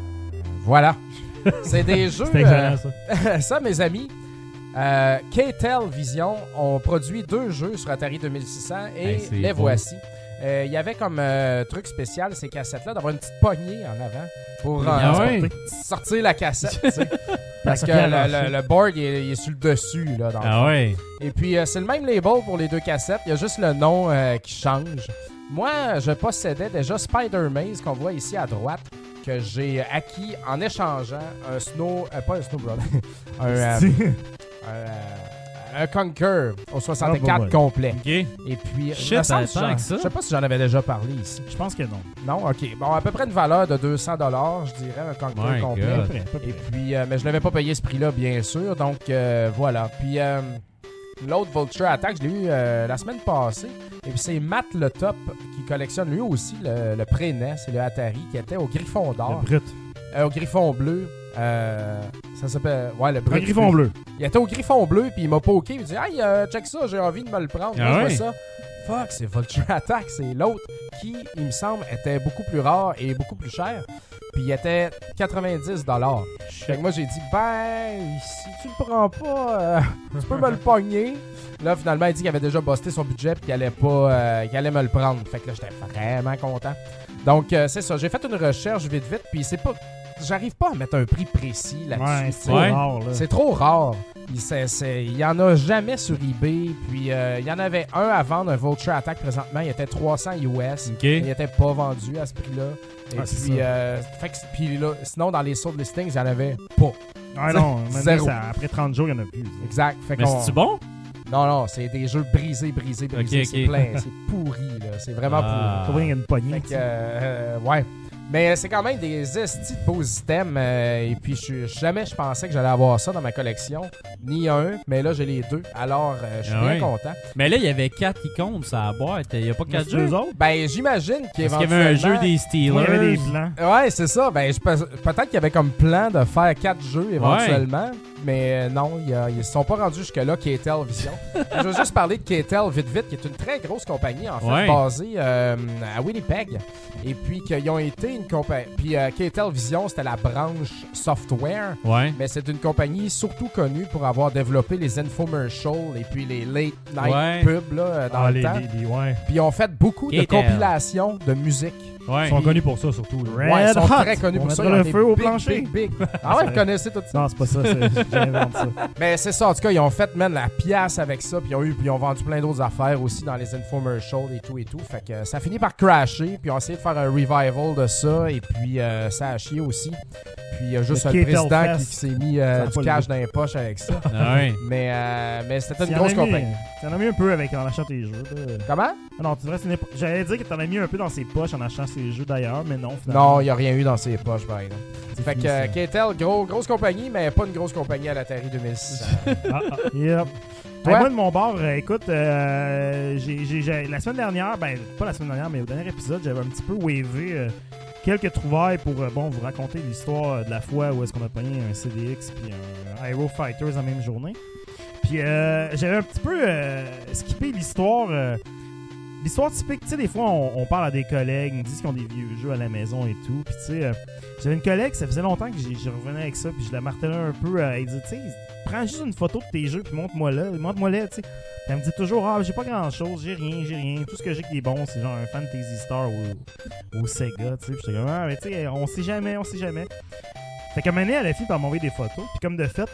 Voilà. C'est des jeux... C'est excellent, ça. euh, ça, mes amis, euh, K-Tel Vision ont produit deux jeux sur Atari deux mille six cents et Hey, c'est les beau. voici. Euh, Il y avait comme euh, truc spécial, ces cassettes-là, d'avoir une petite poignée en avant pour euh, Ah ouais? sortir la cassette. tu sais. Parce Ça que fait le, arracher. le- le board il est, il est sur le dessus. Là, dans le Ah fond. ouais. Et puis, euh, c'est le même label pour les deux cassettes. Il y a juste le nom euh, qui change. Moi, je possédais déjà Spider Maze, qu'on voit ici à droite, que j'ai acquis en échangeant un Snow... euh, pas un Snow Brother. un, euh, un, euh, un Conquer au soixante-quatre Ah, bon, ouais. complet. Ok. Et puis, Shit, il me semble ça a que tant j'en- que ça? je sais pas si j'en avais déjà parlé ici. Je pense que non. Non? OK. Bon, à peu près une valeur de deux cents dollars, je dirais, un Conquer My complet. God. Pas près, pas près. Et puis, euh, mais je l'avais pas payé ce prix-là, bien sûr. Donc, euh, voilà. Puis, euh, l'autre Vulture Attack, je l'ai eu euh, la semaine passée. Et puis, c'est Matt Le Top qui collectionne lui aussi le, le pré-N E S et le Atari qui était au Griffon d'Or, Le brut. euh, au Griffon bleu. Euh, ça s'appelle. Ouais, le Un brut. griffon bleu. Il était au Griffon bleu, puis il m'a poké. Il dit Hey, euh, check ça, j'ai envie de me le prendre. Ah Moi, je vois ouais? ça. Fuck, c'est Vulture Attack, c'est l'autre qui, il me semble, était beaucoup plus rare et beaucoup plus cher. Puis il était quatre-vingt-dix dollars. Fait que moi, j'ai dit, ben, si tu le prends pas, euh, tu peux me le pogner. Là, finalement, il dit qu'il avait déjà busté son budget puis qu'il allait pas, euh, qu'il allait me le prendre. Fait que là, j'étais vraiment content. Donc, euh, c'est ça. J'ai fait une recherche vite, vite, puis c'est pas... J'arrive pas à mettre un prix précis là-dessus. Ouais, tu c'est sais. trop Ouais. rare. Là. C'est trop rare. Il, c'est, c'est- il y en a jamais sur eBay. Puis euh, il y en avait un à vendre, un Vulture Attack présentement. Il était trois cents U S. Ok. Il n'était pas vendu à ce prix-là. Et Ah, c'est puis, ça. euh, fait que- puis là, sinon, dans les sold listings, il n'y en avait pas. Ah non, maintenant, Zéro. ça- après trente jours, il n'y en a plus. Exact. Fait Mais qu'on- c'est-tu bon? Non, non, c'est des jeux brisés, brisés, brisés. Ok, C'est ok. plein. C'est pourri, là. C'est vraiment Ah. Faut voir qu'il y a une pourri. poignée. Fait que, euh, ouais. Mais c'est quand même des estis de beaux systèmes. euh, et puis, je, jamais je pensais que j'allais avoir ça dans ma collection. Ni un, mais là, j'ai les deux. Alors, euh, je suis Ah bien ouais. content. Mais là, il y avait quatre icônes sur la boîte. Il n'y a pas quatre Deux jeux. autres? Ben, j'imagine qu'il Parce qu'il y avait un jeu des Il y Steelers. avait des blancs. Ouais, c'est ça. Ben, je pense- peut-être qu'il y avait comme plan de faire quatre jeux éventuellement. Mais euh, non, il y a- ils ne se sont pas rendus jusque-là, K-Tel Vision. Je veux juste parler de K-Tel vite vite, qui est une très grosse compagnie, en fait, Ouais. basée euh, à Winnipeg. Et puis qu'ils ont été une compagnie. Puis euh, K-Tel Vision, c'était la branche software. Ouais. Mais c'est une compagnie surtout connue pour avoir développé les infomercials et puis les late night Ouais. pubs là, euh, dans Ah, le les, temps. les, les- ouais. Puis ils ont fait beaucoup de K-Tel. compilations de musique. Ouais. Ils sont connus pour ça, surtout. là. Red Ouais, ils sont Hot. très connus On pour ça. mettra Ils ont le des feu au big, plancher. big, big. Ah ouais, vous connaissez tout ça? Non, c'est pas ça. c'est- J'invente ça. Mais c'est ça, en tout cas, ils ont fait man, la pièce avec ça, puis ils ont, eu, puis ils ont vendu plein d'autres affaires aussi dans les infomercials et tout et tout. Fait que euh, ça a fini par crasher, puis ils ont essayé de faire un revival de ça, et puis euh, ça a chié aussi. Puis il y a juste Le le K-Tel président Fest. qui, qui s'est mis euh, Ça a du pas le cash goût. dans les poches avec ça. Ah ouais. Mais, euh, mais c'était une T'en grosse as mis- compagnie. T'en as mis un peu avec en achetant tes jeux. là. Comment? Ah non, tu devrais, c'est une épo- j'allais dire que t'en as mis un peu dans ses poches en achetant ses jeux d'ailleurs, mais non, finalement. Non, il n'y a rien eu dans ses poches, par exemple. c'est Fait que fini, euh, ça. K-Tel, gros, grosse compagnie, mais pas une grosse compagnie à l'Atari deux mille six. Ah, ah, yep. Toi? Ouais, moi, de mon bord, euh, écoute, euh, j'ai, j'ai- j'ai- la semaine dernière, ben, pas la semaine dernière, mais au dernier épisode, j'avais un petit peu wavé euh, quelques trouvailles pour, euh, bon, vous raconter l'histoire euh, de la fois où est-ce qu'on a pogné un C D X puis un Aero Fighters en même journée. Puis euh, j'avais un petit peu euh, skippé l'histoire. euh, L'histoire typique, tu sais, des fois, on, on parle à des collègues, ils me disent qu'ils ont des vieux jeux à la maison et tout. Puis, tu sais, euh, j'avais une collègue, ça faisait longtemps que j'ai- je revenais avec ça, puis je la martelais un peu. euh, elle disait, tu sais, prends juste une photo de tes jeux, puis montre-moi là. Montre-moi là, tu sais. Elle me dit toujours, ah, j'ai pas grand-chose, j'ai rien, j'ai rien. Tout ce que j'ai qui est bon, c'est genre un Fantasy Star au, au Sega, tu sais. Puis j'étais comme, ah, mais tu sais, on sait jamais, on sait jamais. Fait qu'à un moment donné, elle a fini par m'envoyer des photos, puis comme de fait,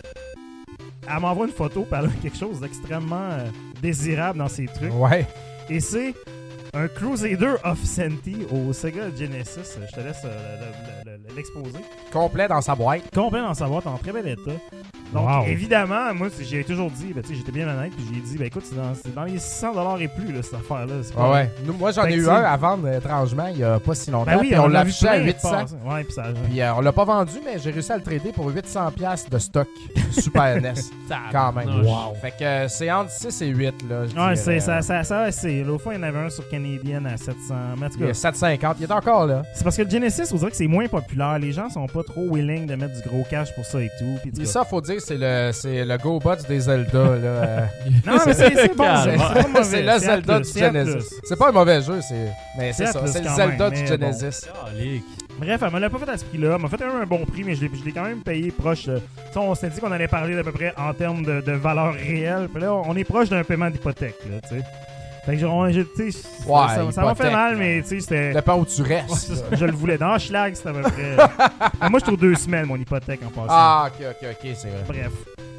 elle m'envoie une photo, puis elle a quelque chose d'extrêmement euh, désirable dans ses trucs. Ouais. Et c'est un Crusader of Senti au Sega Genesis. Je te laisse euh, le- le- le- l'exposer. Complet dans sa boîte. Complet dans sa boîte, en très bel état. Donc, Wow. évidemment, moi, c'est- j'ai toujours dit, ben, tu sais, j'étais bien honnête, puis j'ai dit, ben, écoute, c'est dans, c'est dans les six cents dollars et plus, là, cette affaire-là. C'est pas- Ouais, ouais. Nous, moi, j'en Fait ai que eu c'est- un à vendre étrangement il y a pas si longtemps. Ben oui, puis on, on l'a l'a vu affiché à plein de huit cents. passes. Ouais, puis ça. Puis euh, on l'a pas vendu, mais j'ai réussi à le trader pour huit cents piastres de stock Super N E S. Quand même. Wow. Fait que euh, c'est entre six et huit, là. je Ouais, dirais. c'est ça, ça, ça, c'est. L'autre fois, il y en avait un sur Canadian à sept cents. Mais en tout Il cas, est sept cent cinquante. Il est encore là. c'est parce que le Genesis, on dirait que c'est moins populaire. Les gens sont pas trop willing de mettre du gros cash pour ça et tout. Puis, en tout Puis cas- ça, faut dire, c'est le, c'est le GoBots des Zelda, là. euh. Non, mais c'est c'est bon. Calme. C'est c'est pas mauvais. C'est le Zelda à du plus, c'est à Genesis. plus. C'est pas un mauvais jeu, c'est. Mais c'est C'est à ça, plus c'est le quand Zelda même, du mais bon. Genesis. Calique. Bref, elle me l'a pas fait à ce prix-là. Elle m'a fait quand même un bon prix, mais je l'ai je l'ai quand même payé proche. euh, Tu sais, on s'était dit qu'on allait parler d'à peu près en termes de, de valeur réelle. Puis là, on est proche d'un paiement d'hypothèque, là, tu sais. Fait que genre, j'ai- tu sais, Ouais, ça- ça m'a fait hypothèque. mal, mais tu sais, c'était. Ça dépend où tu Ouais, restes. c'est ça, je le voulais. Dans Schlag, c'était à peu près. Ah, moi, je suis aux deux semaines, mon hypothèque en passant. Ah, ok, ok, ok, c'est vrai. Bref.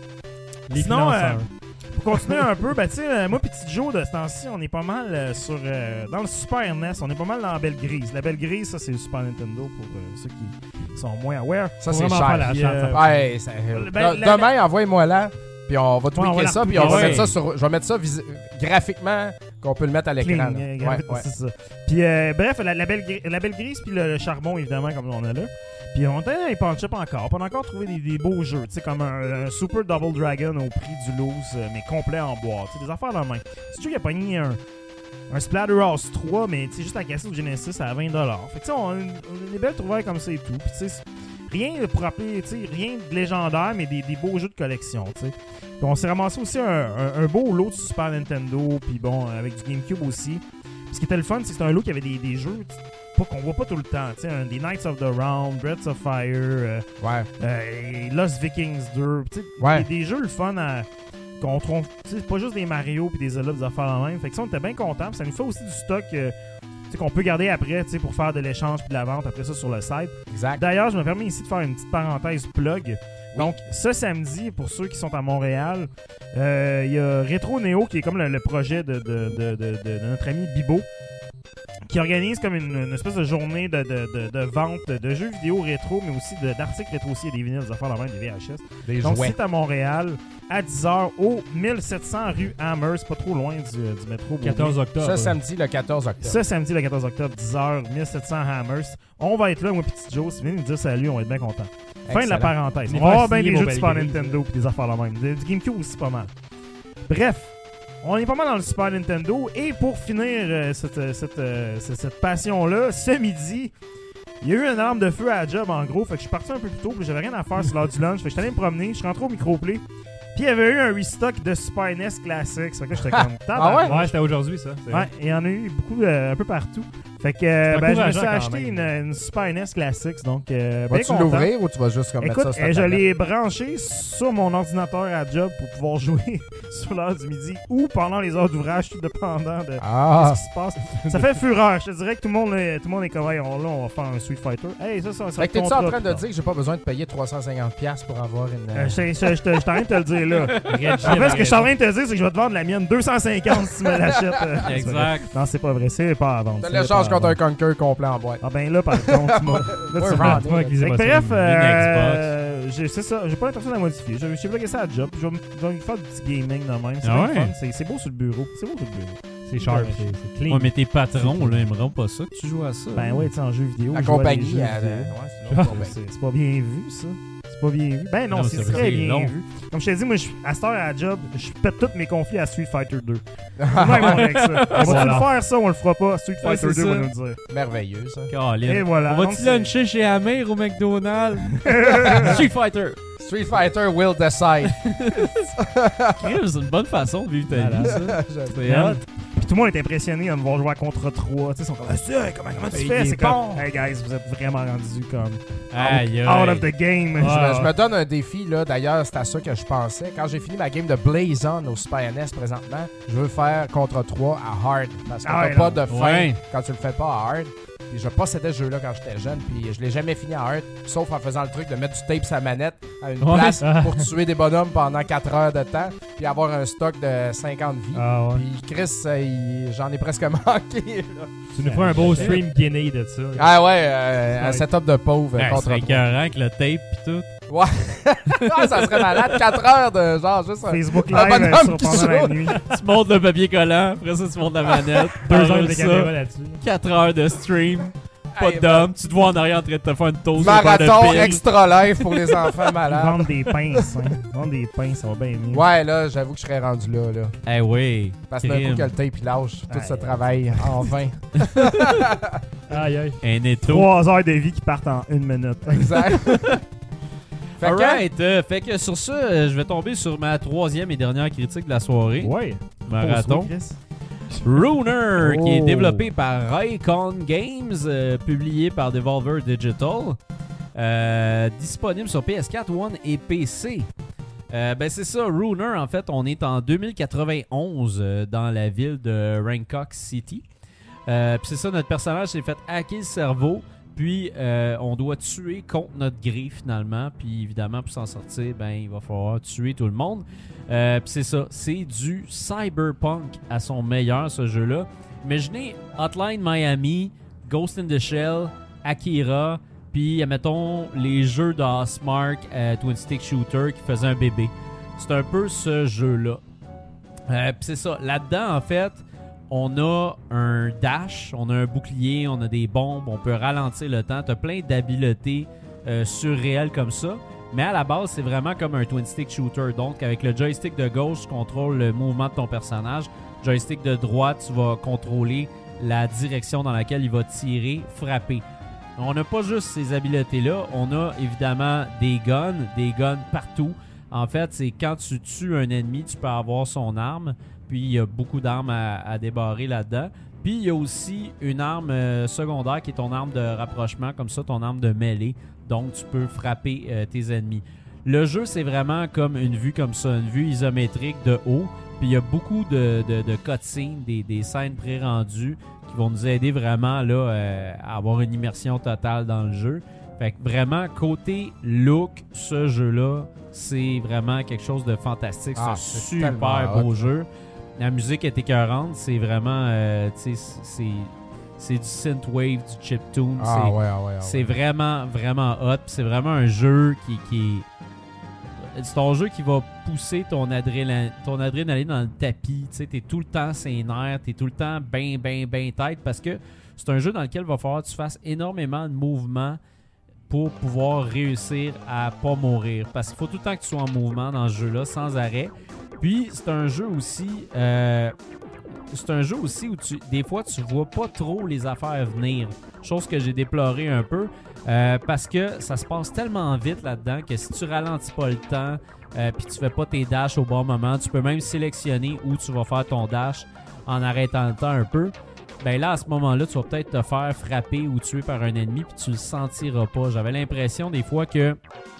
Les Sinon, financeurs. Pour continuer un peu, ben, tu sais, euh, moi, Petit Joe, de ce temps-ci, on est pas mal euh, sur. euh, dans le Super N E S, on est pas mal dans la belle grise. La belle grise, ça, c'est le Super Nintendo pour euh, ceux qui sont moins aware. Ça, Faut c'est vraiment faire cher. la Puis, charte, euh, ça. Ouais, ça- Ben, de- la- demain, envoie-moi là, puis on va on tweaker va la ça, puis on va retweaker. mettre ça sur. Je vais mettre ça vis- graphiquement, qu'on peut le mettre à l'écran. Clean, là. euh, Ouais, graphique, ouais. c'est ça. Puis euh, bref, la, la belle gri- la belle grise puis le, le charbon évidemment comme on a là. Puis on était dans les punch-up encore. Puis on a encore trouvé des, des beaux jeux, tu sais comme un, un Super Double Dragon au prix du loose, euh, mais complet en boîte, tu sais des affaires de même. C'est sûr qu'il a pogné un un Splatterhouse trois, mais tu sais juste la cassette du Genesis à vingt dollars. Fait que tu sais on, a une- on a des belles trouvailles comme ça et tout. Puis tu sais c'est- rien pour rappeler, tu sais rien de légendaire, mais des, des beaux jeux de collection, tu sais. Puis on s'est ramassé aussi un, un- un beau lot de Super Nintendo, puis bon, avec du GameCube aussi. Puis ce qui était le fun, c'est que c'était un lot qui avait des, des jeux pas qu'on voit pas tout le temps. Tu sais, un- des Knights of the Round, Breath of Fire, euh, Ouais. euh, et Lost Vikings deux. Tu sais, Ouais. des, des jeux le fun à. Qu'on trouve. Tu sais, pas juste des Mario puis des Zelda, des affaires en même. Fait que ça, on était bien contents. Puis ça nous fait aussi du stock euh, tu sais, qu'on peut garder après, tu sais, pour faire de l'échange puis de la vente après ça sur le site. Exact. D'ailleurs, je me permets ici de faire une petite parenthèse plug. Donc, ce samedi, pour ceux qui sont à Montréal, euh, il y a Retro Neo qui est comme le, le projet de, de, de, de, de- de notre ami Bibo, qui organise comme une, une espèce de journée de, de, de, de vente de jeux vidéo rétro, mais aussi de- d'articles rétro aussi, il y a des vinyles, des affaires la même, des V H S. Des Donc, jouets. c'est à Montréal, à dix heures, au mille sept cents rue Hammer. C'est pas trop loin du, du métro. Beauvais. quatorze octobre. Ce samedi, le quatorze octobre. Ce samedi, le quatorze octobre, dix heures, mille sept cents Hammers. On va être là, moi, Petit Joe. Si vous venez nous dire salut, on va être bien contents. Fin de la Excellent. parenthèse. Les On va avoir faire bien signer des vos jeux de Super belles grises, Nintendo et des affaires la même. Du GameCube aussi, pas mal. Bref, on est pas mal dans le Super Nintendo. Et pour finir euh, cette, euh, cette, euh, cette, cette passion-là, ce midi, il y a eu une arme de feu à la job, en gros. Fait que je suis parti un peu plus tôt, puis j'avais rien à faire sur l'heure du lunch. Fait que je suis allé me promener, je suis rentré au microplay. Puis il y avait eu un restock de Super N E S Classics. Fait que là, j'étais comme... Ah ouais? Ouais, c'était aujourd'hui, ça. c'est Ouais, vrai. il y en a eu beaucoup, euh, un peu partout. Fait que euh, C'est ben, je me suis encourageant quand acheté une, même. une Super N E S Classics, donc euh, bien Vas-tu content. l'ouvrir ou tu vas juste comme Écoute, mettre ça sur euh, ta je tablette? l'ai branché sur mon ordinateur à job pour pouvoir jouer sur l'heure du midi ou pendant les heures d'ouvrage, tout dépendant de Ah! ce qui se passe. Ça fait fureur. Je te dirais que tout le monde, là, tout le monde est comme, hey, on, là, on va faire un Street Fighter. Hey, ça, ça, ça Fait que t'es-tu en train de dire que j'ai pas besoin de payer trois cent cinquante dollars pour avoir une... Euh, je je- je- je- je suis en train de te le dire là. Reggie En fait, avait ce que je suis en raison. train de te dire, c'est que je vais te vendre la mienne deux cent cinquante si tu me l'achètes. euh, c'est pas vrai. Exact. Non, c'est pas vrai. C'est pas à vendre. T'as c'est pas l'échange à contre un vendre. Conquer complet en boîte. Ah ben là, par contre, tu m'as... Là, tu Ouais, m'as- ouais. Dis-moi avec les Fait que émotions. bref, Une euh, j'ai- c'est ça, j'ai pas l'intention de la modifier. J'ai j'ai bloqué ça à job. Je vais me- je vais me faire du petit gaming de même. C'est Ah bien ouais? fun. C'est- C'est beau sur le bureau. C'est beau sur le bureau. C'est sharp, c'est c'est clean. Ouais, mais tes patrons, là, aimeront pas ça que tu joues à ça. Ben ouais, tu sais, en jeu vidéo. La je vois les compagnie, jeux elle- vidéo. ouais, c'est une autre compagnie. C'est c'est pas bien vu, ça. C'est pas bien vu. Ben non, Non, c'est c'est très vrai, bien long. vu. Comme je t'ai dit, moi, je- à cette heure à la job, je pète tous mes conflits à Street Fighter deux. C'est moi mon avec ça. On va-tu Voilà. le faire, ça, ou on le fera pas? Street Ouais, Fighter c'est deux va ça. nous le dire. Merveilleux, ça. Caroline. Et voilà. On Donc, va-tu c'est- luncher chez Amir au McDonald's? Street Fighter. Street Fighter will decide. Crime, c'est une bonne façon de vivre ta Voilà. vie, ça. C'est Man. hot. Puis tout le monde est impressionné de me voir jouer à contre trois. Tu sais, ils sont comme, ah, ça, comment, comment tu Il fais? est C'est bon. comme, hey guys, vous êtes vraiment rendus comme Aïe, out aïe. of the game. Je, me, je me donne un défi, là. D'ailleurs, c'est à ça que je pensais. Quand j'ai fini ma game de Blaze On au Super N E S présentement, je veux faire contre trois à hard. Parce que Ah t'as ouais, pas non. de fin Ouais. quand tu le fais pas à hard. Puis je possédais ce jeu-là quand j'étais jeune, puis je l'ai jamais fini à hard, sauf en faisant le truc de mettre du tape sur la manette à une Ouais. place Ah. pour tuer des bonhommes pendant quatre heures de temps, puis avoir un stock de cinquante vies. Ah ouais. Puis Chris, euh, il- j'en ai presque manqué. Là. Tu nous feras un beau stream Guinée de ça. Ah ouais, euh, un Ouais. setup de pauvre Ben, contre c'est trois. écœurant avec le tape pis tout. Ouais. Ah, ça serait malade. quatre heures de genre juste un... Facebook un Live euh, bonhomme sur qui pendant la saute. nuit. Tu montes le papier collant, après ça, tu montes la manette. Deux heures t'enroules de ça, caméra là-dessus. quatre heures de stream. Pas Hey, de d'homme. Tu te vois en arrière en train de te faire une toast. Marathon de extra live pour les enfants Ils malades. vendent des pinces, hein. Ils vendent des pinces, ça va bien mieux. Ouais, là, j'avoue que je serais rendu là, là. Eh oui. Parce que d'un coup Crime. que le tape il lâche, tout Aïe, ce aïe. travail en vain. Aïe, aïe. Un étau. Trois heures de vie qui partent en une minute. Exact. Fait que, Alright, euh, fait que sur ça, euh, je vais tomber sur ma troisième et dernière critique de la soirée. Ouais. Marathon. Oh, Chris. Runer, qui est Oh. développé par Raycon Games, euh, publié par Devolver Digital, euh, disponible sur P S quatre, One et P C. Euh, ben c'est ça, Runer, en fait, on est en deux mille quatre-vingt-onze euh, dans la ville de Rancocq City. Euh, Puis c'est ça, notre personnage s'est fait hacker le cerveau, puis euh, on doit tuer contre notre grille finalement. Puis évidemment, pour s'en sortir, ben il va falloir tuer tout le monde. Euh, Puis c'est ça, c'est du cyberpunk à son meilleur, ce jeu-là. Imaginez Hotline Miami, Ghost in the Shell, Akira, puis admettons les jeux de Housemarque, euh, Twin Stick Shooter qui faisaient un bébé. C'est un peu ce jeu-là. Euh, Puis c'est ça, là-dedans en fait, on a un dash, on a un bouclier, on a des bombes, on peut ralentir le temps. T'as plein d'habiletés euh, surréelles comme ça. Mais à la base, c'est vraiment comme un twin stick shooter. Donc, avec le joystick de gauche, tu contrôles le mouvement de ton personnage. Joystick de droite, tu vas contrôler la direction dans laquelle il va tirer, frapper. On n'a pas juste ces habiletés-là. On a évidemment des guns, des guns partout. En fait, c'est quand tu tues un ennemi, tu peux avoir son arme. Puis, il y a beaucoup d'armes à, à débarrer là-dedans. Puis, il y a aussi une arme euh, secondaire qui est ton arme de rapprochement, comme ça, ton arme de mêlée. Donc, tu peux frapper euh, tes ennemis. Le jeu, c'est vraiment comme une vue comme ça, une vue isométrique de haut. Puis, il y a beaucoup de, de, de cutscenes, des, des scènes pré-rendues qui vont nous aider vraiment là, euh, à avoir une immersion totale dans le jeu. Fait que vraiment, côté look, ce jeu-là, c'est vraiment quelque chose de fantastique. Ah, c'est un c'est super tellement beau hot. jeu. La musique est écœurante. C'est vraiment, euh, tu sais, c'est, c'est du synthwave, du chiptune. Ah c'est, ouais, ah ouais, ah c'est ouais. vraiment, vraiment hot. Puis c'est vraiment un jeu qui, qui est... C'est ton jeu qui va pousser ton adrénaline, ton adrénaline dans le tapis. Tu sais, t'es tout le temps sénère, t'es tout le temps bien, bien, bien tête parce que c'est un jeu dans lequel il va falloir que tu fasses énormément de mouvements pour pouvoir réussir à pas mourir. Parce qu'il faut tout le temps que tu sois en mouvement dans ce jeu-là, sans arrêt. Puis, c'est un jeu aussi... Euh, c'est un jeu aussi où tu, des fois, tu vois pas trop les affaires venir. Chose que j'ai déploré un peu. Euh, parce que ça se passe tellement vite là-dedans que si tu ralentis pas le temps euh, puis tu fais pas tes dashs au bon moment, tu peux même sélectionner où tu vas faire ton dash en arrêtant le temps un peu. Ben là, à ce moment-là, tu vas peut-être te faire frapper ou tuer par un ennemi puis tu le sentiras pas. J'avais l'impression des fois que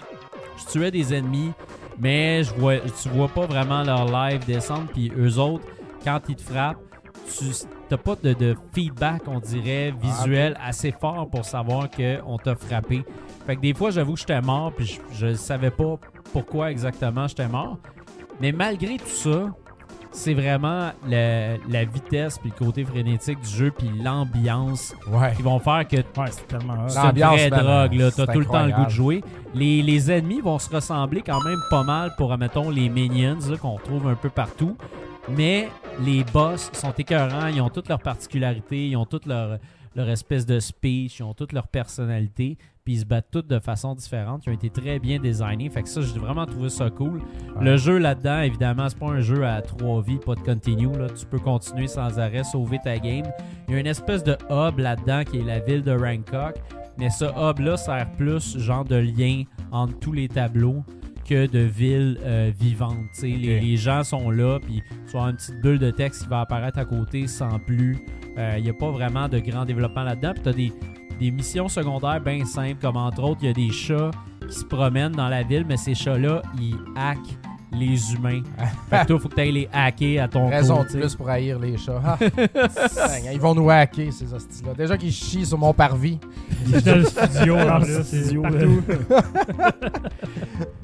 je tuais des ennemis, mais je vois, tu vois pas vraiment leur live descendre. Puis eux autres, quand ils te frappent, tu n'as pas de, de feedback, on dirait, visuel assez fort pour savoir qu'on t'a frappé. Fait que des fois, j'avoue que j'étais mort puis je ne savais pas pourquoi exactement j'étais mort. Mais malgré tout ça, c'est vraiment le- la vitesse puis le côté frénétique du jeu puis l'ambiance Ouais. qui vont faire que Ouais, c'est tellement hot. c'est une L'ambiance, vraie man, drogue, là. c'est T'as tout le temps le goût de incroyable. jouer. Les, les ennemis vont se ressembler quand même pas mal pour, admettons, les minions là, qu'on retrouve un peu partout. Mais les boss sont écœurants. Ils ont toutes leurs particularités. Ils ont toutes leur, leur espèce de speech. Ils ont toutes leur personnalité. Puis ils se battent toutes de façon différente. Ils ont été très bien designés. Fait que ça, j'ai vraiment trouvé ça cool. Ouais. Le jeu là-dedans, évidemment, c'est pas un jeu à trois vies, pas de continue. Là. Tu peux continuer sans arrêt, sauver ta game. Il y a une espèce de hub là-dedans qui est la ville de Rancocq. Mais ce hub-là sert plus genre de lien entre tous les tableaux que de ville euh, vivante. Tu sais, les, Ok. les gens sont là, puis tu vas avoir une petite bulle de texte qui va apparaître à côté sans plus. Il n'y a pas vraiment de grand développement là-dedans. Puis tu as des, des missions secondaires bien simples, comme entre autres, il y a des chats qui se promènent dans la ville, mais ces chats-là, ils hackent les humains. Fait que toi, il faut que tu ailles les hacker à ton Raison tour. de tu sais. plus pour haïr les chats. Ah. Putain, ils vont nous hacker, ces hosties-là. Déjà qu'ils chient sur mon parvis. Dans le studio, Dans en le plus, c'est studio, partout.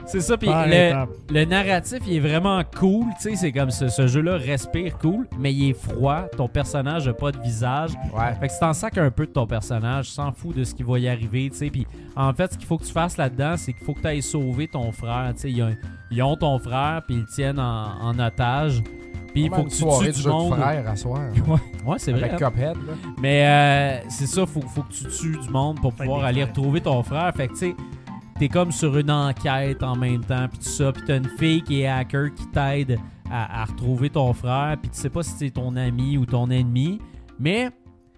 C'est ça, puis Par le, étapes. le narratif, il est vraiment cool, tu sais, c'est comme ce, ce jeu-là respire cool, mais il est froid, ton personnage n'a pas de visage. Ouais. Fait que tu t'en sacs un peu de ton personnage, s'en fout de ce qui va y arriver, tu sais. Puis en fait, ce qu'il faut que tu fasses là-dedans, c'est qu'il faut que tu ailles sauver ton frère, tu sais. Ils, ont- ils ont ton frère, puis ils le tiennent en, en otage. Puis il Comme faut une que tu soirée tues de du jeu de monde. frères à soir. Ouais, c'est vrai. Avec hein. Cuphead, là. Mais euh, c'est ça, faut, faut que tu tues du monde pour Fait pouvoir des aller frères. retrouver ton frère. Fait que tu sais, t'es comme sur une enquête en même temps, puis tout ça, puis t'as une fille qui est hacker qui t'aide à, à retrouver ton frère, puis tu sais pas si c'est ton ami ou ton ennemi, mais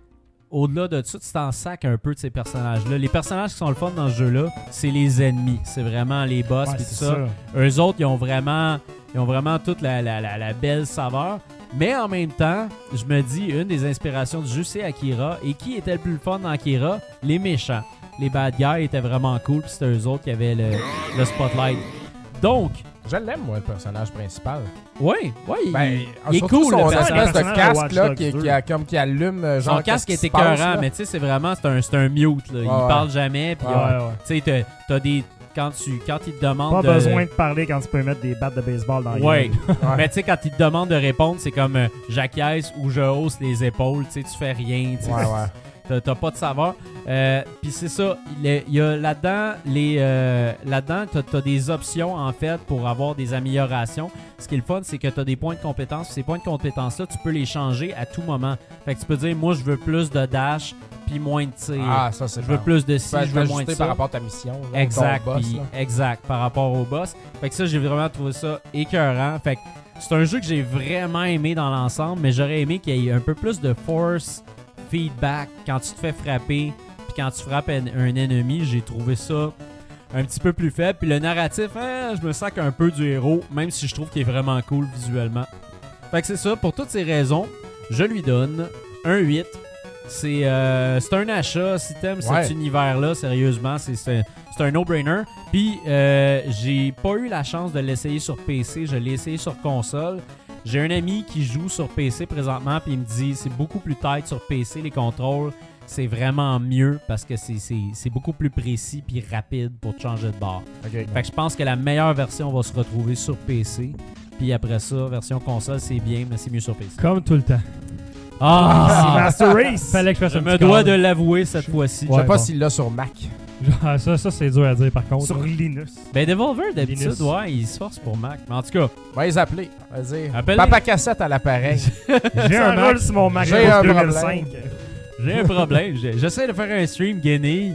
au-delà de ça, tu t'en sacs un peu de ces personnages-là. Les personnages qui sont le fun dans ce jeu-là, c'est les ennemis, c'est vraiment les boss, Ouais, puis tout c'est ça. ça. Eux autres, ils ont vraiment, ils ont vraiment toute la, la, la, la belle saveur. Mais en même temps, je me dis, une des inspirations du jeu, c'est Akira. Et qui était le plus fun dans Akira? Les méchants. Les bad guys étaient vraiment cool, puis c'était eux autres qui avaient le, le spotlight. Donc, Je l'aime, moi, le personnage principal. ouais, ouais, il, Ben, il est surtout cool, son le personnage. espèce de personnage de casque Watch là, Dogs qui, deux. qui, a, comme, qui allume, euh, genre. Son casque qu'est-ce qui est se passe, écœurant, là? mais tu sais, c'est vraiment, c'est un, c'est un mute, là. Il Ouais, ouais. parle jamais, puis Ouais, euh, ouais. tu sais, t'as- t'as des... Quand, tu, quand il te demande Pas de... besoin de parler quand tu peux mettre des battes de baseball dans les Ouais. gueules. Mais tu sais, quand il te demande de répondre, c'est comme euh, j'acquiesce ou je hausse les épaules, tu sais, tu fais rien, tu sais. Ouais, ouais. T'as- T'as pas de savoir. Euh, Puis c'est ça, il y a- il y a là-dedans, les euh, là-dedans, t'as t'as des options en fait pour avoir des améliorations. Ce qui est le fun, c'est que t'as des points de compétence. Ces points de compétence-là, tu peux les changer à tout moment. Fait que tu peux dire, moi, je veux plus de dash puis moins de tir. Ah, ça, c'est je veux bon. plus de Tu ci, peux je veux moins de ajuster ça. par rapport à ta mission. là, Exact, ton boss, puis- là. exact, par rapport au boss. Fait que ça, j'ai vraiment trouvé ça écœurant. Fait que c'est un jeu que j'ai vraiment aimé dans l'ensemble, mais j'aurais aimé qu'il y ait un peu plus de force feedback quand tu te fais frapper, puis quand tu frappes un, un ennemi. J'ai trouvé ça un petit peu plus faible. Puis le narratif, hein, je me sac un peu du héros, même si je trouve qu'il est vraiment cool visuellement. Fait que c'est ça, pour toutes ces raisons, je lui donne un huit. C'est euh, c'est un achat, si t'aimes Ouais. cet univers-là, sérieusement, c'est c'est un, c'est un no-brainer. Puis euh, j'ai pas eu la chance de l'essayer sur P C, je l'ai essayé sur console. J'ai un ami qui joue sur P C présentement, puis il me dit c'est beaucoup plus tight sur P C, les contrôles, c'est vraiment mieux parce que c'est- c'est c'est beaucoup plus précis puis rapide pour te changer de barre. Ok. Fait que je pense que la meilleure version va se retrouver sur P C. Puis après ça, version console, c'est bien, mais c'est mieux sur P C. Comme tout le temps. C'est Ah! Master Race. Fallait que je fasse Je un me petit dois call. de l'avouer cette fois-ci. Je sais Ouais, pas bon. s'il l'a sur Mac. Genre, ça, ça c'est dur à dire par contre. Sur Linux. Ben Devolver, d'habitude, Linus. ouais, il se force pour Mac. Mais en tout cas, Va les appeler. Vas-y. Appelle-les. Papa cassette à l'appareil. J'ai Ça un Mac. roule sur mon Mac J'ai un deux mille cinq. j'ai un problème. J'ai- J'essaie de faire un stream guenille.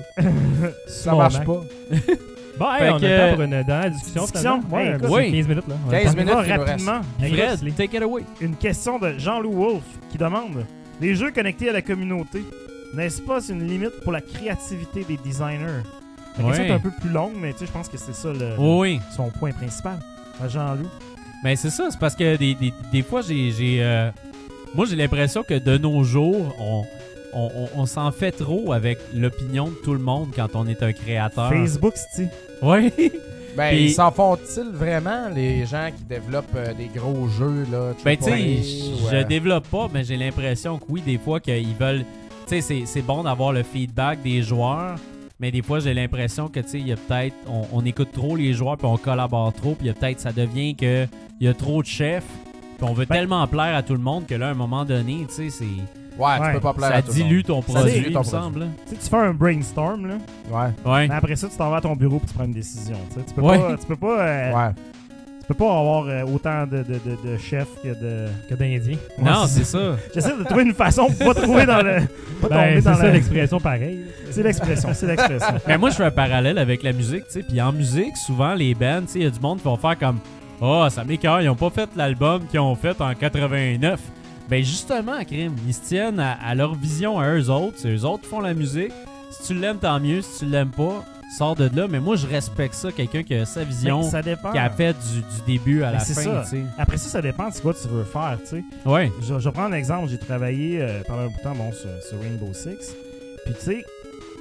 Ça Mon marche Mac. pas. Bon, hey, Fait on que- a le temps pour une dernière discussion. Discussion? finalement. Ouais, Ouais, écoute, c'est oui. quinze minutes là. On a quinze le temps. minutes. On va qu'il nous rapidement. Fred, Écoute, take it away. Une question de Jean-Loup Wolf qui demande les jeux connectés à la communauté, n'est-ce pas une limite pour la créativité des designers? La question Ouais. est un peu plus longue, mais tu sais, je pense que c'est ça le, Oui. son point principal. À Jean-Loup. Mais c'est ça, c'est parce que des, des, des fois, j'ai. j'ai, euh, moi, j'ai l'impression que de nos jours, on, on, on- on s'en fait trop avec l'opinion de tout le monde quand on est un créateur. Facebook, c'est Oui. Ben, Puis- ils s'en font-ils vraiment, les gens qui développent euh, des gros jeux, là? Ben, tu sais, triple A, je ou, je euh, développe pas, mais j'ai l'impression que oui, des fois, qu'ils veulent. Tu sais, c'est- c'est bon d'avoir le feedback des joueurs, mais des fois, j'ai l'impression que, tu sais, il y a peut-être. On, on écoute trop les joueurs, puis on collabore trop, puis il y a peut-être. Ça devient que il y a trop de chefs, puis on veut Ben- tellement plaire à tout le monde que là, à un moment donné, tu sais, c'est. Ouais, tu Ouais, peux pas plaire Ça à tout le monde. dilue ton Ça produit, dilue il ton me produit. semble. là. Tu sais, tu fais un brainstorm, là, Ouais, Ouais. mais après ça, tu t'en vas à ton bureau et tu prends une décision. Tu sais, tu peux Ouais. pas, tu peux pas, euh, ouais. tu peux pas avoir euh, autant de, de, de, de chefs que de. Que d'Indien. Non, Ouais, c'est ça. J'essaie de trouver une façon pour pas trouver dans le. Pas Ben, tomber c'est dans ça la- l'expression pareille. C'est l'expression, c'est l'expression. Mais moi, je fais un parallèle avec la musique, tu sais. Puis en musique, souvent, les bands, tu sais, il y a du monde qui vont faire comme Ah, oh, ça m'écoeure, ils ont pas fait l'album qu'ils ont fait en quatre-vingt-neuf. Ben, justement, crime, ils se tiennent à, à leur vision à eux autres. C'est eux autres qui font la musique. Si tu l'aimes, tant mieux. Si tu l'aimes pas, sors de là. Mais moi, je respecte ça, quelqu'un qui a sa vision, Mais ça dépend. qui a fait du, du début à Mais la c'est fin, ça. tu sais. Après ça, ça dépend de quoi tu veux faire, tu sais. Ouais. Je, je vais prendre un exemple. J'ai travaillé euh, pendant un bout de temps bon, sur, sur Rainbow Six. Puis, tu sais,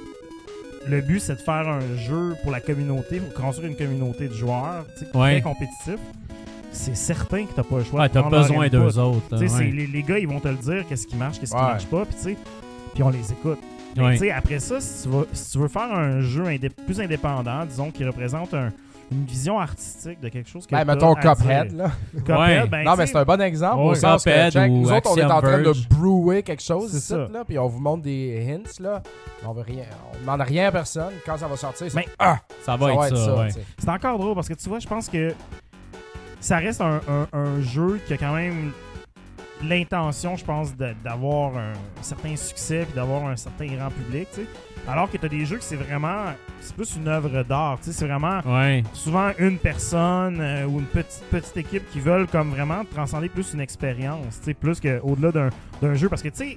le but, c'est de faire un jeu pour la communauté, pour construire une communauté de joueurs, tu sais, Ouais. très compétitif. C'est certain que t'as pas le choix Ouais, de t'as prendre leur besoin input. d'eux autres. là, Tu sais, c'est- ouais. les, les gars, ils vont te le dire, qu'est-ce qui marche, qu'est-ce qui Ouais. marche pas, puis tu sais, puis on les écoute. Mais Ouais. tu sais, après ça, si tu, vas- si tu veux faire un jeu indé- plus indépendant, disons, qui représente un- une vision artistique de quelque chose que Ben, t'as mettons à Cuphead, dire. là. Cuphead, Ouais. ben, Non, tu mais sais, c'est un bon exemple. Ouais. Au sens que, Cuphead check, ou nous autres, on est en Axiom train Verge. de brewer quelque chose C'est ici, ça. là, puis on vous montre des hints, là. On veut rien, on demande rien à personne. Quand ça va sortir, c'est Mais- ah, Ça va être ça, ouais. tu sais. c'est encore drôle parce que tu vois, je pense que ça reste un, un- un jeu qui a quand même l'intention, je pense, de- d'avoir un certain succès puis d'avoir un certain grand public, tu sais. Alors que tu as des jeux que c'est vraiment, c'est plus une œuvre d'art, tu sais, c'est vraiment Ouais. souvent une personne euh, ou une petite petite équipe qui veulent comme vraiment transcender plus une expérience, tu sais, plus qu'au-delà d'un d'un jeu. Parce que, tu sais,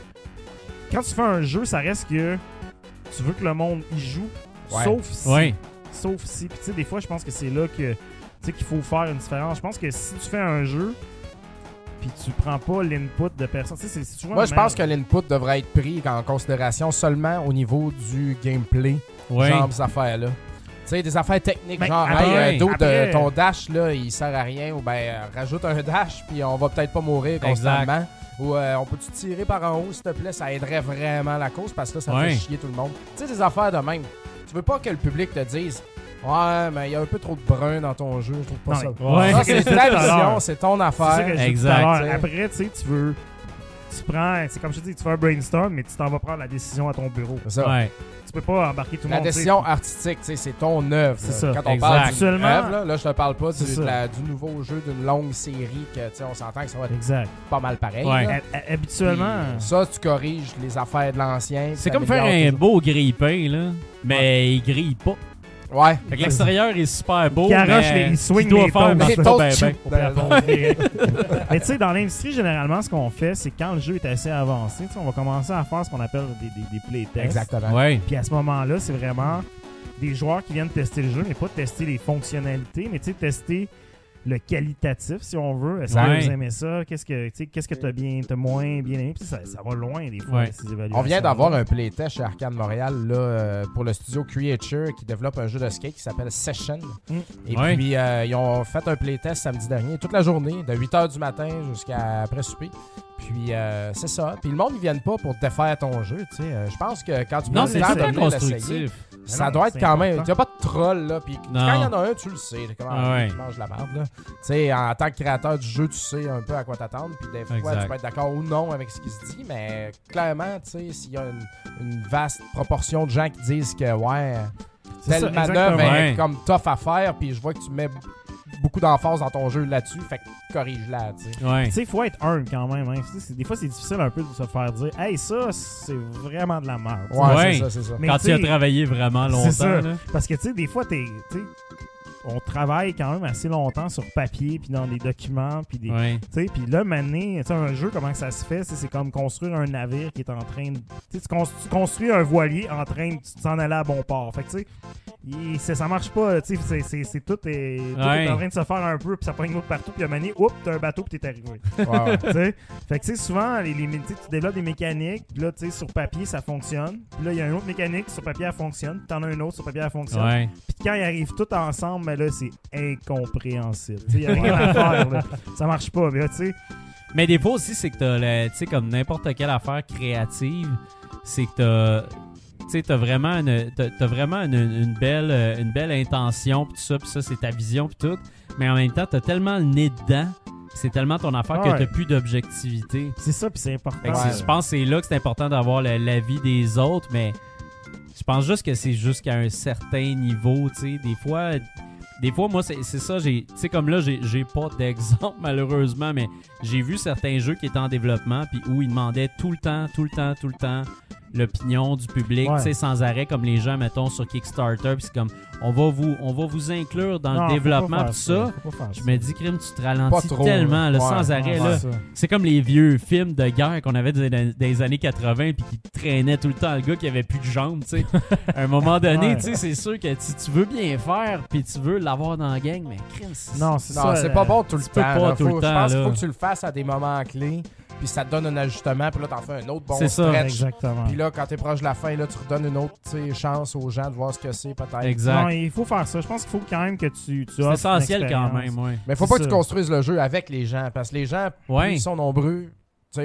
quand tu fais un jeu, ça reste que tu veux que le monde y joue, Ouais. sauf si. Ouais. Sauf si. Puis, tu sais, des fois, je pense que c'est là que, tu sais, qu'il faut faire une différence. Je pense que si tu fais un jeu, puis tu prends pas l'input de personne, tu sais, c'est c'est toujours Moi, le je même- pense que l'input devrait être pris en considération seulement au niveau du gameplay, Ouais. genre des affaires-là. Tu sais, des affaires techniques, Ben, genre, après- hey, euh, dude, après- euh, ton dash, là, il sert à rien, ou ben, euh, rajoute un dash, puis on va peut-être pas mourir constamment. Ou euh, on peut-tu tirer par en haut, s'il te plaît, ça aiderait vraiment la cause, parce que là, ça Ouais. fait chier tout le monde. Tu sais, des affaires de même. Tu veux pas que le public te dise, ouais, mais il y a un peu trop de brun dans ton jeu, je trouve pas Non, ça. mais- Ouais. Ça, C'est c'est ce que ta j'ai dit tout à vision, l'heure. c'est ton C'est ça affaire. que j'ai dit Exact. tout à l'heure. T'sais. Après, tu sais, tu veux. Tu prends. C'est comme je te dis, tu fais un brainstorm, mais tu t'en vas prendre la décision à ton bureau. C'est ça. Ouais. Tu peux pas embarquer tout le La monde. décision tu sais. artistique, tu sais, c'est ton œuvre. C'est là. ça. Quand on Exact. parle d'une Seulement- œuvre, là, là, je te parle pas du, C'est ça. de la- du nouveau jeu d'une longue série que, tu sais, on s'entend que ça va être Exact. pas mal pareil. Ouais. là. Ha- ha- Habituellement. Puis, ça, tu corriges les affaires de l'ancien. C'est puis comme faire un t'améliores beau grille-pain, là. Mais il grille pas. toujours. Ouais. Fait que l'extérieur est super beau. Il garoche mais les- il swing ce qu'il doit les faire tombes. marche Les pas tombes ben, chip ben. Au dans- plafond direct. Mais tu sais, dans l'industrie, généralement, ce qu'on fait, c'est quand le jeu est assez avancé, tu sais, on va commencer à faire ce qu'on appelle des, des, des playtests. Exactement. Ouais. Puis à ce moment-là, c'est vraiment des joueurs qui viennent tester le jeu, mais pas tester les fonctionnalités, mais tu sais, tester le qualitatif, si on veut. Est-ce Ouais. que vous aimez ça? Qu'est-ce que tu sais, qu'est-ce que t'as bien, t'as moins bien aimé? Puis ça, ça va loin, des fois, Ouais. ces évaluations. On vient d'avoir un playtest chez Arcade Montréal là, euh, pour le studio Creature qui développe un jeu de skate qui s'appelle Session. Mm. Et Ouais. puis, euh, ils ont fait un playtest samedi dernier, toute la journée, de huit heures du matin jusqu'à après souper. Puis, euh, c'est ça. Puis, le monde, ils viennent pas pour défaire ton jeu, tu sais. Euh, je pense que quand tu Non, prends c'est le temps super de venir l'essayer, constructif. ça non, doit être c'est quand même... Il important. n'y a pas de troll, là. Puis, Non. quand il y en a un, tu le sais. T'es comme, Ah ah, ouais. tu manges la merde, là. Tu sais, en tant que créateur du jeu, tu sais un peu à quoi t'attendre. Puis, des fois, Exact. tu peux être d'accord ou non avec ce qui se dit. Mais, clairement, tu sais, s'il y a une, une vaste proportion de gens qui disent que, ouais... C'est telle ça, manœuvre exactement. est Ouais. comme tough à faire, puis je vois que tu mets beaucoup d'emphase dans ton jeu là-dessus, fait que corrige-la, tu sais. Ouais. Tu sais, il faut être humble quand même. Hein. Tu sais, c'est- Des fois, c'est difficile un peu de se faire dire « Hey, ça, c'est vraiment de la merde. » Ouais. c'est ça, c'est ça. Mais Quand tu tu as sais, travaillé vraiment longtemps, c'est ça. là. Parce que, tu sais, des fois, t'es, tu sais, on travaille quand même assez longtemps sur papier, puis dans des documents, puis des... Ouais. Tu sais, puis là, maintenant, tu sais, un jeu, comment que ça se fait? C'est c'est comme construire un navire qui est en train de... Tu sais, tu, cons- tu construis un voilier en train de s'en aller à bon port. Fait que, tu sais, il- c'est- ça marche pas, tu sais, c'est- c'est c'est tout, est, tout Ouais. est en train de se faire un peu, puis ça pogne l'autre partout, puis à un moment donné, oups, t'as un bateau, puis t'es arrivé. Ouais, ouais. Tu sais, fait que, tu sais, souvent, les, les, tu sais, tu développes des mécaniques, puis là, tu sais, sur papier, ça fonctionne. Puis là, il y a une autre mécanique, sur papier, elle fonctionne. Puis t'en as une autre, sur papier, elle fonctionne. Ouais. Puis quand ils arrivent tous ensemble, mais là, c'est incompréhensible. Il n'y a rien à faire. Là. Ça marche pas. Mais là, tu sais, Mais des fois aussi, c'est que t'as, le- tu sais, comme n'importe quelle affaire créative, c'est que t'as, tu sais, t'as vraiment une, t'as, t'as vraiment une, une belle, euh, une belle intention, pis tout ça, pis ça, c'est ta vision, pis tout. Mais en même temps, t'as tellement le nez dedans, pis c'est tellement ton affaire Ouais. que t'as plus d'objectivité. c'est ça, puis c'est important. Fait que Ouais. c'est- je pense que c'est là que c'est important d'avoir le- l'avis des autres, mais je pense juste que c'est jusqu'à un certain niveau, tu sais. Des fois, des fois, moi, c'est c'est ça, j'ai, tu sais, comme là, j'ai j'ai pas d'exemple, malheureusement, mais j'ai vu certains jeux qui étaient en développement, puis où ils demandaient tout le temps, tout le temps, tout le temps l'opinion du public, Ouais. tu sais, sans arrêt, comme les gens, mettons, sur Kickstarter, puis c'est comme, on va vous, on va vous inclure dans Non, le faut développement, pas puis faire ça. Faut pas faire Je ça. me dis, crime, tu te Pas ralentis trop, tellement, là, là. sans Ouais, arrêt, Ouais, là. c'est ça. C'est comme les vieux films de guerre qu'on avait des, des années quatre-vingts puis qui traînaient tout le temps le gars qui avait plus de jambes, tu sais. À un moment donné, Ouais. tu sais, c'est sûr que si tu veux bien faire puis tu veux l'avoir dans la gang, mais crime, c'est Non, c'est Non, ça. c'est euh, pas bon tout le tu peux temps. pas là. tout le Faut- temps, Je pense qu'il là. faut que tu le fasses à des moments clés, puis ça te donne un ajustement, puis là, t'en fais un autre bon C'est ça. stretch. Exactement. Puis là, quand t'es proche de la fin, là, tu redonnes une autre tu sais, chance aux gens de voir ce que c'est, peut-être. exact. Non, il faut faire ça. Je pense qu'il faut quand même que tu, tu C'est offres essentiel une quand expérience. même, ouais. Mais faut C'est pas que tu ça. construises le jeu avec les gens, parce que les gens, plus Ouais. ils sont nombreux, tu sais,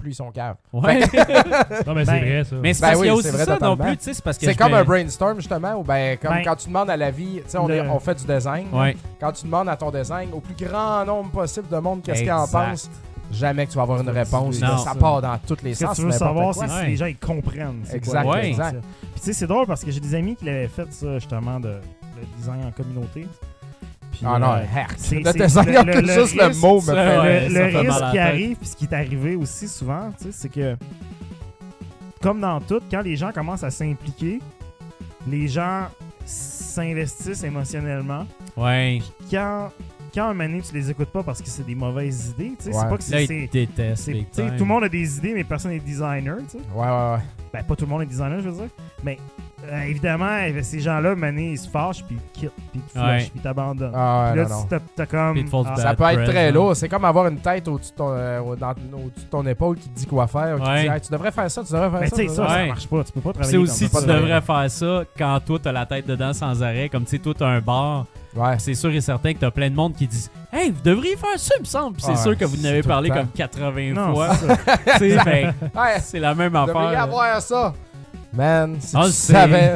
plus ils sont caves. Ouais. Non, mais c'est Ben, vrai, ça. Mais c'est Ben parce oui, qu'il y a c'est aussi vrai, ça non totalement. plus, tu sais, c'est parce que C'est je comme me- un brainstorm, justement, où ben, comme Ben, quand tu demandes à la vie, tu sais, on, le- est- on fait du design. Ouais. Quand tu demandes à ton design, au plus grand nombre possible de monde, qu'est-ce qu'il en Exact. pense, jamais que tu vas avoir une réponse. Non. là, ça part dans tous les Ce que sens. tu veux n'importe savoir, quoi. c'est Ouais. si les gens ils comprennent. c'est Exact, quoi, Ouais. exact. exact. Puis tu sais, c'est drôle parce que j'ai des amis qui l'avaient fait, ça, justement, de, de design en communauté. Puis, Ah non, euh, heck. c'est- Le c'est- design, le- le- le juste le risque, mot me ça, fait... ouais. le ça le fait mal risque à la qui tête. arrive, puis ce qui est arrivé aussi souvent, tu sais, c'est que, comme dans tout, quand les gens commencent à s'impliquer, les gens s'investissent émotionnellement. Ouais. Quand, quand un moment donné, tu les écoutes pas parce que c'est des mauvaises idées, tu sais, Ouais. c'est pas que Là, c'est... ils c'est- te détestent. c'est- big tu sais, time. tout le monde a des idées, mais personne n'est designer, tu sais. Ouais, ouais, ouais. Ben, pas tout le monde est designer, je veux dire. Mais euh, évidemment, euh, ces gens-là, mané, ils se fâchent, puis ils quittent, puis ils te Ouais. flushent, puis ils t'abandonnent. Ah, Puis ouais, là, non, non. tu t'as- t'as comme... Puis ils te font du ah, bad Ça peut être press, très là. lourd. C'est comme avoir une tête au-dessus de ton, euh, au- dans- au-dessus de ton épaule qui te dit quoi faire. Qui te Ouais. dit, hey, tu devrais faire ça, tu devrais faire Mais ça. tu sais, tu ça, devrais- ça Ouais. marche pas. Tu peux pas C'est travailler aussi, comme tu ça. devrais faire ça quand toi, t'as la tête dedans sans arrêt. Comme tu sais, toi, t'as un bar. Ouais. C'est sûr et certain que t'as plein de monde qui disent Hey, vous devriez faire ça, il me semble. Puis c'est Ouais, sûr que vous c'est n'avez tout parlé le temps. comme quatre-vingts Non, fois. c'est ça. Tu sais, fait que Ouais. c'est la même Vous devriez affaire. avoir ça. Man, si On tu le sait. savais.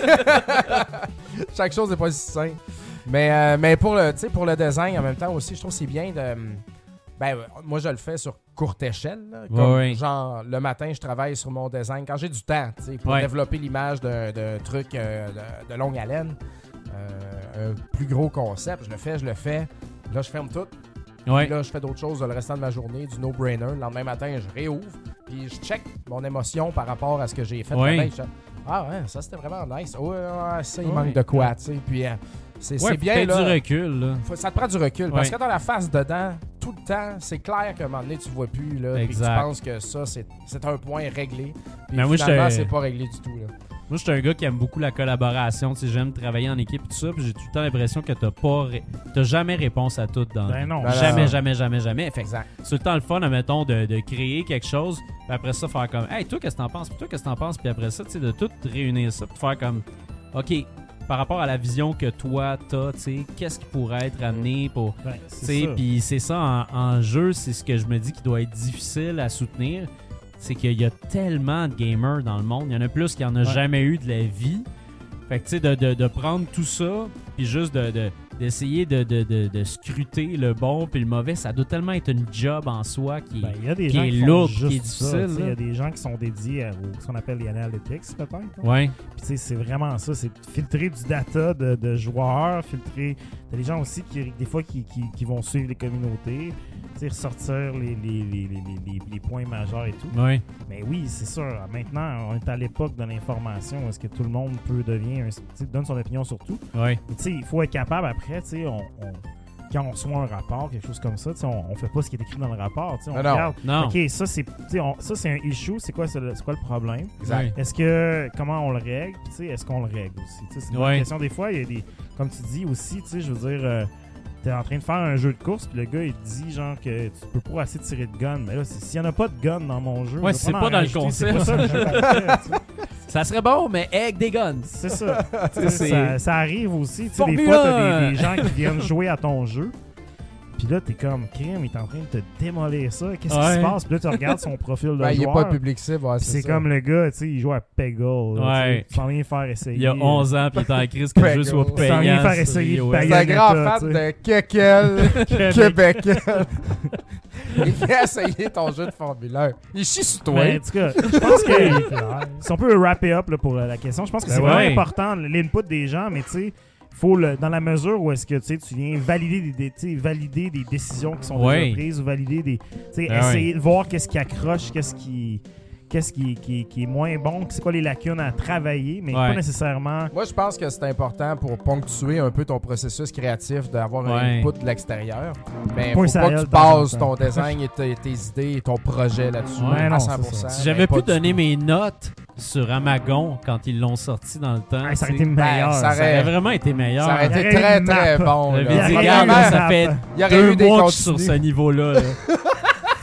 Chaque chose n'est pas si simple. Mais, euh, mais pour, le, tu sais, pour le design, en même temps aussi, je trouve que c'est bien de... Ben, moi, je le fais sur courte échelle. Là, comme, Ouais, ouais. Genre, le matin, je travaille sur mon design. Quand j'ai du temps, tu sais, pour Ouais. développer l'image d'un d'un truc euh, de, de longue haleine, euh, un plus gros concept, je le fais, je le fais. Là, je ferme tout. Ouais. Puis là, je fais d'autres choses le restant de ma journée, du no-brainer. Le lendemain matin, je réouvre, puis je check mon émotion par rapport à ce que j'ai fait Ouais. la veille. Je fais, ah ouais, ça c'était vraiment nice. Ouais, ouais, ça, il Ouais. manque de quoi, tu sais. Puis euh, c'est Ouais, c'est faut bien, peut-être là. du recul, là. Faut- ça te prend du recul. Parce Ouais. que dans la face dedans, tout le temps, c'est clair qu'à un moment donné, tu vois plus, là. Puis que tu Exact. penses que ça, c'est c'est un point réglé. Puis Ben, moi, finalement, j'étais- c'est pas réglé du tout, là. Moi, je suis un gars qui aime beaucoup la collaboration. Tu sais, j'aime travailler en équipe et tout ça. Puis j'ai tout le temps l'impression que t'as pas, ré- t'as jamais réponse à tout dans. la Ben vie. non. Ben jamais, non. jamais, jamais, jamais. Fait que Exact. c'est tout le temps le fun, admettons, de, de créer quelque chose. Puis après ça, faire comme, hey, toi, qu'est-ce que t'en penses? Puis toi, qu'est-ce que t'en penses? Puis après ça, tu sais, de tout réunir ça. Puis de faire comme, OK, par rapport à la vision que toi, t'as, tu sais, qu'est-ce qui pourrait être amené pour. Ben, Tu c'est sais, ça. puis c'est ça en, en jeu, c'est ce que je me dis qui doit être difficile à soutenir. C'est qu'il y a tellement de gamers dans le monde. Il y en a plus qu'il n'y en a Ouais. jamais eu de la vie. Fait que tu sais, de, de, de prendre tout ça, puis juste de, de- d'essayer de, de, de, de scruter le bon puis le mauvais, ça doit tellement être une job en soi qui Ben, il y a des qui gens est qui font lourd, juste qui est ça, difficile, tu sais. Il y là. a des gens qui sont dédiés à au- ce qu'on appelle les analytics, peut-être. hein. Ouais, Puis tu sais, c'est vraiment ça, c'est filtrer du data de, de joueurs, filtrer... T'as des gens aussi qui, des fois, qui, qui, qui vont suivre les communautés, tu sais, ressortir les, les, les, les, les, les points majeurs et tout. ouais, Mais oui, c'est sûr, maintenant, on est à l'époque de l'information, où est-ce que tout le monde peut devenir, un- tu sais, donne son opinion sur tout. ouais. Mais tu sais, il faut être capable après, tu sais, on, on- quand on reçoit un rapport, quelque chose comme ça, tu sais, on, on fait pas ce qui est écrit dans le rapport, tu sais, on Ah non. regarde, Non. ok, ça c'est, tu sais, on- ça c'est un issue, c'est quoi, c'est le- c'est quoi le problème? Exact. Ouais. Est-ce que, comment on le règle? Puis, tu sais, est-ce qu'on le règle aussi? Tu sais, c'est une bonne Ouais. question. Des fois, il y a des, comme tu dis aussi, tu sais, je veux dire, euh, t'es en train de faire un jeu de course, puis le gars, il te dit, genre, que tu peux pas assez tirer de gun. Mais là, c'est- s'il y en a pas de gun dans mon jeu, Ouais, je vais c'est en pas dans le rajouter. concept. C'est pas ça le jeu parfait, tu sais. Ça serait bon, mais avec des guns. C'est ça. Tu sais, C'est- ça. Ça arrive aussi. Tu sais, des Formule fois, t'as un. des, des gens qui viennent jouer à ton jeu. Puis là, t'es comme, crème, il est en train de te démolir ça. Qu'est-ce qui Ouais. se passe? Puis là, tu regardes son profil de Ben, il est joueur. pas public cible, ouais, Puis c'est c'est ça. comme le gars, tu sais, il joue à Peggle. là, Ouais. tu sais, sans rien faire essayer. Il y a onze ans, puis il est en crise que le jeu soit Sans payant. sans rien faire sur essayer de iOS. payer. C'est un grand Bayonetta, fan tu sais. de Kekel, Québec. Québec. Il a essayé ton jeu de Formule un. Il chie sur toi. Mais en tout cas, je pense que si on peut wrapper up là, pour euh, la question, je pense que Ben c'est ouais. vraiment important l'input des gens, mais tu sais, faut le, dans la mesure où est-ce que tu sais, tu viens valider des, des, tu sais, valider des décisions qui sont Ouais. déjà prises ou valider des, tu sais, Ben essayer de voir qu'est-ce qui accroche, qu'est-ce qui qu'est-ce qui, qui, qui est moins bon, c'est quoi les lacunes à travailler, mais Ouais. pas nécessairement. Moi, je pense que c'est important pour ponctuer un peu ton processus créatif d'avoir un Ouais. input de l'extérieur. Mais Pas faut un pas sérieux que de tu temps en bases temps. ton design et tes, tes idées et ton projet là-dessus Ouais, à non, cent pour c'est cent. ça. Si j'avais mais pu pas du donner tout. mes notes sur Amagon quand ils l'ont sorti dans le temps, Ah, ça aurait tu sais, été meilleur. Ben, ça ça aurait aurait- vraiment été meilleur. Ça aurait Il y été aurait très une très map. bon. J'avais là. dit, Il y aurait regarde, eu là, une ça map. fait Il y aurait eu deux des mois que je suis sur continues. ce niveau-là. là.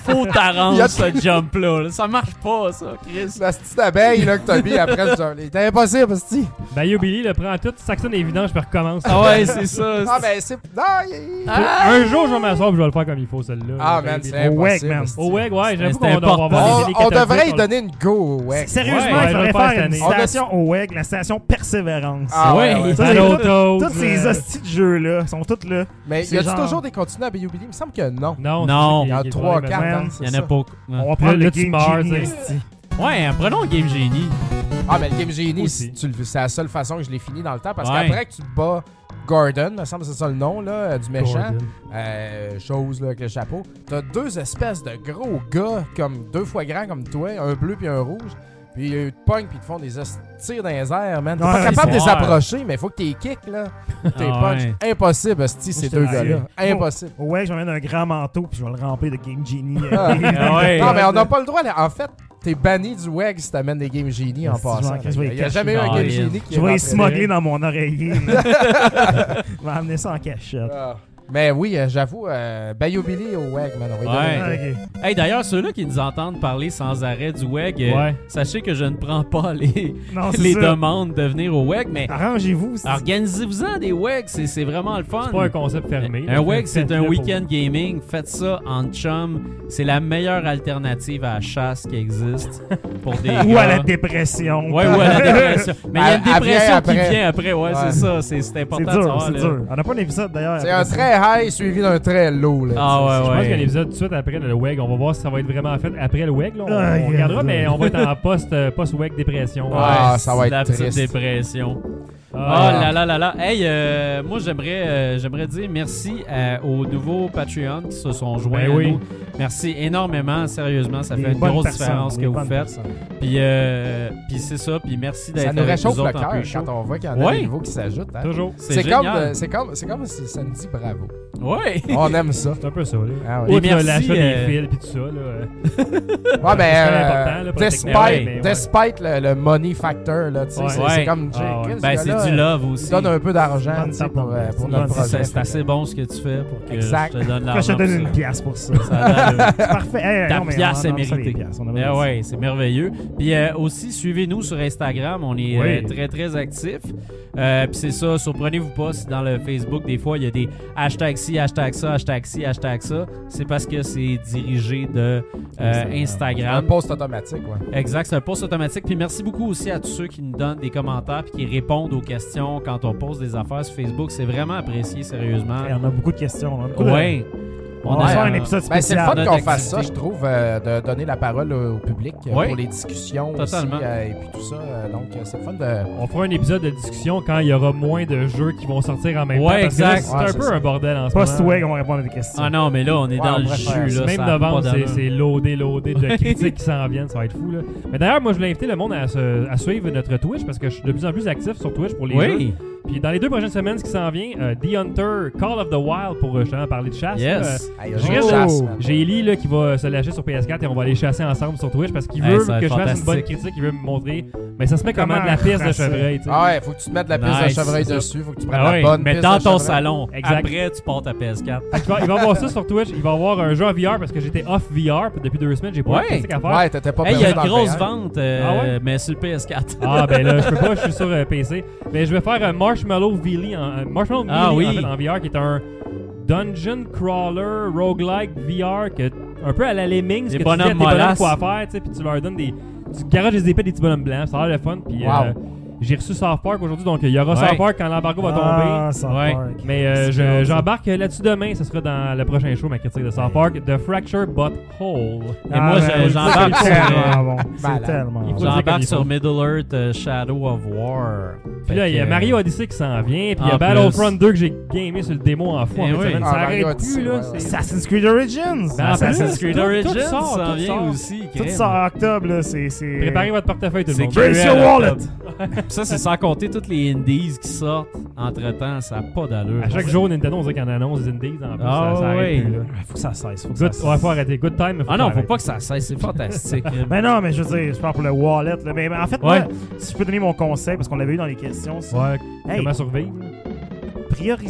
faut t'arranger Il y a- ce jump-là. là. Ça marche pas, ça, Chris. La petite abeille là, que t'as mis après ce jump. C'était impossible, hostie. Bayou Billy le prend tout, saxonne les vidanges, puis recommence. Ah ouais, c'est ça. Ah, ben c'est. Non, il- il- Ah! Un jour, je vais m'asseoir et je vais le faire comme il faut, celle-là. Ah, Bayou man, Billy. c'est Au WEG, impossible. man. hostie. Au WEG, ouais, j'avoue C'est qu'on va important. voir On, les on catholiques, devrait y on- donner une go, ouais. Sérieusement, Ouais, il ouais, faudrait je vais le faire faire une cette année. station au W E G, la station Persévérance. Ah, ouais, Ouais. ouais. Ça, c'est Battletoads, Tous ces euh, hosties de jeux-là sont tous là. Mais C'est y a-tu genre- toujours des continues à Bayou Billy? Il me semble que non. Non, Non. c'est Il y ça en a qui est- qui est trois, le quatre, problème. hein, Il y en c'est a ça. pas. On va Puis prendre là, le là, tu Game meurs, Genie, tu sais. esti. Ouais, prenons Game Genie. Ah, mais le Game Genie, Aussi. si tu le- c'est la seule façon que je l'ai fini dans le temps. Parce Ouais. qu'après que tu bats Gordon, me semble que c'est ça le nom là, euh, du méchant, Gordon. euh, chose là, avec le chapeau, t'as deux espèces de gros gars, comme deux fois grands comme toi, un bleu puis un rouge. Puis ils te pognent puis ils te font des os- tirs dans les airs, man. T'es Ouais, pas ils capable de les sont- approcher, mais il faut que t'es kick, là. T'es Ah punch. ouais. Impossible, hostie, ces j'étais deux là. gars-là. Bon. Impossible. Au W E G, je vais mettre un grand manteau puis je vais le remplir de Game Genie. Ah. Ah ouais. Non, mais on n'a pas le droit. là. En fait, t'es banni du W E G si t'amènes des Game Genie en Si, je vais- passant. je vais Il les n'y a jamais eu un cacher. Game Ah, Genie qui Je est vais y rentré. smuggler dans mon oreiller. là. Je vais amener ça en cachette. Ah. Mais oui, euh, j'avoue, euh, Bayou Billy au W E G, man. On va y Ouais. donner- Ah, ok. Hey, d'ailleurs, ceux-là qui nous entendent parler sans arrêt du W E G, euh, Ouais. sachez que je ne prends pas les, Non, c'est les ça. demandes de venir au W E G, mais Arrangez-vous. c'est- organisez-vous-en des W E G, c'est, c'est vraiment le fun. C'est pas un concept fermé. Un W E G, c'est Faites-le un pour- week-end gaming. Faites ça en chum. C'est la meilleure alternative à la chasse qui existe pour des Ou à gars. la dépression. Ouais, ou à la dépression. Mais il y a une Elle- elle vient dépression qui après. vient après. Ouais, Ouais. c'est ça. C'est, c'est C'est important de dur, savoir. c'est là. dur. On n'a pas un épisode d'ailleurs. C'est après un ça. très high suivi d'un très low. Là, Ah tu sais. ouais, Je pense ouais. qu'il y a un épisode tout de suite après le W E G. On va voir si ça va être vraiment fait après le W E G. Là. On, Ah, on yeah. regardera, mais on va être en post, euh, post-W E G dépression. Ah, ça va c'est être la petite triste. dépression. Oh Ah, là là là là. Hey, euh, moi j'aimerais euh, j'aimerais dire merci euh, aux nouveaux Patreons qui se sont joints Ben à oui. nous. Merci énormément, sérieusement, ça Des fait une bonnes grosse personnes, différence des que vous bonnes faites. personnes. Puis euh, puis c'est ça, puis merci d'être Ça nous avec réchauffe nous le autres en cœur pre-show. quand on voit qu'il y en a Ouais. des nouveaux qui s'ajoutent. hein. toujours. C'est, C'est comme, génial. euh, c'est comme, c'est comme si ça nous dit bravo. Ouais. On aime ça. C'est un peu ça. Là. Ah Et ouais. Outre merci, l'achat euh, des fils et tout ça. Là, euh, Ouais, ben, C'est euh, important, là, pour despite, la technique, mais ouais. despite le, le money factor, là, tu sais, Ouais. c'est, Ouais. c'est comme, Ah ouais. Chris, Ben ce c'est gars-là, du love il aussi. donne un peu d'argent Bonne tu sais, tape, pour, bonne euh, tape. pour C'est notre bonne projet. C'est, c'est assez bon ce que tu fais pour que Exact. je te donne Quand l'argent. je te donne pour une ça. pièce pour ça. Ça a l'allure. C'est parfait. Hey, Ta non, mais pièce on- est on aime ça, les méritée. pièces. On a Ah besoin de ouais, c'est merveilleux. Puis euh, aussi, suivez-nous sur Instagram. On est Oui. euh, très, très actifs. Euh, Puis c'est ça, surprenez-vous pas si dans le Facebook, des fois, il y a des hashtags ci, hashtag ça, hashtag ci, hashtag ça. C'est parce que c'est dirigé de euh, Un Instagram. post automatique, ouais. Exact, c'est un post automatique. Puis merci beaucoup aussi à tous ceux qui nous donnent des commentaires puis qui répondent aux questions quand on pose des affaires sur Facebook. C'est vraiment apprécié, sérieusement. Hey, on a beaucoup de questions. là. Beaucoup de- Ouais. On va Ouais, faire un euh, épisode Ben, c'est le spécial. fun notre qu'on fasse ça, activité. je trouve, euh, de donner la parole euh, au public euh, Ouais. pour les discussions Totalement. aussi, euh, et puis tout ça. euh, donc, euh, c'est le fun de... On fera un épisode de discussion quand il y aura moins de jeux qui vont sortir en même Ouais, temps. Parce que là, exact. c'est Ouais, un c'est peu ça. un bordel en ce Post-W E G, moment. on va répondre à des questions. Ah non, mais là, on est Ouais, dans on le pourrait faire jus. ça. Là, Même ça a novembre, pas c'est, d'allure. c'est loadé, loadé de critiques qui s'en viennent. Ça va être fou. Là. Mais d'ailleurs, moi, je voulais inviter le monde à, se- à suivre notre Twitch parce que je suis de plus en plus actif sur Twitch pour les jeux. Oui, Puis dans les deux prochaines semaines, ce qui s'en vient, euh, The Hunter, Call of the Wild pour euh, justement parler de chasse. là. yes. Hey, il y a Je juste reste- chasse, man. J'ai Ellie là, qui va se lâcher sur P S quatre et on va aller chasser ensemble sur Twitch parce qu'il Hey, veut ça va que être je fasse une bonne fantastique. critique, il veut me montrer. Mais ça se met comment, Comment de la piste de racer. chevreuil. tu sais. Ah ouais, faut que tu te mettes la piste Nice, de chevreuil c'est ça. dessus, faut que tu prennes Ah la oui, bonne mais piste dans de ton chevreuil. salon. Exact. Après, tu portes ta P S quatre. Fait qu'il va- il va voir ça sur Twitch, il va avoir un jeu en V R parce que j'étais off V R depuis deux semaines, j'ai pas Ouais. de critique à faire. Ouais, t'étais pas Hey, il y a perdu une dans le grosse V R. vente, euh, Ah ouais? mais sur le P S quatre. Ah ben là, je peux pas, je suis sur euh, P C. Mais je vais faire un Marshmallow Villy en, euh, Marshmallow Ah Melee, oui. en, fait, en V R qui est un dungeon crawler roguelike V R que un peu à la Lemmings Des que tu dis à tes bonhommes bonhommes mollasses. quoi faire, tu sais, puis tu leur donnes des tu garages des épées des petits bonhommes blancs, ça a l'air le fun puis Wow. euh, j'ai reçu South Park aujourd'hui donc il y aura Ouais. South Park quand l'embargo va tomber. Ah, South Ouais. Park. Mais euh, C'est je- drôle, ça. j'embarque là-dessus demain, ce sera dans le prochain show ma critique de South Park, The Fracture But Whole. Et Ah, moi, ben, je- c'est j'embarque sur, tellement euh, bon. C'est malade. tellement Il bon. faut- dire comme J'embarque il faut. sur Middle Earth euh, Shadow of War. Puis là, il y a Fait que, Mario Odyssey qui s'en vient, puis il y a En Battlefront plus. deux que j'ai gamé sur le démo en fou en Eh fin de oui. semaine. Ah, Ça Mario arrête Odyssey, plus, là. ouais, c'est- ouais. Assassin's Creed Origins. Ben, Assassin's plus, Creed tout- tout Origins sort, s'en tout vient sort. aussi. Tout crème. ça en octobre, là, c'est... c'est- Préparez votre portefeuille, tout le C'est monde. cruel, Brace your wallet. octobre. Puis ça, c'est sans compter toutes les indies qui sortent entre-temps. Ça n'a pas d'allure. À chaque jour, Nintendo, on dirait qu'il y en annonce des indies en plus. Ah ça, ça arrête ouais. plus, là. Faut que ça cesse. Faut que Good, ça cesse. ouais, faut arrêter. Good time, mais faut Ah non, faut arrêter. pas que ça cesse. C'est fantastique. Ben non, mais je veux dire, je parle pour le wallet. Là. Mais, mais en fait, Ouais. moi, si je peux donner mon conseil, parce qu'on l'avait eu dans les questions, c'est Ouais, hey, comment survivre? là. prioriser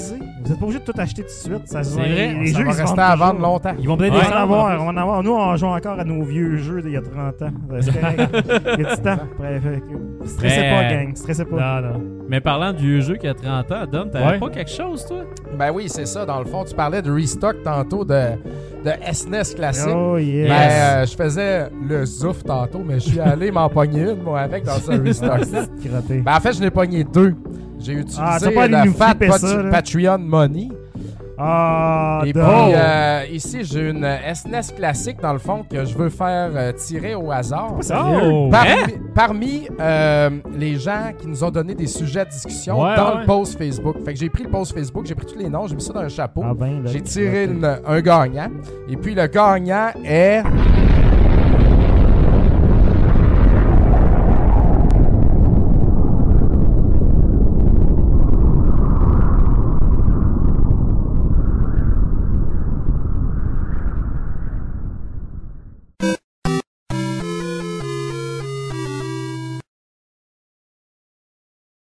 Vous êtes pas obligé de tout acheter tout de suite. Ça, C'est vrai, les Ça jeux, va ils se rester vendent à toujours. vendre longtemps. Ils vont peut-être Ouais. en avoir, on va en avoir. Nous, on joue encore à nos vieux jeux d'il y a trente ans. C'est correct. Il y a du temps. Bref, euh, stressez Mais- pas, gang. Stressez pas. Non, non. Mais parlant du vieux jeu qui a trente ans, Dom, t'avais Ouais. pas quelque chose, toi? Ben oui, c'est ça. Dans le fond, tu parlais de restock tantôt de, de S N E S classique. Oh yeah. Ben, euh, je faisais le zouf tantôt, mais je suis allé m'en pogner une, moi, avec dans ce restock. Crotté. Ben, en fait, je n'ai pogné deux. J'ai utilisé Ah, t'as pas allé le nous Fat flipper Pat- ça, là. Patreon Money. Ah, Et puis, dog. euh, ici, j'ai une S N E S classique, dans le fond, que je veux faire euh, tirer au hasard. Oh! Parmi, Hein? parmi, euh, les gens qui nous ont donné des sujets de discussion Ouais, dans ouais. le post Facebook. Fait que j'ai pris le post Facebook, j'ai pris tous les noms, j'ai mis ça dans un chapeau. Ah ben, là, J'ai tiré crotté. une- un gagnant. Et puis le gagnant est